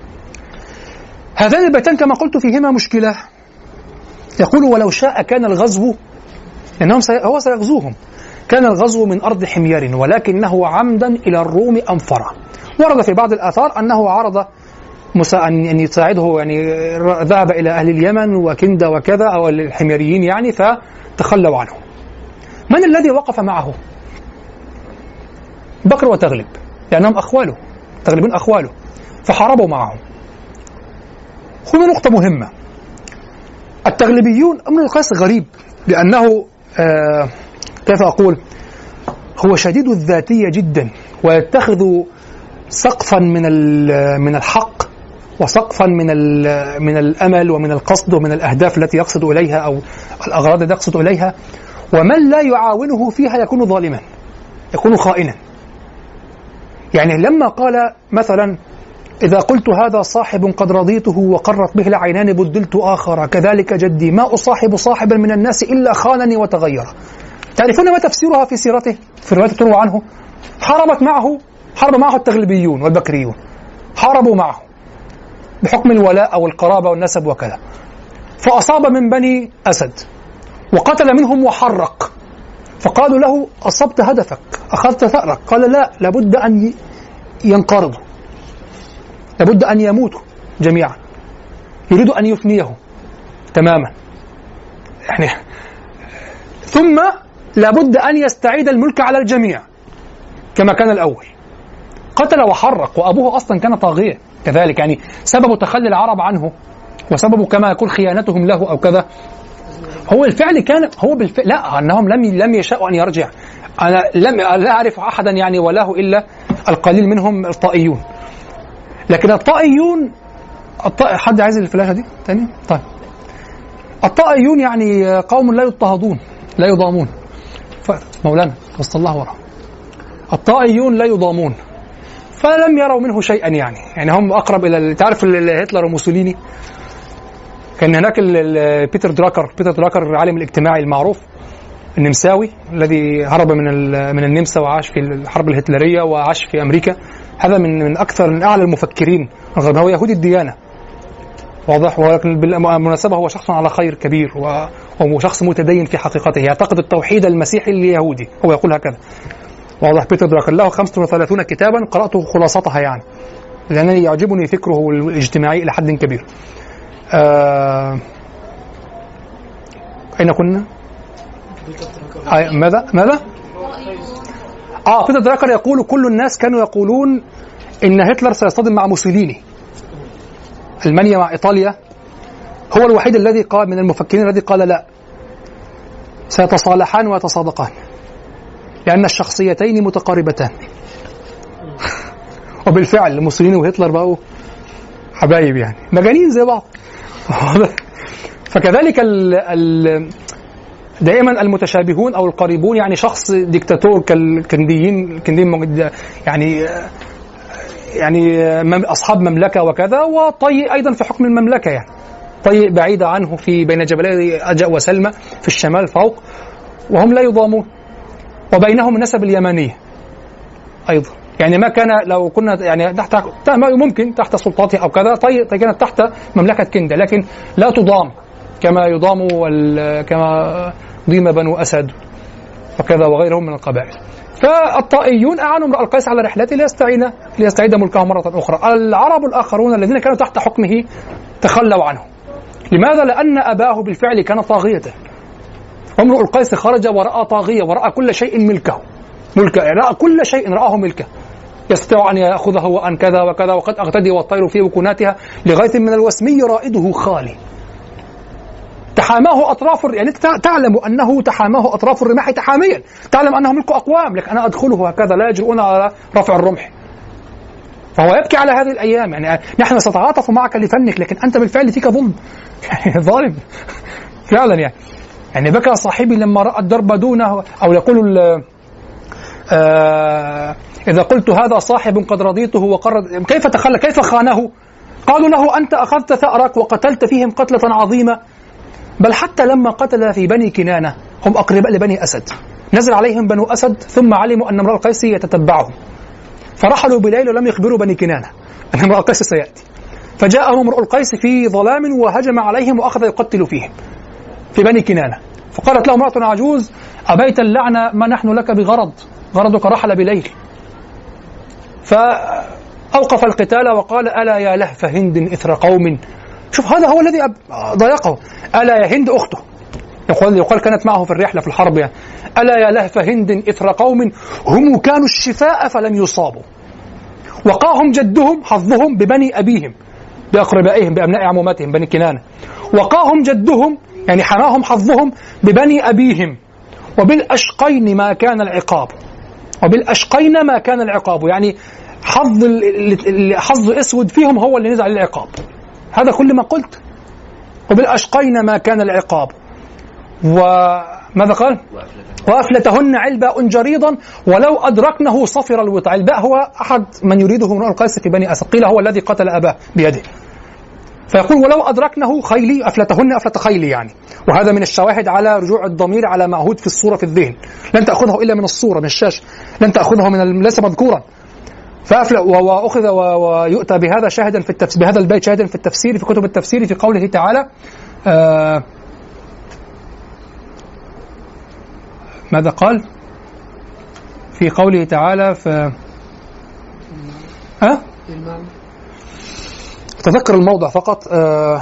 هذان البيتان كما قلت فيهما مشكلة. يقول ولو شاء كان الغزو، لأنهم سي... هو سيغزوهم، كان الغزو من أرض حمير ولكنه عمدا إلى الروم أنفر. ورد في بعض الآثار أنه عرض موسى أن يساعده، يعني ذهب إلى أهل اليمن وكند وكذا أو الحميريين يعني، فتخلوا عنه. من الذي وقف معه؟ بكر وتغلب، لأنهم أخواله، تغلبون أخواله، فحاربوا معهم. هنا نقطة مهمة. التغلبيون أمر القيس غريب، لأنه آه كيف أقول، هو شديد الذاتية جدا، ويتخذ سقفا من من الحق وسقفا من من الأمل ومن القصد ومن الأهداف التي يقصد إليها أو الأغراض التي يقصد إليها، ومن لا يعاونه فيها يكون ظالما، يكون خائنا. يعني لما قال مثلا إذا قلت هذا صاحب قد رضيته وقرت به العينان بدلت آخر كذلك جدي ما أصاحب صاحبا من الناس إلا خانني وتغير. تعرفون ما تفسيرها في سيرته في رواية تروى عنه؟ حاربت معه حارب معه التغلبيون والبكريون، حاربوا معه بحكم الولاء أو القرابة والنسب وكذا، فأصاب من بني أسد وقتل منهم وحرق، فقالوا له أصبت هدفك أخذت ثأرك، قال لا، لابد أن ينقرضوا، لابد أن يموتوا جميعا، يريد أن يفنيه تماما يعني، ثم لابد أن يستعيد الملك على الجميع كما كان الأول. قتل وحرق، وأبوه أصلا كان طاغية كذلك، يعني سبب تخلي العرب عنه وسبب كما يكون خيانتهم له أو كذا، هو الفعل كان هو بالفعل، لا أنهم لم لم يشاءوا أن يرجع. أنا لم لا أعرف أحدا يعني ولاه إلا القليل منهم الطائيون، لكن الطائيون الط... حد عايز الفلاشة دي تاني؟ طيب، الطائيون يعني قوم لا يضطهدون لا يضامون، مولانا وصل الله وراء، الطائيون لا يضامون، فلم يروا منه شيئا يعني يعني هم أقرب إلى، تعرف هتلر وموسوليني، كان هناك بيتر دراكر بيتر دراكر عالم الاجتماعي المعروف النمساوي الذي هرب من من النمسا وعاش في الحرب الهتلرية وعاش في أمريكا. هذا من من أكثر من أعلى المفكرين، هو يهودي الديانة واضح، ولكن بالمناسبة هو شخص على خير كبير وهو شخص متدين في حقيقته، يعتقد التوحيد المسيحي اليهودي، هو يقول هكذا واضح. بيتر دراكر له خمسة وثلاثين كتابا قرأت خلاصتها يعني، لأنني يعجبني فكره الاجتماعي إلى حد كبير. آه... أين كنا؟ آه... ماذا؟ ماذا؟ آه بيتر دراكر يقول كل الناس كانوا يقولون إن هتلر سيصطدم مع موسوليني، ألمانيا مع إيطاليا، هو الوحيد الذي قال من المفكرين الذي قال لا، سيتصالحان ويتصادقان لأن الشخصيتين متقاربتان. وبالفعل موسوليني وهتلر بقوا حبايب يعني، مجانين زي بعض. فكذلك ال ال دائما المتشابهون أو القريبون، يعني شخص ديكتاتور كالكنديين الكنديين يعني يعني أصحاب مملكة وكذا، وطيء أيضا في حكم المملكة يعني، طيء بعيد عنه في بين جبلي أجأ وسلمى في الشمال فوق، وهم لا يضامون، وبينهم النسب اليمانية أيضا يعني ما كان لو كنا يعني تحت ممكن تحت سلطاته أو كذا طيب كانت تحت مملكة كندة، لكن لا تضام كما يضام كما ضيم بنو أسد وكذا وغيرهم من القبائل. فالطائيون أعانوا امرؤ القيس على رحلته ليستعين ليستعيد ملكه مرة أخرى. العرب الآخرون الذين كانوا تحت حكمه تخلوا عنه. لماذا؟ لأن أباه بالفعل كان طاغية. امرؤ القيس خرج ورأى طاغية ورأى كل شيء ملكه ملكه رأى كل شيء رآه ملكه، يستطيع أن يأخذه وأن كذا وكذا، وقد أغتدي والطير في وكناتها لغاية من الوسمي رائده خالي. تحاماه أطراف يعني تعلم أنه تحاماه أطراف الرماح تحاميا، تعلم أنه ملك أقوام، لكن أنا أدخله هكذا لا يجرؤون على رفع الرمح. فهو يبكي على هذه الأيام. يعني نحن سنتعاطف معك لفنك، لكن أنت بالفعل فيك ظلم يعني ظالم فعلا. يعني يعني بكى صاحبي لما رأى الدرب دونه، أو يقول آه إذا قلت هذا صاحب قد رضيته وقرد كيف تخلى كيف خانه. قالوا له أنت أخذت ثأرك وقتلت فيهم قتلة عظيمة. بل حتى لما قتل في بني كنانة هم أقرباء لبني أسد، نزل عليهم بنو أسد ثم علموا أن امرؤ القيس يتتبعهم، فرحلوا بليل ولم يخبروا بني كنانة أن امرؤ القيس سيأتي. فجاءهم امرؤ القيس في ظلام وهجم عليهم وأخذ يقتل فيهم في بني كنانة. فقالت له امرأة عجوز أبيت اللعنة ما نحن لك بغرض، غرضك رحل بليل. فأوقف القتال وقال ألا يا لهف هند إثر قوم. شوف هذا هو الذي ضايقه. ألا يا هند أخته يقول, يقول كانت معه في الرحلة في الحرب يعني. ألا يا لهف هند إثر قوم هم كانوا الشفاء فلم يصابوا، وقاهم جدهم حظهم ببني أبيهم بأقربائهم بأبناء عموماتهم بني كنانة، وقاهم جدهم يعني حماهم حظهم ببني أبيهم، وبالأشقين ما كان العقاب وبالأشقين ما كان العقاب يعني حظ حظ أسود فيهم هو اللي نزل على العقاب. هذا كل ما قلت. وبالأشقين ما كان العقاب. وماذا قال؟ وأفلتهن علباء جريضا ولو أدركنه صفر الوطع. علباء هو أحد من يريده امرؤ القيس في بني أسد، قيل هو الذي قتل أباه بيده. فيقول ولو أدركنه خيلي أفلتهن أفلت خيلي يعني. وهذا من الشواهد على رجوع الضمير على معهود في الصورة في الذهن، لن تأخذه إلا من الصورة من الشاشة، لن تأخذه من ليس مذكورا. فأفلت وأخذ ويؤتى بهذا شاهدا في التفسير، بهذا البيت شاهدا في التفسير في كتب التفسير في قوله تعالى آه ماذا قال في قوله تعالى في أه؟ تذكر الموضع فقط. آه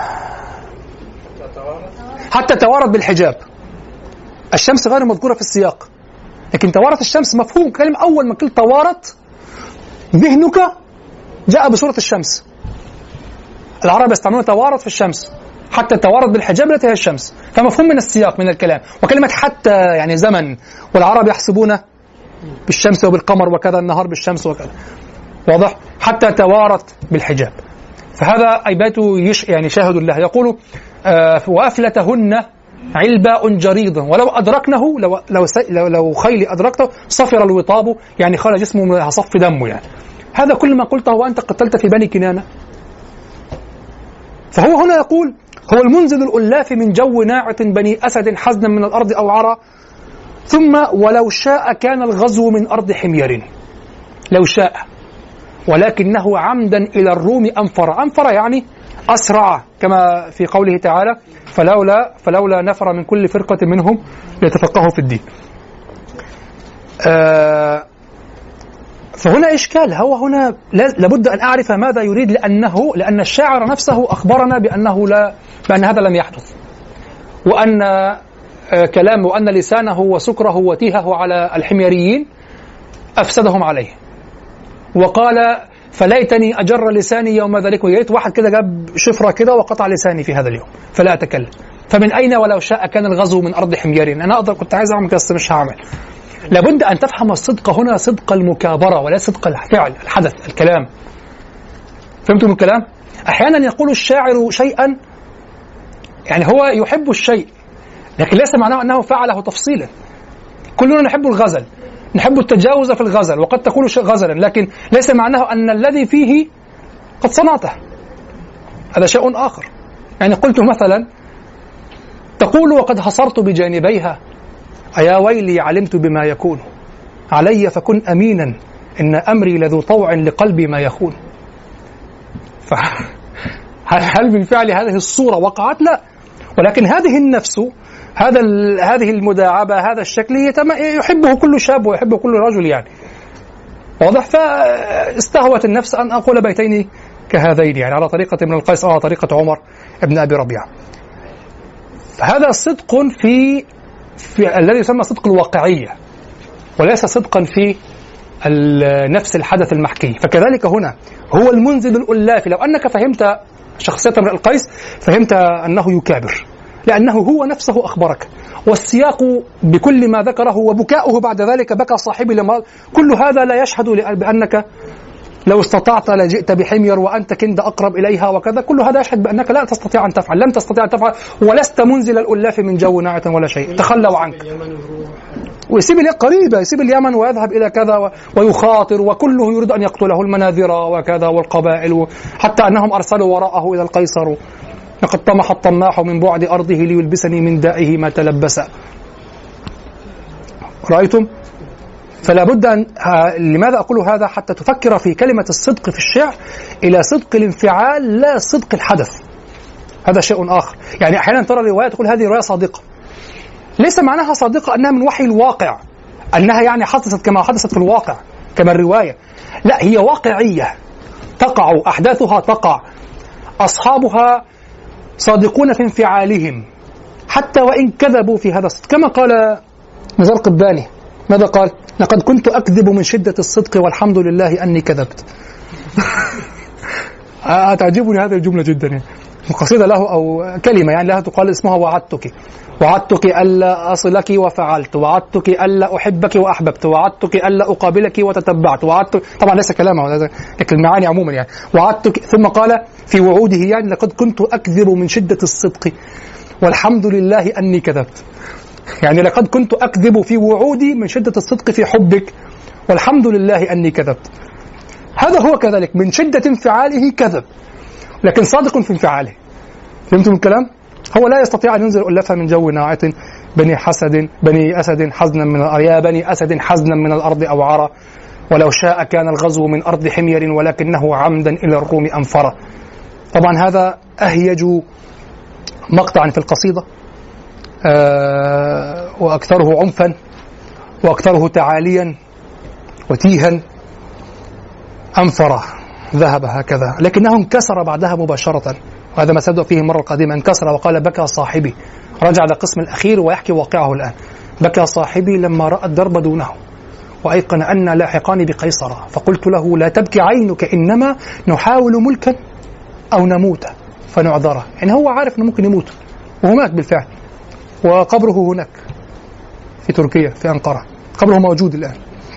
حتى توارت بالحجاب. الشمس غير مذكورة في السياق، لكن توارت الشمس مفهوم كلمة. أول ما قلت توارت ذهنك جاء بصورة الشمس. العرب يستعملون توارت في الشمس، حتى توارت بالحجاب التي هي الشمس، فمفهوم من السياق من الكلام. وكلمة حتى يعني زمن، والعرب يحسبون بالشمس وبالقمر وكذا، النهار بالشمس وكذا، واضح؟ حتى توارت بالحجاب. فهذا أي بيت يش يعني شاهد الله يقول آه وأفلتهن علباء جريضا ولو أدركنه لو, لو, لو, لو خيلي أدركته صفر الوطاب يعني خرج جسمه صف دمه يعني. هذا كل ما قلته وأنت قتلت في بني كنانة. فهو هنا يقول هو المنزل الألاف من جو ناعة بني أسد حزنا من الأرض أو عرى، ثم ولو شاء كان الغزو من أرض حمير. لو شاء، ولكنه عمدا إلى الروم أنفر. أنفر يعني أسرع، كما في قوله تعالى فلولا, فلولا نفر من كل فرقة منهم ليتفقهوا في الدين. آه فهنا إشكال. هو هنا لابد أن أعرف ماذا يريد، لأنه لأن الشاعر نفسه أخبرنا بأنه لا بأن هذا لم يحدث، وأن آه كلامه وأن لسانه وسكره وتيهه على الحميريين أفسدهم عليه. وقال فليتني أجر لساني يوم ذلك، ويريت واحد كده جاب شفرة كده وقطع لساني في هذا اليوم فلا أتكلم. فمن أين ولو شاء كان الغزو من أرض حمير. أنا أقدر كنت عايز أعمل كده مش هعمل. لابد أن تفهم الصدق هنا صدق المكابرة ولا صدق الفعل الحدث الكلام. فهمتم الكلام؟ أحيانا يقول الشاعر شيئا يعني هو يحب الشيء، لكن ليس معناه أنه فعله تفصيلا. كلنا نحب الغزل، نحب التجاوز في الغزل، وقد تكون غزلا، لكن ليس معناه أن الذي فيه قد صنعته. هذا شيء آخر. يعني قلت مثلا تقول وقد حصرت بجانبيها أيا ويلي علمت بما يكون علي فكن أمينا إن أمري لذو طوع لقلبي ما يخون. هل بالفعل هذه الصورة وقعت؟ لا، ولكن هذه النفس، هذا هذه المداعبة، هذا الشكل يحبه كل شاب ويحبه كل رجل يعني، واضح؟ فاستهوت النفس أن أقول بيتين كهذين يعني، على طريقة ابن القيس أو على طريقة عمر ابن أبي ربيعة. فهذا صدق في, في الذي يسمى صدق الواقعية، وليس صدقا في نفس الحدث المحكي. فكذلك هنا هو المنزل الألاف. لو أنك فهمت شخصية امرئ القيس فهمت أنه يكابر، لأنه هو نفسه أخبرك، والسياق بكل ما ذكره وبكاؤه بعد ذلك بكى صاحبي لما، كل هذا لا يشهد بأنك لو استطعت لجئت بحمير وأنت كند أقرب إليها وكذا، كل هذا يشهد بأنك لا تستطيع أن تفعل، لم تستطيع أن تفعل، ولست منزل الألاف من جو ناعة ولا شيء، تخلوا عنك. ويسيب قريبة، يسيب اليمن ويذهب إلى كذا ويخاطر، وكله يريد أن يقتله، المناذرة وكذا والقبائل، حتى أنهم أرسلوا وراءه إلى القيصر: لقد طمح الطماح من بعد أرضه ليلبسني من دائه ما تلبس. رأيتم؟ فلا بد أن، لماذا أقول هذا؟ حتى تفكر في كلمة الصدق في الشعر إلى صدق الانفعال لا صدق الحدث. هذا شيء آخر. يعني أحيانا ترى الرواية تقول هذه رواية صادقة، ليس معناها صادقة أنها من وحي الواقع، أنها يعني حدثت كما حدثت في الواقع كما الرواية، لا، هي واقعية تقع، أحداثها تقع، أصحابها صادقون في انفعالهم حتى وإن كذبوا في هذا الصدق. كما قال نزار قباني، ماذا قال؟ لقد كنت أكذب من شدة الصدق والحمد لله أني كذبت. تعجبني هذه الجملة جدا يعني. قصيدة له أو كلمة يعني لها تقال اسمها وعدتك، وعدتك ألا أصلك وفعلت، وعدتك ألا أحبك وأحببت، وعدتك ألا أقابلك وتتبعت، وعدتك، طبعا ليس كلامه لكن المعاني عموما يعني، وعدتك. ثم قال في وعوده يعني لقد كنت أكذب من شدة الصدق والحمد لله أني كذبت. يعني لقد كنت أكذب في وعودي من شدة الصدق في حبك والحمد لله أني كذبت. هذا هو كذلك من شدة انفعاله كذب، لكن صادق في انفعاله. فهمتم الكلام؟ هو لا يستطيع أن ينزل ألفها من جو ناعة بني حسد بني أسد حزنا من الأرض، يا بني أسد حزنا من الأرض أو عرى، ولو شاء كان الغزو من أرض حمير ولكنه عمدا إلى الروم أنفر. طبعا هذا أهيج مقطعا في القصيدة، أه وأكثره عنفا وأكثره تعاليا وتيها. أنفر، ذهب هكذا، لكنه انكسر بعدها مباشرة، وهذا ما سبدأ فيه المرة القادمة. انكسر وقال: بكى صاحبي. رجع للقسم الأخير ويحكي واقعه الآن. بكى صاحبي لما رأى الدرب دونه وأيقن أن لاحقان بقيصر، فقلت له: لا تبكي عينك، إنما نحاول ملكا أو نموت فنعذره. يعني هو عارف أنه ممكن يموت، وهو مات بالفعل، وقبره هناك في تركيا في أنقرة، قبره موجود الآن.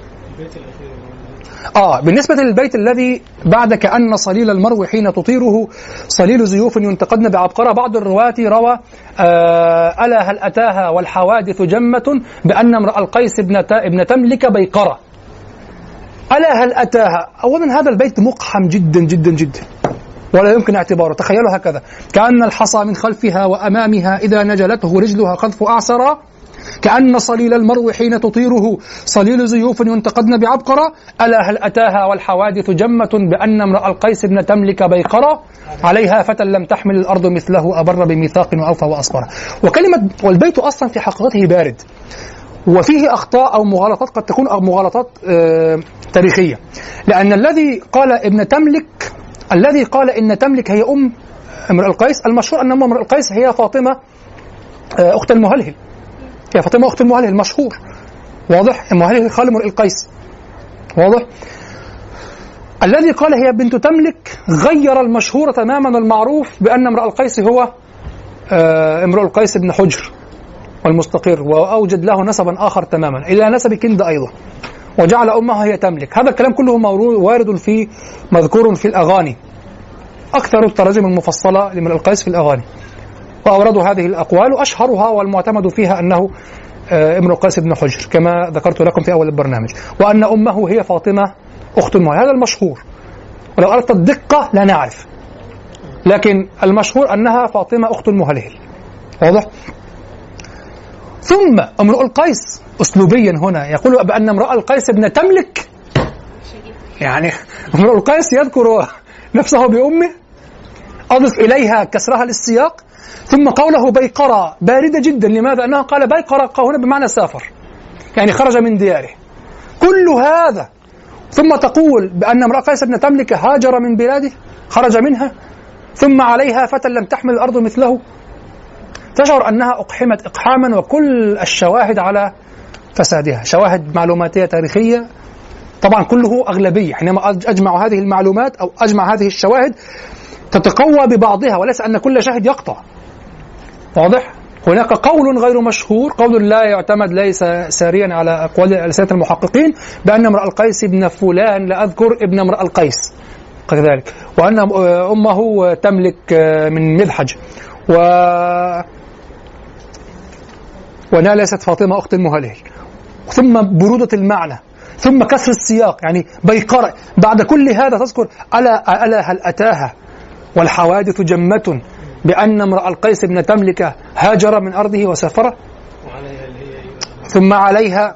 آه بالنسبة للبيت الذي بعد: كأن صليل المرو حين تطيره صليل زيوف ينتقدن بعبقرة، بعض الرواة روى آه ألا هل أتاها والحوادث جمة بأن امرأ القيس ابن ابن تملك بيقرة. ألا هل أتاها، أولا هذا البيت مقحم جدا جدا جدا ولا يمكن اعتباره. تخيلوا هكذا: كأن الحصى من خلفها وأمامها إذا نجلته رجلها قذف أعسرا، كأن صليل المرو حين تطيره صليل زيوف ينتقدن بعبقرة، ألا هل أتاها والحوادث جمة بأن امرأ القيس ابن تملك بيقرة، عليها فتى لم تحمل الأرض مثله أبر بميثاق وأوفى وأصبر. وكلمة والبيت أصلا في حقيقته بارد وفيه أخطاء أو مغالطات، قد تكون أو مغالطات آه تاريخية، لأن الذي قال ابن تملك الذي قال إن تملك هي أم امرأ القيس، المشهور أن أم امرأ القيس هي فاطمة آه أخت المهلهل، يا فاطمة أخت المهلهل المشهور، واضح؟ المهلهل خال امرئ القيس، واضح؟ الذي قال هي بنت تملك غير المشهور تماما المعروف بأن امرئ القيس هو آه امرئ القيس بن حجر والمستقر، وأوجد له نسبا آخر تماما إلى نسب كند أيضا، وجعل أمها هي تملك. هذا الكلام كله وارد في مذكور في الأغاني، أكثر التراجم المفصلة لامرئ القيس في الأغاني، وأوردوا هذه الأقوال، وأشهرها والمعتمد فيها أنه امرؤ القيس بن حجر كما ذكرت لكم في أول البرنامج، وأن أمه هي فاطمة أخت المهلهل. هذا المشهور، ولو أردت الدقة لا نعرف، لكن المشهور أنها فاطمة أخت المهلهل، واضح؟ ثم امرؤ القيس أسلوبيا هنا يقول بأن امرأ القيس بن تملك يعني امرؤ القيس يذكر نفسه بأمه، أضف إليها كسرها للسياق، ثم قوله بيقرة باردة جدا. لماذا؟ أنه قال بيقرة هنا بمعنى سافر، يعني خرج من دياره. كل هذا ثم تقول بأن امرأ قيس بن تملك هاجر من بلاده، خرج منها، ثم عليها فتى لم تحمل الأرض مثله. تشعر أنها أقحمت إقحاما، وكل الشواهد على فسادها، شواهد معلوماتية تاريخية طبعا كله أغلبية. حينما أجمع هذه المعلومات أو أجمع هذه الشواهد تتقوى ببعضها، وليس أن كل شاهد يقطع. واضح؟ هناك قول غير مشهور، قول لا يعتمد، ليس ساريا على أقوال ألسنة المحققين، بأن امرأ القيس ابن فلان، لا أذكر ابن امرأ القيس كذلك، وأن أمه تملك من مذحج، و وأنها ليست فاطمة أخت المهلهل، ثم برودة المعنى، ثم كسر السياق، يعني بيقرة. بعد كل هذا تذكر ألا, ألا هل أتاها والحوادث جمة بأن امرأ القيس بن تملك هاجر من أرضه وسافر، ثم عليها،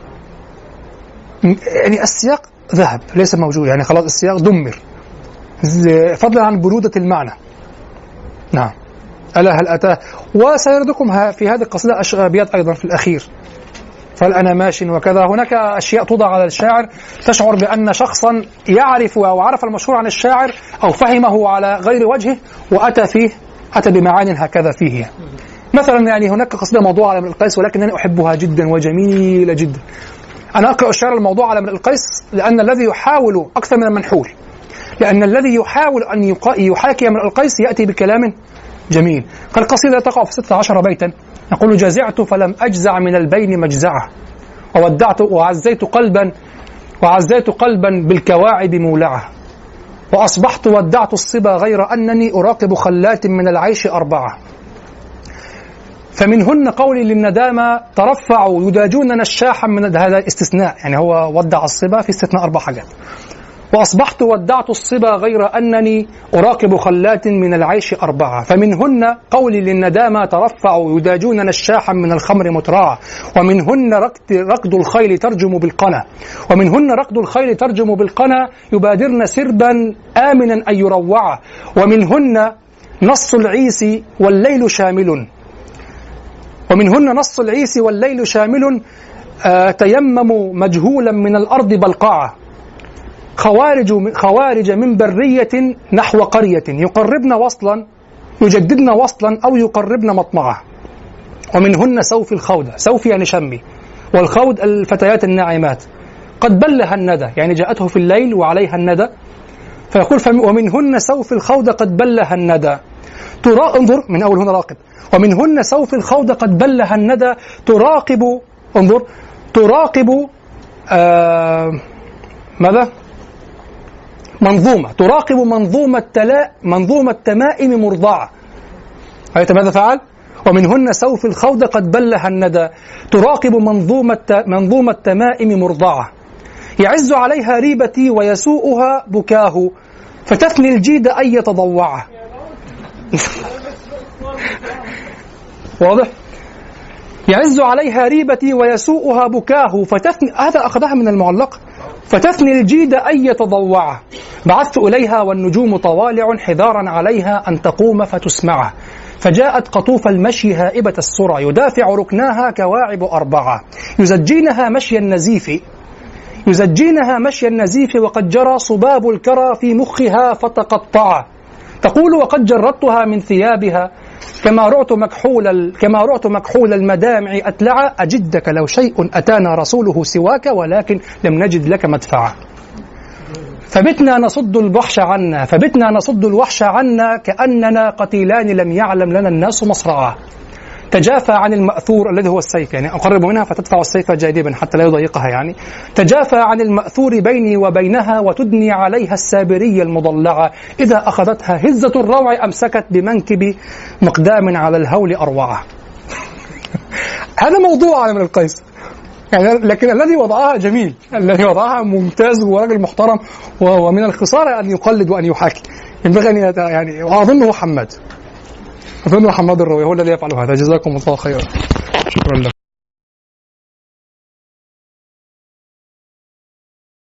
يعني السياق ذهب ليس موجود، يعني خلاص السياق دمر، فضلا عن برودة المعنى. نعم، ألا هل أتاه. وسيردكم في هذه القصيدة أبيات أيضا في الأخير، فالأنا ماشٍ وكذا. هناك أشياء توضع على الشاعر تشعر بأن شخصا يعرف أو عرف المشهور عن الشاعر أو فهمه على غير وجهه وأتى فيه، أتى بمعان هكذا فيه. مثلا يعني هناك قصيدة موضوع على امرؤ القيس، ولكنني أحبها جدا وجميلة جدا. أنا أقرأ الشعر الموضوع على امرؤ القيس لأن الذي يحاول أكثر من المنحول، لأن الذي يحاول أن يحاكي امرؤ القيس يأتي بكلام جميل. فالقصيدة تقع في ستة عشر بيتا، يقول: جزعت فلم أجزع من البين مجزعة، وودعت وعزيت قلبا وعزيت قلبا بالكواعب مولعة، وأصبحت ودعت الصبا غير أنني أراقب خلات من العيش أربعة، فمنهن قولي للندامة ترفعوا يداجون نشاحا من هذا استثناء، يعني هو ودع الصبا في استثناء أربع حاجات. وأصبحت ودعت الصبا غير أنني أراقب خلات من العيش أربعة، فمنهن قولي للندامة ترفعوا يداجون نشاحا من الخمر مترعة، ومنهن ركض الخيل ترجم بالقنا، ومنهن ركض الخيل ترجم بالقنا يبادرن سربا آمنا أن يروعه، ومنهن نص العيس والليل شامل، ومنهن نص العيس والليل شامل آه تيمموا مجهولا من الأرض بلقعة، خوارج خوارج من برية نحو قرية يقربن وصلا يجددن وصلا أو يقربن مطمعة، ومنهن سوف الخودة، سوف يعني شمي، والخود الفتيات الناعمات، قد بلها الندى، يعني جاءته في الليل وعليها الندى، فيقول ومنهن سوف الخودة قد بلها الندى ترا انظر من أول هنا راقب، ومنهن سوف الخودة قد بلها الندى تراقب انظر تراقب آه ماذا؟ منظومة تراقب منظومة تلاء منظومة تمائم مرضعة. رأيت ماذا فعل؟ ومنهن سوف الخودة قد بلها الندى تراقب منظومة منظومة تمائم مرضعة، يعز عليها ريبتي ويسوءها بكاه، فتثني الجيد أن يتضوعه. واضح؟ يعز عليها ريبتي ويسوءها بكاه، فتثني، هذا أخذها من المعلق، فتثني الجيد أن يتضوعه، بعثت إليها والنجوم طوالع حذارا عليها أن تقوم فتسمعه، فجاءت قطوف المشي هائبة السرى يدافع ركناها كواعب أربعة، يزجينها مشي النزيف يزجينها مشي النزيف وقد جرى صباب الكرى في مخها فتقطع، تقول وقد جردتها من ثيابها كما رعت مكحول كما رعت مكحول المدامع أتلع، أجدك لو شيء أتانا رسوله سواك ولكن لم نجد لك مدفعا، فبتنا نصد الوحش عنا فبتنا نصد الوحش عنا كأننا قتيلان لم يعلم لنا الناس مصرعا، تجافى عن المأثور الذي هو السيف، يعني أقرب منها فتدفع السيف جانبا حتى لا يضيقها، يعني تجافى عن المأثور بيني وبينها وتدني عليها السابرية المضلعة، إذا أخذتها هزة الروع أمسكت بمنكب مقدام على الهول أروعة. هذا موضوع على امرؤ القيس، يعني لكن الذي وضعها جميل، الذي وضعها ممتاز ورجل محترم، ومن الخسارة أن يقلد وأن يحاكي، ينبغي أن يعني، وأظنه حماد أظن حماد الروي هو الذي يفعل هذا. جزاكم الله خيرا، شكرا لكم.